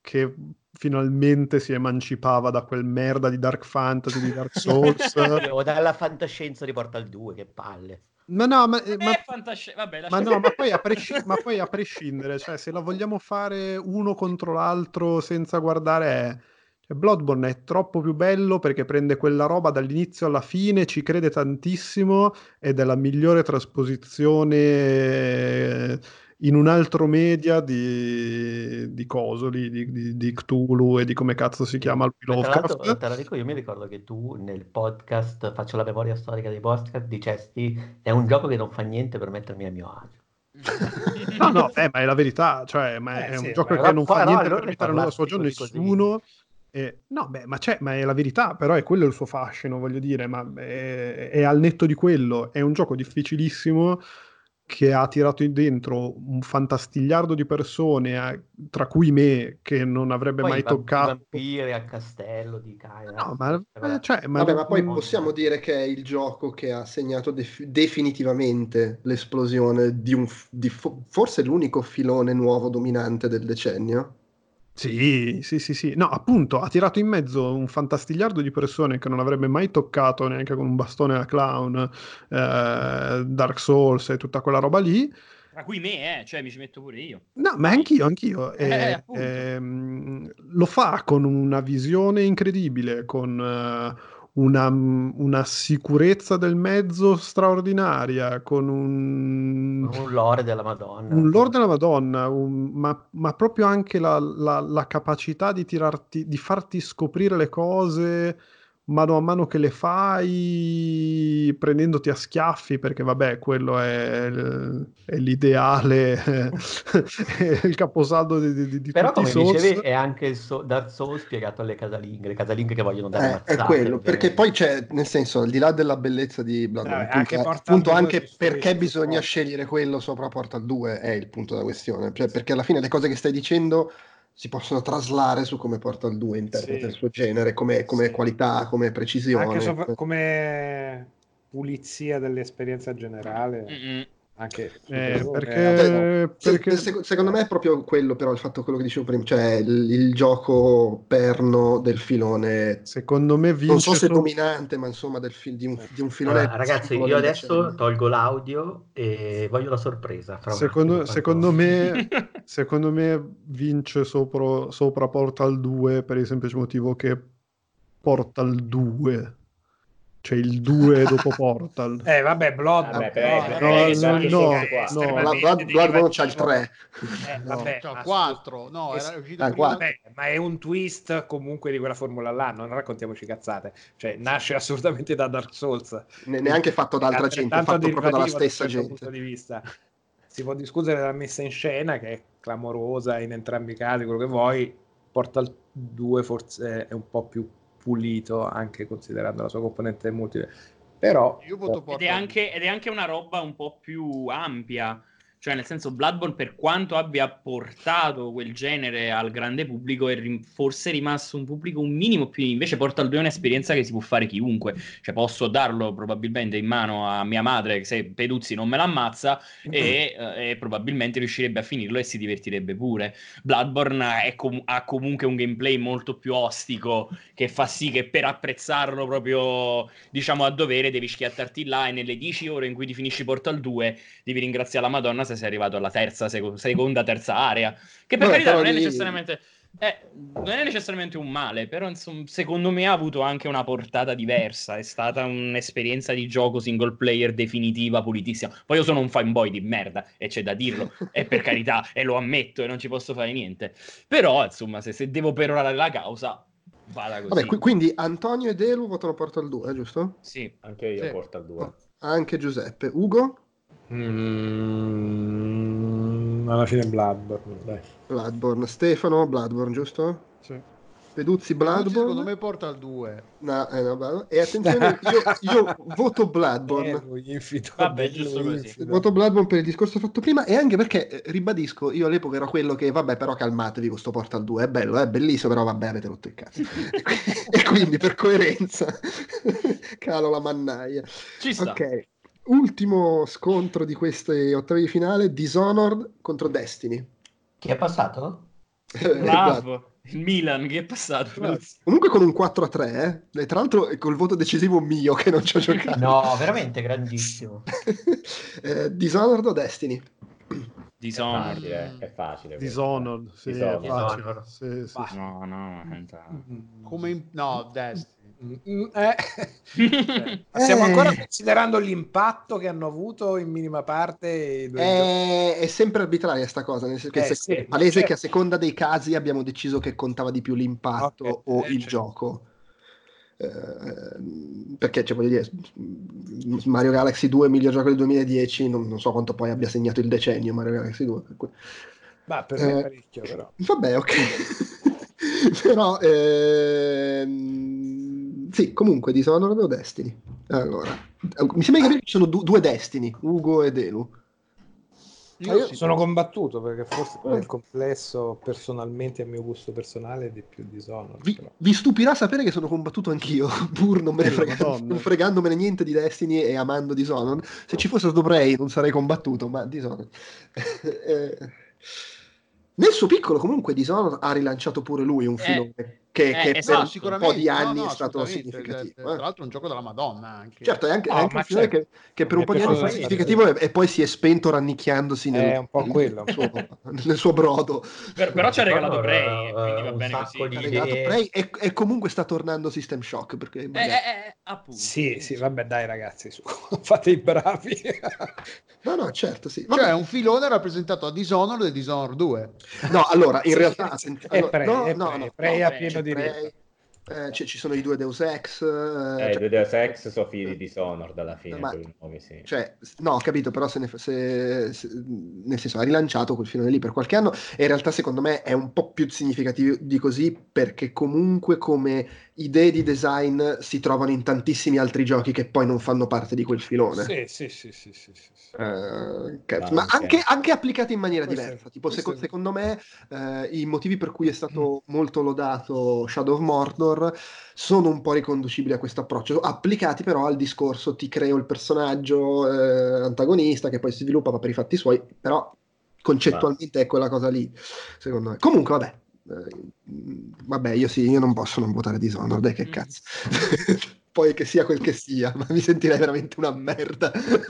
che finalmente si emancipava da quel merda di Dark Fantasy, di Dark Souls. O dalla fantascienza di Portal due, che palle. Ma no, ma, Non ma, è fantascienza. Vabbè, ma lascia no, ma poi, a presci- ma poi a prescindere, cioè se la vogliamo fare uno contro l'altro senza guardare, è... cioè, Bloodborne è troppo più bello perché prende quella roba dall'inizio alla fine, ci crede tantissimo ed è la migliore trasposizione eh, in un altro media di, di coso, di, di, di- di Cthulhu e di come cazzo si chiama il Ma tra l'altro, Lovecraft. te la dico, io mi ricordo che tu nel podcast, faccio la memoria storica dei podcast, dicesti è un gioco che non fa niente per mettermi a mio agio. No, no, eh, ma è la verità, cioè, ma Eh, è un sì, gioco ma- che non fa però niente allora per ne mettere a suo agio parlasti così, nessuno. E- no, beh, ma c'è, ma è la verità, però è quello il suo fascino, voglio dire, ma è, è al netto di quello, è un gioco difficilissimo che ha tirato in dentro un fantastigliardo di persone, a- tra cui me, che non avrebbe Poi mai i, va- i toccato. vampiri al castello di Kyra. No, ma, ma- cioè, ma Vabbè, non- ma poi possiamo dire che è il gioco che ha segnato def- definitivamente l'esplosione di un f- di fo- forse l'unico filone nuovo dominante del decennio. Sì, sì, sì, sì. No, appunto, ha tirato in mezzo un fantastigliardo di persone che non avrebbe mai toccato neanche con un bastone a clown, eh, Dark Souls e tutta quella roba lì. Tra cui me, eh, cioè mi ci metto pure io. No, ma anch'io, anch'io. Eh, E, appunto. ehm, lo fa con una visione incredibile, con eh, una, una sicurezza del mezzo straordinaria, con un, Un lore della Madonna. un lore della Madonna, un- ma, ma proprio anche la, la- la capacità di tirarti, di farti scoprire le cose mano a mano che le fai, prendendoti a schiaffi, perché vabbè, quello è, l- è l'ideale, è il caposaldo di, di- di Però tutti i come Souls. dicevi è anche il so- Dark Souls spiegato alle casalinghe, le casalinghe che vogliono dare Eh, mazzate. è quello, ovviamente. perché poi c'è, nel senso, al di là della bellezza di Bloodborne, Vabbè, anche appunto, Portal appunto due anche si perché istruisce bisogna troppo. scegliere quello sopra Portal due è il punto della questione, cioè, perché alla fine le cose che stai dicendo si possono traslare su come Portal due interpreta Sì. il suo genere, come, come Sì. qualità, come precisione. Anche sopra- come pulizia dell'esperienza generale. Mm-mm. Anche Eh, Super perché- Mario. Se- perché- se- secondo me è proprio quello, però il fatto quello che dicevo prima, cioè il, il gioco perno del filone, Secondo me vince non so se so- dominante, ma insomma del fil- di, un, di un filone. Allora, ragazzi, singolo io del adesso decennio. tolgo l'audio e voglio la sorpresa. Fra un Secondo, attimo, secondo quando- me, secondo me vince sopra, sopra Portal due per il semplice motivo che Portal due, cioè il due dopo Portal. Eh, vabbè, Bloodborne. Vabbè, però è- però, è eh, esatto no, solo no, qua. no. estremamente Blood- Bloodborne c'ha il derivativo. tre. Eh, No, vabbè, Cioè, ma quattro, no, scusa, era uscito Ah, prima. quattro. Beh, ma è un twist comunque di quella formula là, non raccontiamoci cazzate, cioè nasce assolutamente da Dark Souls. Ne- neanche fatto da altra gente, Altrettanto fatto proprio dalla derivativo da un stessa certo gente. punto di vista. Si può discutere della messa in scena, che è clamorosa in entrambi i casi, quello che vuoi. Portal due forse è un po' più pulito, anche considerando la sua componente multiplayer. Però Io voto Ed Portal è, anche, ed è anche una roba un po' più ampia, cioè nel senso Bloodborne, per quanto abbia portato quel genere al grande pubblico, è rim- forse rimasto un pubblico un minimo più, invece Portal due è un'esperienza che si può fare chiunque, cioè posso darlo probabilmente in mano a mia madre se Peduzzi non me l'ammazza e, eh, e probabilmente riuscirebbe a finirlo e si divertirebbe pure. Bloodborne è com- ha comunque un gameplay molto più ostico, che fa sì che per apprezzarlo proprio, diciamo, a dovere devi schiattarti là e nelle dieci ore in cui ti finisci Portal due devi ringraziare la Madonna se sei arrivato alla terza, seco- seconda, terza area, che per Vabbè, carità però non è lì- necessariamente eh, non è necessariamente un male, però insomma, secondo me ha avuto anche una portata diversa, è stata un'esperienza di gioco single player definitiva, pulitissima. Poi io sono un fanboy di merda e c'è da dirlo, e per carità, e lo ammetto e non ci posso fare niente, però insomma se, se devo perorare la causa vada così. Vabbè, qui- quindi Antonio e Delu votano Portal due, giusto? Sì. Anche io Sì. Portal due. Anche Giuseppe. Ugo? Mm, alla fine Bloodborne, dai. Bloodborne. Stefano? Bloodborne, giusto? Sì. Peduzzi Tutti, secondo Bloodborne? me Portal due. No, eh, no, Bloodborne. E attenzione, io, io voto Bloodborne. Eh, lui infido, Vabbè, bello giusto così. infido. Voto Bloodborne per il discorso fatto prima e anche perché, eh, ribadisco, io all'epoca ero quello che, vabbè, però calmatevi con sto Portal due, è bello, è bellissimo, però vabbè, avete rotto il cazzo. E qui- e quindi, per coerenza, calo la mannaia. Ci sta. Ok, ultimo scontro di queste ottavi di finale, Dishonored contro Destiny. Chi è passato? Eh, Bravo. Il Milan che è passato. Comunque con un quattro a tre, eh? E tra l'altro è col voto decisivo mio che non ci ho giocato. No, veramente grandissimo. eh, Dishonored o Destiny? Dishonored. Facile, è facile. Dishonored, sì, Dishonored. è facile. Dishonored. Sì, sì, sì. No, no, senza... Come in... No, Destiny. Mm, eh. Cioè, stiamo ancora considerando l'impatto che hanno avuto in minima parte i due giochi. È, è sempre arbitraria sta cosa, nel senso che Eh, se- sì, è palese certo. che a seconda dei casi abbiamo deciso che contava di più l'impatto Ok, o eh, il certo. gioco. Eh, perché, cioè, voglio dire, Mario Galaxy due, miglior gioco del duemiladieci, non, non so quanto poi abbia segnato il decennio Mario Galaxy due. Per cui... Ma per me Eh, è parecchio, però. Vabbè, ok. Però, ehm, sì, comunque Dishonored o Destiny? Allora, mi sembra di capire che ci sono du- due Destiny, Ugo ed Elu. Io, io sì, sono combattuto perché forse nel complesso, personalmente, a mio gusto personale, è di più Dishonored. Vi, Però. vi stupirà sapere che sono combattuto anch'io, pur non me ne Eh, frega- Madonna. non fregandomene niente di Destiny e amando Dishonored. Se ci fosse stato Bray non sarei combattuto, ma Dishonored. Eh, nel suo piccolo comunque Dishonored ha rilanciato pure lui un Eh, filone che, eh, che esatto. per sicuramente, un po' di no, anni no, è stato assolutamente. significativo. Tra eh. l'altro è un gioco della Madonna anche. Certo, è anche, è No, anche ma un filone certo. che, che per Mi un è po' di anni piaciuto fu tantissimo. significativo e, e poi si è spento rannicchiandosi nel, È un po' quello. nel suo, nel suo brodo. Per- però ci ha regalato Dishonored, Prey, e quindi va eh, un bene sacco così. di Ha regalato idee. Prey e, e comunque sta tornando System Shock perché Eh, magari- eh, eh, appunto. Sì, sì, vabbè, dai ragazzi, su. Fate i bravi. no no certo sì. Cioè Vabbè. è un filone rappresentato a Dishonored e Dishonored due. No, allora, in Sì, realtà... sì, attenz- è allora, Prey, no, è no, Prey, no, Prey no, a c'è pieno Prey, diritto. eh, c'è- ci sono i due Deus Ex... eh, Eh, i cioè- due Deus Ex sono figli di Dishonored alla fine, Ma- quelli nuovi, sì. Cioè, no, ho capito, però se ne, se, se- nel senso ha rilanciato quel filone lì per qualche anno e in realtà secondo me è un po' più significativo di così perché comunque come idee di design si trovano in tantissimi altri giochi che poi non fanno parte di quel filone. Sì, sì, sì, sì, sì, sì, sì. Eh, cazzo, Ma ma anche, anche- anche applicati in maniera Questo è- diversa. Tipo, questo seco- è- secondo me, eh, i motivi per cui è stato molto lodato Shadow of Mordor sono un po' riconducibili a questo approccio, applicati però al discorso ti creo il personaggio eh, antagonista che poi si sviluppa va per i fatti suoi, però concettualmente è quella cosa lì, secondo me. Comunque, vabbè. eh, vabbè, io sì, io non posso non votare Dishonored, dai, che cazzo. Poi che sia quel che sia, ma mi sentirei veramente una merda.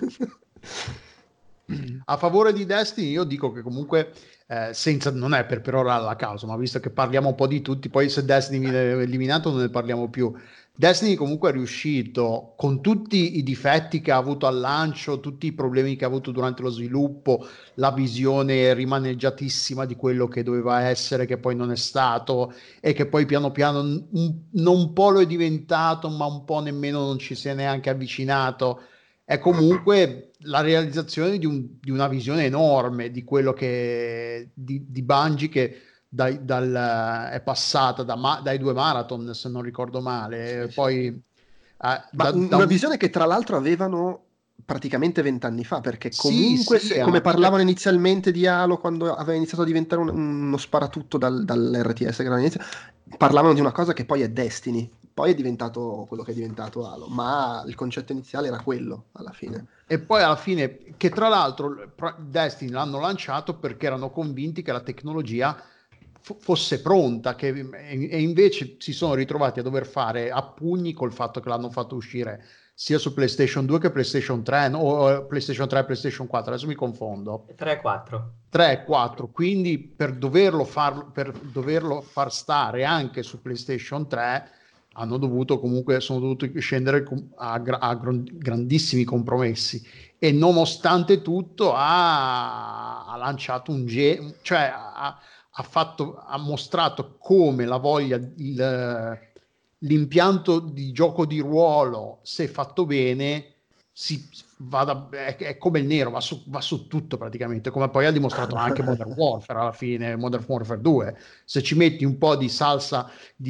A favore di Destiny io dico che comunque eh, senza, non è per perorare la causa, ma visto che parliamo un po' di tutti, poi se Destiny viene eliminato non ne parliamo più. Destiny comunque è riuscito, con tutti i difetti che ha avuto al lancio, tutti i problemi che ha avuto durante lo sviluppo, la visione rimaneggiatissima di quello che doveva essere, che poi non è stato, e che poi piano piano un, non un po' lo è diventato, ma un po' nemmeno non ci si è neanche avvicinato. È comunque la realizzazione di, un, di una visione enorme di quello che di, di Bungie che dai, dal, è passata da, ma, dai due marathon, se non ricordo male, Sì, poi sì. eh, Ma da, un- da una un- visione che tra l'altro avevano praticamente vent'anni fa, perché Sì, comunque sì, se- è come una vita- parlavano inizialmente di Halo quando aveva iniziato a diventare un- uno sparatutto dal, dall'R T S che era all'inizio, parlavano di una cosa che poi è Destiny, poi è diventato quello che è diventato Halo, ma il concetto iniziale era quello alla fine. E poi alla fine, che tra l'altro pra- Destiny l'hanno lanciato perché erano convinti che la tecnologia f- fosse pronta, che, e, e invece si sono ritrovati a dover fare a pugni col fatto che l'hanno fatto uscire sia su PlayStation due che PlayStation tre, no, o PlayStation tre e PlayStation quattro, adesso mi confondo. tre e quattro. tre e quattro, quindi per doverlo, far, per doverlo far stare anche su PlayStation tre hanno dovuto comunque sono dovuti scendere com- a, gra- a gr- grandissimi compromessi e nonostante tutto ha, ha lanciato un ge- cioè ha, ha fatto ha mostrato come la voglia il, l'impianto di gioco di ruolo, se fatto bene, si vada, è, è come il nero, va su, va su tutto praticamente, come poi ha dimostrato anche Modern Warfare alla fine, Modern Warfare due. Se ci metti un po' di salsa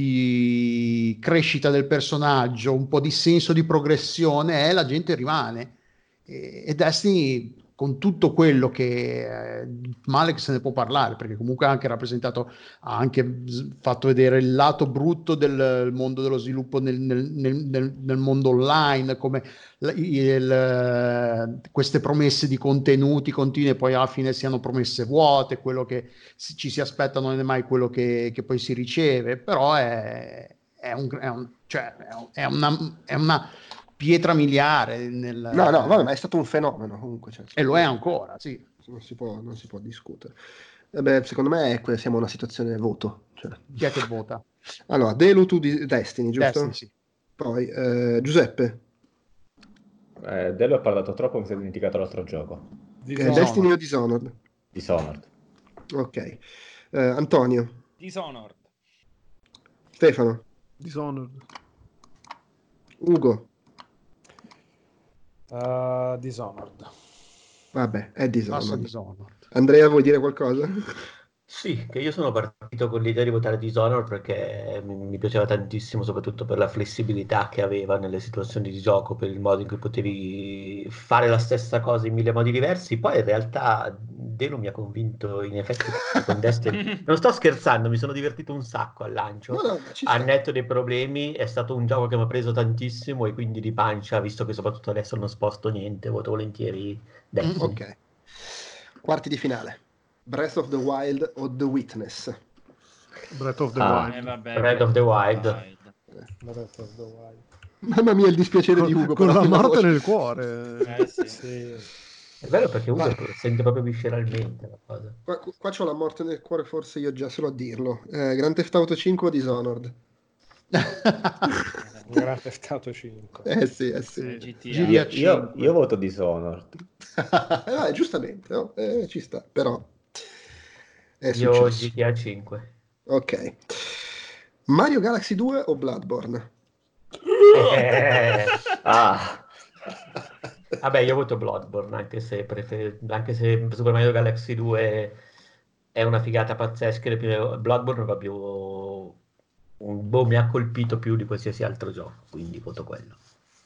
di crescita del personaggio, un po' di senso di progressione, eh, la gente rimane. E, e Destiny con tutto quello che eh, male che se ne può parlare, perché comunque ha anche rappresentato, ha anche fatto vedere il lato brutto del mondo dello sviluppo nel, nel, nel, nel mondo online, come il, il, queste promesse di contenuti continue e poi alla fine siano promesse vuote, quello che ci si aspetta non è mai quello che, che poi si riceve, però è, è, un, è, un, cioè, è, una, è una pietra miliare nel... No, no, vabbè, ma è stato un fenomeno comunque. Cioè, e lo è ancora, sì. Non si può, non si può discutere. Eh beh, secondo me è que- siamo in una situazione voto. Cioè. Chi è che vota? Allora, Delu, tu di Destiny, giusto? Destiny, sì. Poi, eh, Giuseppe? Eh, Delu ha parlato troppo, mi si è dimenticato l'altro gioco. Eh, Destiny o Dishonored? Dishonored. Ok. Eh, Antonio? Dishonored. Stefano? Dishonored. Ugo? Uh, Dishonored. Vabbè, è Dishonored. Dishonored. Andrea, vuoi dire qualcosa? Sì, che io sono partito con l'idea di votare Dishonored perché mi, mi piaceva tantissimo, soprattutto per la flessibilità che aveva nelle situazioni di gioco, per il modo in cui potevi fare la stessa cosa in mille modi diversi. Poi in realtà Delu mi ha convinto in effetti con Destiny. Non sto scherzando, mi sono divertito un sacco al lancio. No, no, ci A sta. netto dei problemi, è stato un gioco che mi ha preso tantissimo e quindi di pancia, visto che soprattutto adesso non sposto niente, voto volentieri Destiny. Ok. Quarti di finale. Breath of the Wild o The Witness? Breath of the Ah. Wild. Eh, vabbè, Breath of the Wild. Breath of the Wild. Mamma mia, il dispiacere di Ugo. Con però, la nella morte voce. nel cuore. Eh, sì. Sì. È vero perché uno Vai. sente proprio visceralmente la cosa. Qua, qua c'ho la morte nel cuore, forse io già solo a dirlo. Eh, Grand Theft Auto cinque o Dishonored? Grand Theft Auto cinque. Eh sì, eh sì. Sì. G T A. Giri Io, a io, cinque. io voto Dishonored. Eh, giustamente, no? Eh, ci sta, però è Io successo. G T A cinque. Ok. Mario Galaxy due o Bloodborne? Eh, Ah, vabbè, io voto Bloodborne, anche se, prefer- anche se Super Mario Galaxy due è una figata pazzesca. le prime- Bloodborne è proprio un, boh, mi ha colpito più di qualsiasi altro gioco, quindi voto quello.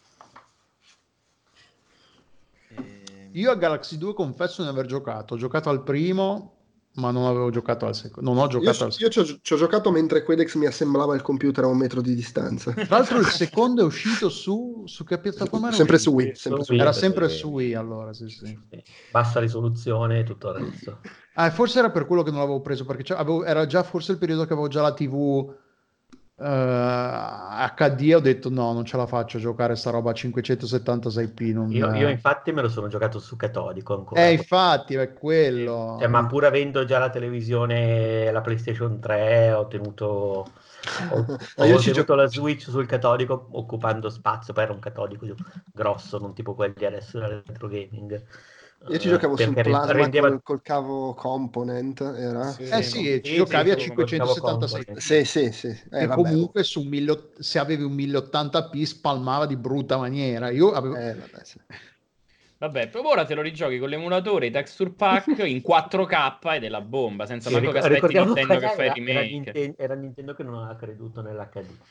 Ehm, Io a Galaxy due confesso di aver giocato. Ho giocato al primo, ma non avevo giocato al secondo. Non ho Io, giocato al io secondo. ci ho, ci ho giocato mentre Quedex mi assemblava il computer a un metro di distanza. Tra l'altro il secondo è uscito su, su che piattaforma era Sempre uscito? su Wii. Sempre su Wii. Era Wii. sempre su Wii, allora, sì, sì. Bassa risoluzione e tutto il resto. Ah, forse era per quello che non l'avevo preso, perché c'è- avevo- era già forse il periodo che avevo già la tivù eh, H D, ho detto no, non ce la faccio a giocare sta roba a cinquecentosettantasei p. Non... Io, io infatti me lo sono giocato su catodico ancora. Eh, infatti, è quello. Cioè, ma pur avendo già la televisione, la PlayStation tre, ho tenuto, ho, Ma io ho ci tenuto gio- la Switch sul catodico occupando spazio, poi era un catodico grosso, non tipo quelli adesso del retro gaming. Io ci eh, giocavo sul perché re- plasma rendeva... col, col cavo component, era? Sì. Eh sì, ci Sì, giocavi sì, a sì, cinquecentosettantasei p. Sì, sì, sì. Eh, E vabbè. comunque su mille, se avevi un mille ottanta p spalmava di brutta maniera. Io avevo... Eh, vabbè, sì. Vabbè, proprio ora te lo rigiochi con l'emulatore, i texture pack in quattro K ed è la bomba, senza Sì, manco che ricor- aspetti ricordiamo Nintendo quella che fa il era, era, remake. Ninten- era Nintendo che non aveva creduto nell'H D.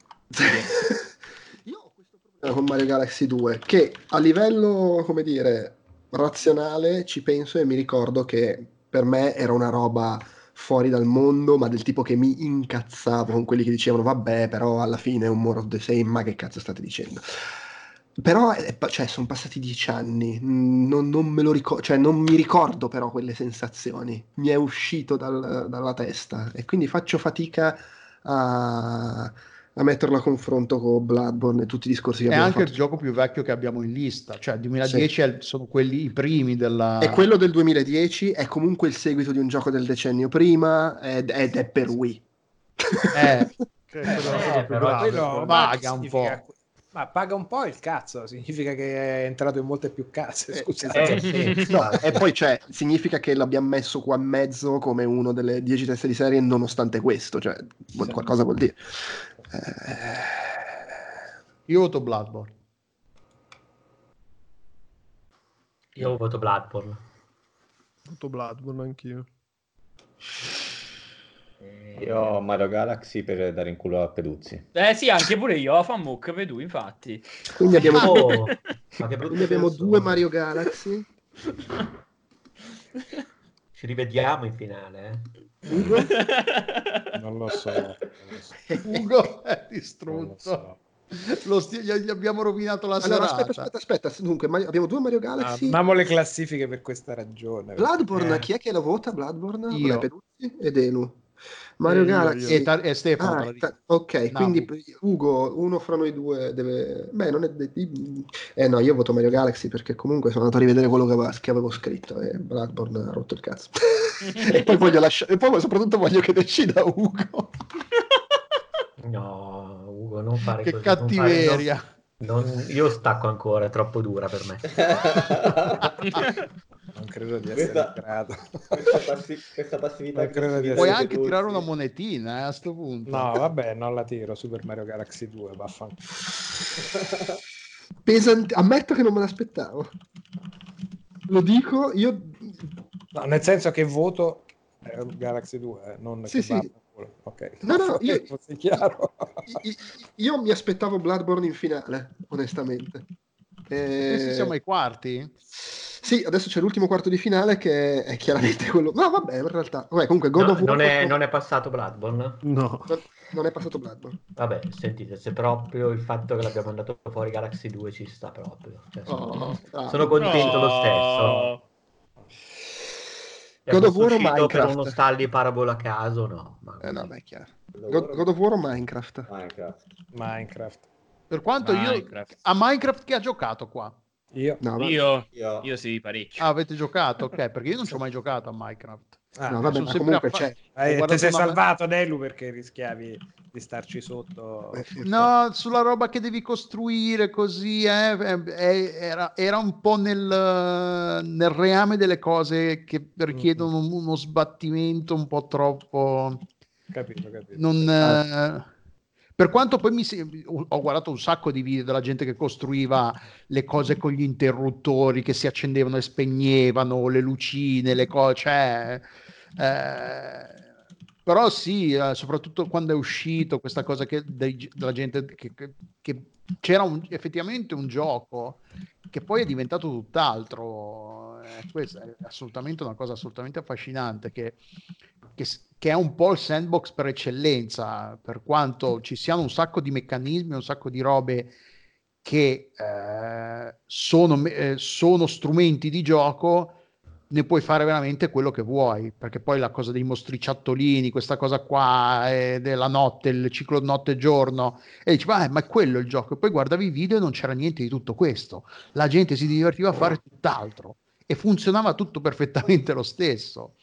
Io ho questo problema con Mario Galaxy due, che a livello, come dire, razionale ci penso e mi ricordo che per me era una roba fuori dal mondo, ma del tipo che mi incazzavo con quelli che dicevano vabbè, però alla fine è un more of the same, ma che cazzo state dicendo? Però è pa- cioè, sono passati dieci anni, non, non me lo ricordo, cioè non mi ricordo però quelle sensazioni, mi è uscito dal- dalla testa e quindi faccio fatica a, a metterlo a confronto con Bloodborne e tutti i discorsi che È abbiamo anche il fatto. gioco più vecchio che abbiamo in lista, cioè duemiladieci è- sono quelli i primi della... È quello del duemiladieci, è comunque il seguito di un gioco del decennio prima ed, ed è per Wii. Eh, Che è quello Eh, la cosa più però grave. Quello poi. ma Paga che un significa- po'. Ma paga un po' il cazzo, significa che è entrato in molte più case, Eh, scusate. Eh, sì, No, infatti. e poi c'è, significa che l'abbiamo messo qua in mezzo come uno delle dieci teste di serie nonostante questo, cioè vuol- Sì. qualcosa vuol dire. Eh, Io voto Bloodborne. Io voto Bloodborne. Tutto Bloodborne anch'io. io Mario Galaxy per dare in culo a Peduzzi. Eh sì, anche pure io, a fanbook per tu, infatti. quindi abbiamo, Oh, ma che brutta quindi abbiamo persona. due Mario Galaxy Ci rivediamo in finale, eh? Ugo? Non lo so. Non lo so. Ugo è Non lo distrutto. so. Lo sti- gli abbiamo rovinato la Allora, serata. aspetta, aspetta, aspetta. Dunque, Mario- abbiamo due Mario Ah, Galaxy. non amo le classifiche per questa ragione. Bloodborne, Eh, chi è che lo vota? Bloodborne? Io. Vabbè, Peduzzi ed Elu. Mario Eh, io, Galaxy. io. E, ta- e Stefano Ah, te la dico. ta- ok, No, quindi Ugo. Ugo, uno fra noi due deve... Beh, non è... Eh no, io voto Mario Galaxy perché comunque sono andato a rivedere quello che avevo, che avevo scritto e Bloodborne ha rotto il cazzo. E poi voglio lasciare... E poi soprattutto voglio che decida Ugo. No, Ugo, non fare Che così. non fare- cattiveria. non- non- io stacco ancora, è troppo dura per me. non credo di essere Questa- in grado. Questa, passi- questa passività Non credo di aggressività Puoi di anche Peduzzi. tirare una monetina eh, a sto punto. No, vabbè, non la tiro. Super Mario Galaxy due, vaffanculo. Pesante... Ammetto che non me l'aspettavo. Lo dico, io... No, nel senso che voto eh, Galaxy due, eh, non Sì, che sì. vaffanculo. Ok. No, no, Vorrei io- fosse chiaro. I- Io mi aspettavo Bloodborne in finale, onestamente. Eh, Questi siamo ai quarti? Sì, adesso c'è l'ultimo quarto di finale che è chiaramente quello... No, vabbè, in realtà... Vabbè, comunque God No, of War non, è, contro- non è passato Bloodborne? No. non- non è passato Bloodborne. Vabbè, sentite, se proprio il fatto che l'abbiamo mandato fuori Galaxy due ci sta proprio. Cioè, sono, Oh, bravo. sono contento lo stesso. No. È God of War o uscito per Minecraft? uno stalli parabola a caso, no. Ma Eh no, beh, è chiaro. God God, God of War o Minecraft? Minecraft. Minecraft. Per quanto io... Minecraft. A Minecraft chi ha giocato qua? Io. No, va- Io, Io, io sì, parecchio. Ah, avete giocato? Ok, perché io non ci ho mai giocato a Minecraft. Ah, no, vabbè, sono ma sempre comunque affa- c'è... eh, ho te guardato sei una- salvato, Nelu, perché rischiavi di starci sotto. Eh, sì. No, sulla roba che devi costruire così, eh, eh, eh, era, era un po' nel, nel reame delle cose che richiedono Mm-hmm. uno sbattimento un po' troppo... Capito, capito. Non, Ah. eh, per quanto poi mi si- ho guardato un sacco di video della gente che costruiva le cose con gli interruttori che si accendevano e spegnevano, le lucine, le cose, cioè, eh, però sì, eh, soprattutto quando è uscito questa cosa che dei- della gente che, che- che c'era un- effettivamente un gioco che poi è diventato tutt'altro. Eh, questa è assolutamente una cosa assolutamente affascinante che, che, s- che è un po' il sandbox per eccellenza, per quanto ci siano un sacco di meccanismi, un sacco di robe che eh, sono, me- eh, sono strumenti di gioco, ne puoi fare veramente quello che vuoi, perché poi la cosa dei mostriciattolini, questa cosa qua eh, della notte, il ciclo notte e giorno, e dici ma, ma è quello il gioco, e poi guardavi i video e non c'era niente di tutto questo, la gente si divertiva a fare tutt'altro e funzionava tutto perfettamente lo stesso.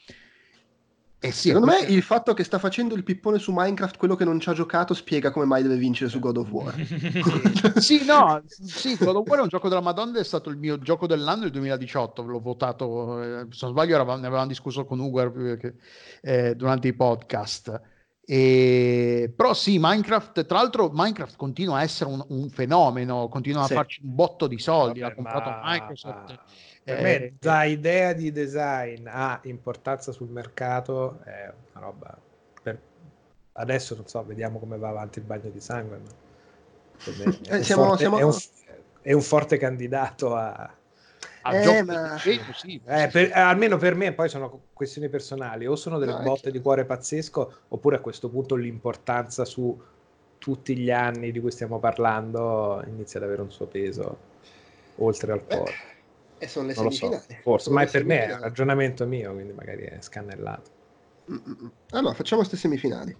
E sì, Secondo me questo- il fatto che sta facendo il pippone su Minecraft, quello che non ci ha giocato, spiega come mai deve vincere su God of War. sì, no, sì, God of War è un gioco della Madonna, è stato il mio gioco dell'anno nel duemiladiciotto, l'ho votato, eh, se non sbaglio eravamo- ne avevamo discusso con Ugo eh, che- eh, durante i podcast. E... Però sì, Minecraft, tra l'altro Minecraft continua a essere un, un fenomeno, continua Sì. a farci un botto di soldi, Vabbè, l'ha comprato ma- Microsoft. Per eh, me, da idea di design a importanza sul mercato è una roba. Per... Adesso non so, vediamo come va avanti il bagno di sangue. Ma per me è, Eh, un siamo- forte, siamo- è, un, è un forte candidato a. a Eh, gioco ma- di ripeto, sì, Eh, sì, per- sì. almeno per me, poi sono questioni personali, o sono delle No, è botte chiaro. di cuore pazzesco, oppure a questo punto l'importanza su tutti gli anni di cui stiamo parlando inizia ad avere un suo peso oltre al Beh, porto. e sono le Non lo so, semifinali. forse, Sono ma le è per me è un semifinali. ragionamento mio, quindi magari è scannellato. Mm-mm. Allora, facciamo queste semifinali.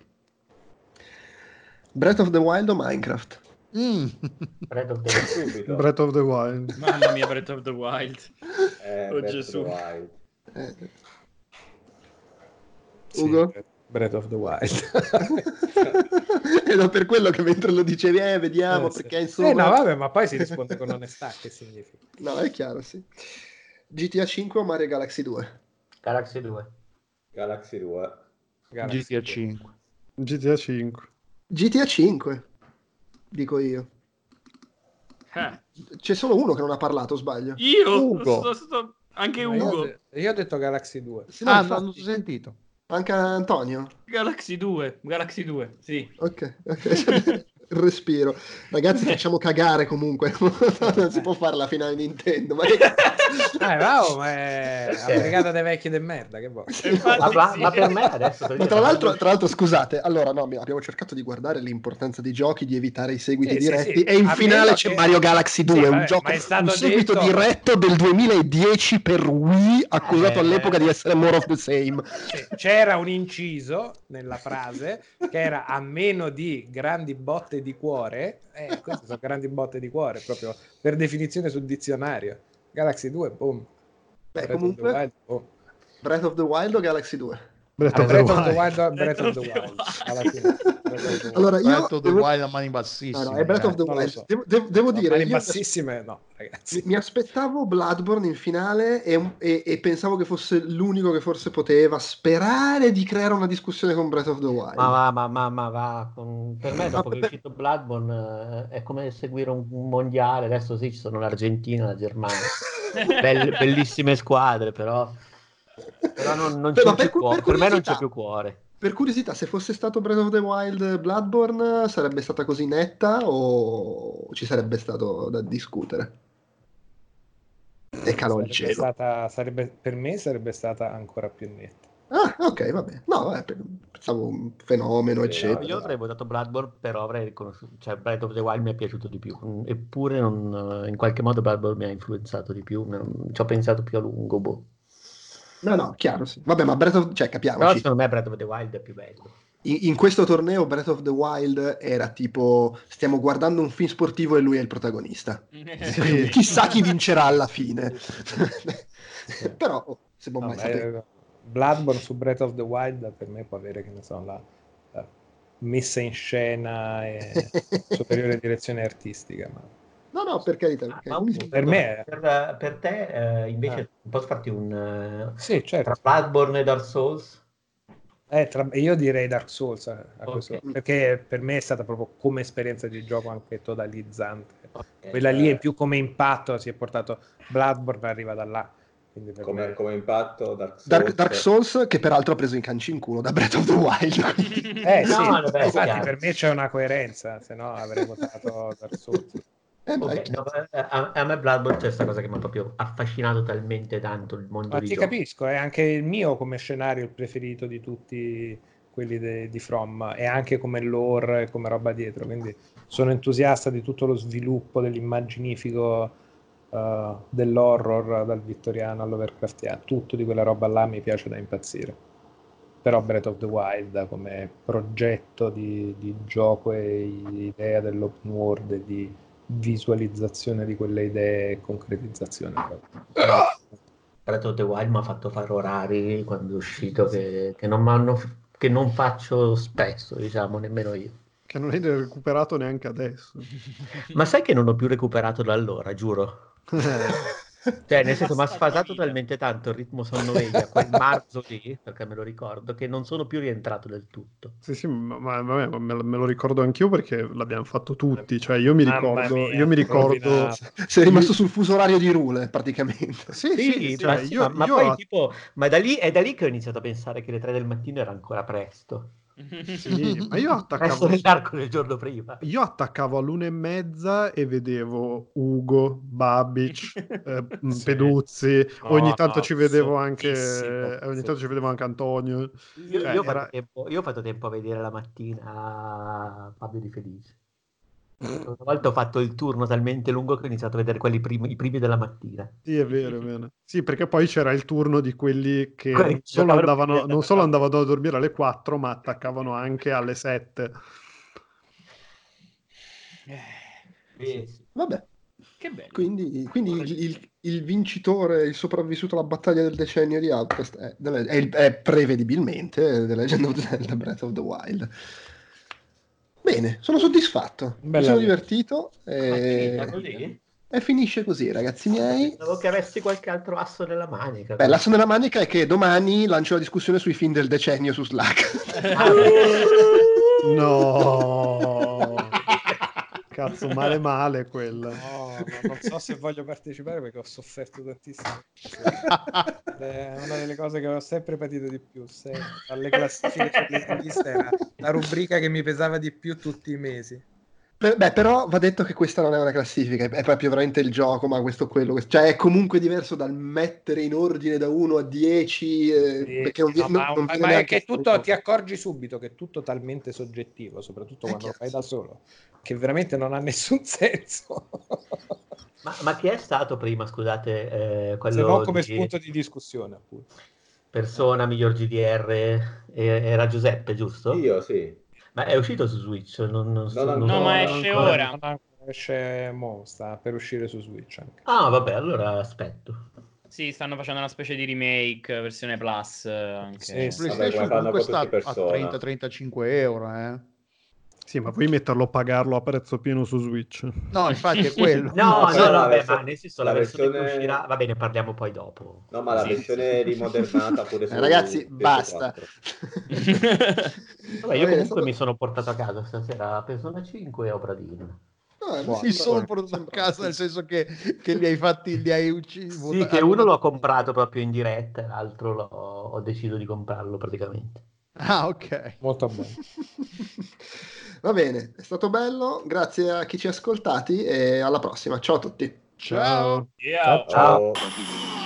Breath of the Wild o Minecraft? Mm. Breath of the- subito. Breath of the Wild. Mamma mia, Breath of the Wild. Eh, Oh, Breath of Gesù. the Wild. Eh. Sì, Ugo? Breath of the Wild. Era per quello che mentre lo dicevi, eh, vediamo, Eh, sì. perché insomma... Eh, no, vabbè, ma poi si risponde con onestà, che significa? No, è chiaro, sì. G T A cinque o Mario Galaxy due? Galaxy due. Galaxy due. Galaxy G T A cinque. G T A cinque. G T A cinque, dico io. Eh, C'è solo uno che non ha parlato, sbaglio. io, Ugo. sto- sto- anche Ma io ho Ugo. de- Io ho detto Galaxy due. Sì, no, Ah, infatti. non ho sentito. Anche Antonio? Galaxy due, Galaxy due, sì. Ok, ok. respiro. Ragazzi, facciamo cagare comunque. Non si può fare la finale Nintendo. Ma, che... ah, bravo, ma è la brigata dei vecchi de merda. Che vuoi? ma, ma, ma per me adesso... Per ma tra, l'altro, tra l'altro, scusate, allora no, abbiamo cercato di guardare l'importanza dei giochi, di evitare i seguiti sì, diretti, sì, sì. e in A finale c'è che... Mario Galaxy due, sì, un vabbè, gioco, un seguito detto... diretto del duemiladieci per Wii, accusato eh... all'epoca di essere more of the same. Sì, c'era un inciso nella frase che era a meno di grandi botte di cuore, eh, queste sono grandi botte di cuore, proprio per definizione sul dizionario. Galaxy due, boom. Beh, Breath comunque, of the Wild, boom. Breath of the Wild o Galaxy due? Breath Ah, of the Breath of the Wild. Wild, Breath of the Wild. Alla fine, Breath of the Wild. Allora, io Breath of the devo... Wild a mani bassissime. No, no, è Breath of the Non lo Wild. so. Devo, devo, devo No, dire, mani io bassissime, no, ragazzi. mi, mi aspettavo Bloodborne in finale e, e, e pensavo che fosse l'unico che forse poteva sperare di creare una discussione con Breath of the Wild. Ma va, ma, ma, ma va. Con... Per me, dopo Ma che per... è uscito Bloodborne, eh, è come seguire un, un mondiale. Adesso sì, ci sono l'Argentina, la Germania. Bell- bellissime squadre, però... Però non, non Però c'è per, più cuore. per, Per me non curiosità, c'è più cuore. per curiosità, se fosse stato Breath of the Wild Bloodborne, sarebbe stata così netta o ci sarebbe stato da discutere? E calò il Sarebbe cielo. stata, sarebbe, per me sarebbe stata ancora più netta. Ah, ok, vabbè. No, vabbè, pensavo un fenomeno, Io, eccetera. io avrei votato Bloodborne, però avrei riconosciuto, cioè Breath of the Wild mi è piaciuto di più, eppure non, in qualche modo Bloodborne mi ha influenzato di più, non- ci ho pensato più a lungo, boh. No, no, chiaro, sì. Vabbè, ma Breath of... cioè, Però capiamoci. secondo me Breath of the Wild è più bello. In, in questo torneo Breath of the Wild era tipo, stiamo guardando un film sportivo e lui è il protagonista. Quindi chissà chi vincerà alla fine. Però, oh, se può No, mai beh, sapere. Bloodborne su Breath of the Wild per me può avere, che ne so, la, la messa in scena e superiore direzione artistica, ma No, no, per carità. Per, Ah, carità. ma Mi- un- per me- per, per te eh, invece Ah. posso farti un eh, sì, certo. tra Bloodborne e Dark Souls? Eh, tra- io direi Dark Souls a, a Ok. questo, perché per me è stata proprio come esperienza di gioco anche totalizzante. Ok. Quella lì è più come impatto, si è portato Bloodborne, arriva da là. Quindi per Come, me... come impatto Dark Souls, Dark, Dark Souls, che peraltro ha preso in canci in culo da Breath of the Wild. Eh sì, No, vabbè, infatti chiaro. per me c'è una coerenza, se no avrei votato Dark Souls. Eh, Ok, dai, no, a, a me Bloodborne c'è questa cosa che mi ha proprio affascinato talmente tanto il mondo Ma di ti gioco. capisco, è anche il mio come scenario il preferito di tutti quelli de- di From, e anche come lore e come roba dietro, quindi sono entusiasta di tutto lo sviluppo dell'immaginifico uh, dell'horror, dal vittoriano all'overcraftiano, tutto di quella roba là mi piace da impazzire. Però Breath of the Wild come progetto di, di gioco e idea dell'open world e di visualizzazione di quelle idee e concretizzazione proprio. Breath of the Wild mi ha fatto fare orari quando è uscito che, che non m'hanno che non faccio spesso, diciamo, nemmeno io. Che non hai recuperato neanche adesso. Ma sai che non ho più recuperato da allora, giuro. Cioè, nel senso, mi ha sfasato talmente tanto il ritmo sonno-veglia, quel marzo lì, perché me lo ricordo, che non sono più rientrato del tutto. Sì, sì, ma, ma- vabbè, ma me, me lo ricordo anch'io perché l'abbiamo fatto tutti. Cioè, io mi Mamma ricordo, mia, io mi ricordo. rovinato. sei rimasto sul fuso orario di Rule, praticamente. Sì, Sì, sì, ma, cioè, sì, io, ma- ma io poi a- tipo, ma da lì, è da lì che ho iniziato a pensare che le tre del mattino era ancora presto. sì, ma io Presto attaccavo. nell'arco del giorno prima. Io attaccavo all'una e mezza e vedevo Ugo, Babic, eh, Sì. Peduzzi, No, ogni tanto no, ci vedevo anche fortissimo, eh, ogni tanto ci vedevo anche Antonio. Io, Cioè, io ho fatto era- tempo, io ho fatto tempo a vedere la mattina Fabio Di Felice. Una volta ho fatto il turno talmente lungo che ho iniziato a vedere quelli primi, i primi della mattina. Sì, è vero, è vero. Sì, perché poi c'era il turno di quelli che Quelli non che solo giocavano andavano, prima non della- solo andavano a dormire alle quattro, ma attaccavano anche alle sette. Sì, sì. Vabbè. Che bello. Quindi, quindi il, il- il vincitore, il sopravvissuto alla battaglia del decennio di Outcast è, The- è il- è prevedibilmente The Legend of Zelda Breath of the Wild. Bene, sono soddisfatto, mi Bella sono lì. divertito Ma è finita e, così? e finisce così, ragazzi miei. Pensavo che avessi qualche altro asso nella manica. Beh, l'asso nella manica è che domani lancio la discussione sui film del decennio su Slack. No, cazzo, male male quella. No, no, non so se voglio partecipare perché ho sofferto tantissimo. È una delle cose che ho sempre patito di più. Se, alle classifiche sulle liste era la rubrica che mi pesava di più tutti i mesi. Per- beh, però va detto che questa non è una classifica, è è proprio veramente il gioco, ma questo quello, questo- cioè è comunque diverso dal mettere in ordine da uno a dieci, eh, Sì, perché non, vi- no, non- ma, non ma- viene ma è neanche che fuori tutto, gioco. ti accorgi subito che è tutto talmente soggettivo, soprattutto È quando lo fai chiaro, da solo, che veramente non ha nessun senso. Ma, ma chi è stato prima, scusate, eh, Se quello non come di spunto di discussione, appunto. Persona miglior G D R? Eh, Era Giuseppe, giusto? Io sì. Ma è uscito su Switch? Non, non so- Non non- No, ma ancora. esce ancora- ora. Non ancora esce mo, sta per uscire su Switch anche. Ah, vabbè, allora aspetto. Sì, stanno facendo una specie di remake, versione Plus eh, anche. Sì, sì. Vabbè, PlayStation come fanno comunque con sta tutti a Persona. trenta trentacinque euro, eh. Sì, ma puoi metterlo a pagarlo a prezzo pieno su Switch. No, infatti è quello. No, No, no, però no, la vabbè, versione- ma nel senso la, la versione, versione- che uscirà, va bene, parliamo poi dopo. No, ma la Sì, versione rimodernata pure su Eh, ragazzi, P S basta. quattro. Vabbè, io Va bene, comunque stato- mi sono portato a casa stasera Persona cinque e Obra Dinn. No, mi Buono. Mi sembra- sono portato a sembra- casa, nel senso che, che li hai fatti, li hai uccisi. Sì, che uno l'ho comprato proprio in diretta, l'altro l'ho, ho deciso di comprarlo praticamente. Ah, ok. Molto bene. Va bene, è stato bello, grazie a chi ci ha ascoltati e alla prossima. Ciao a tutti. Ciao. Yeah. Ciao. Ciao.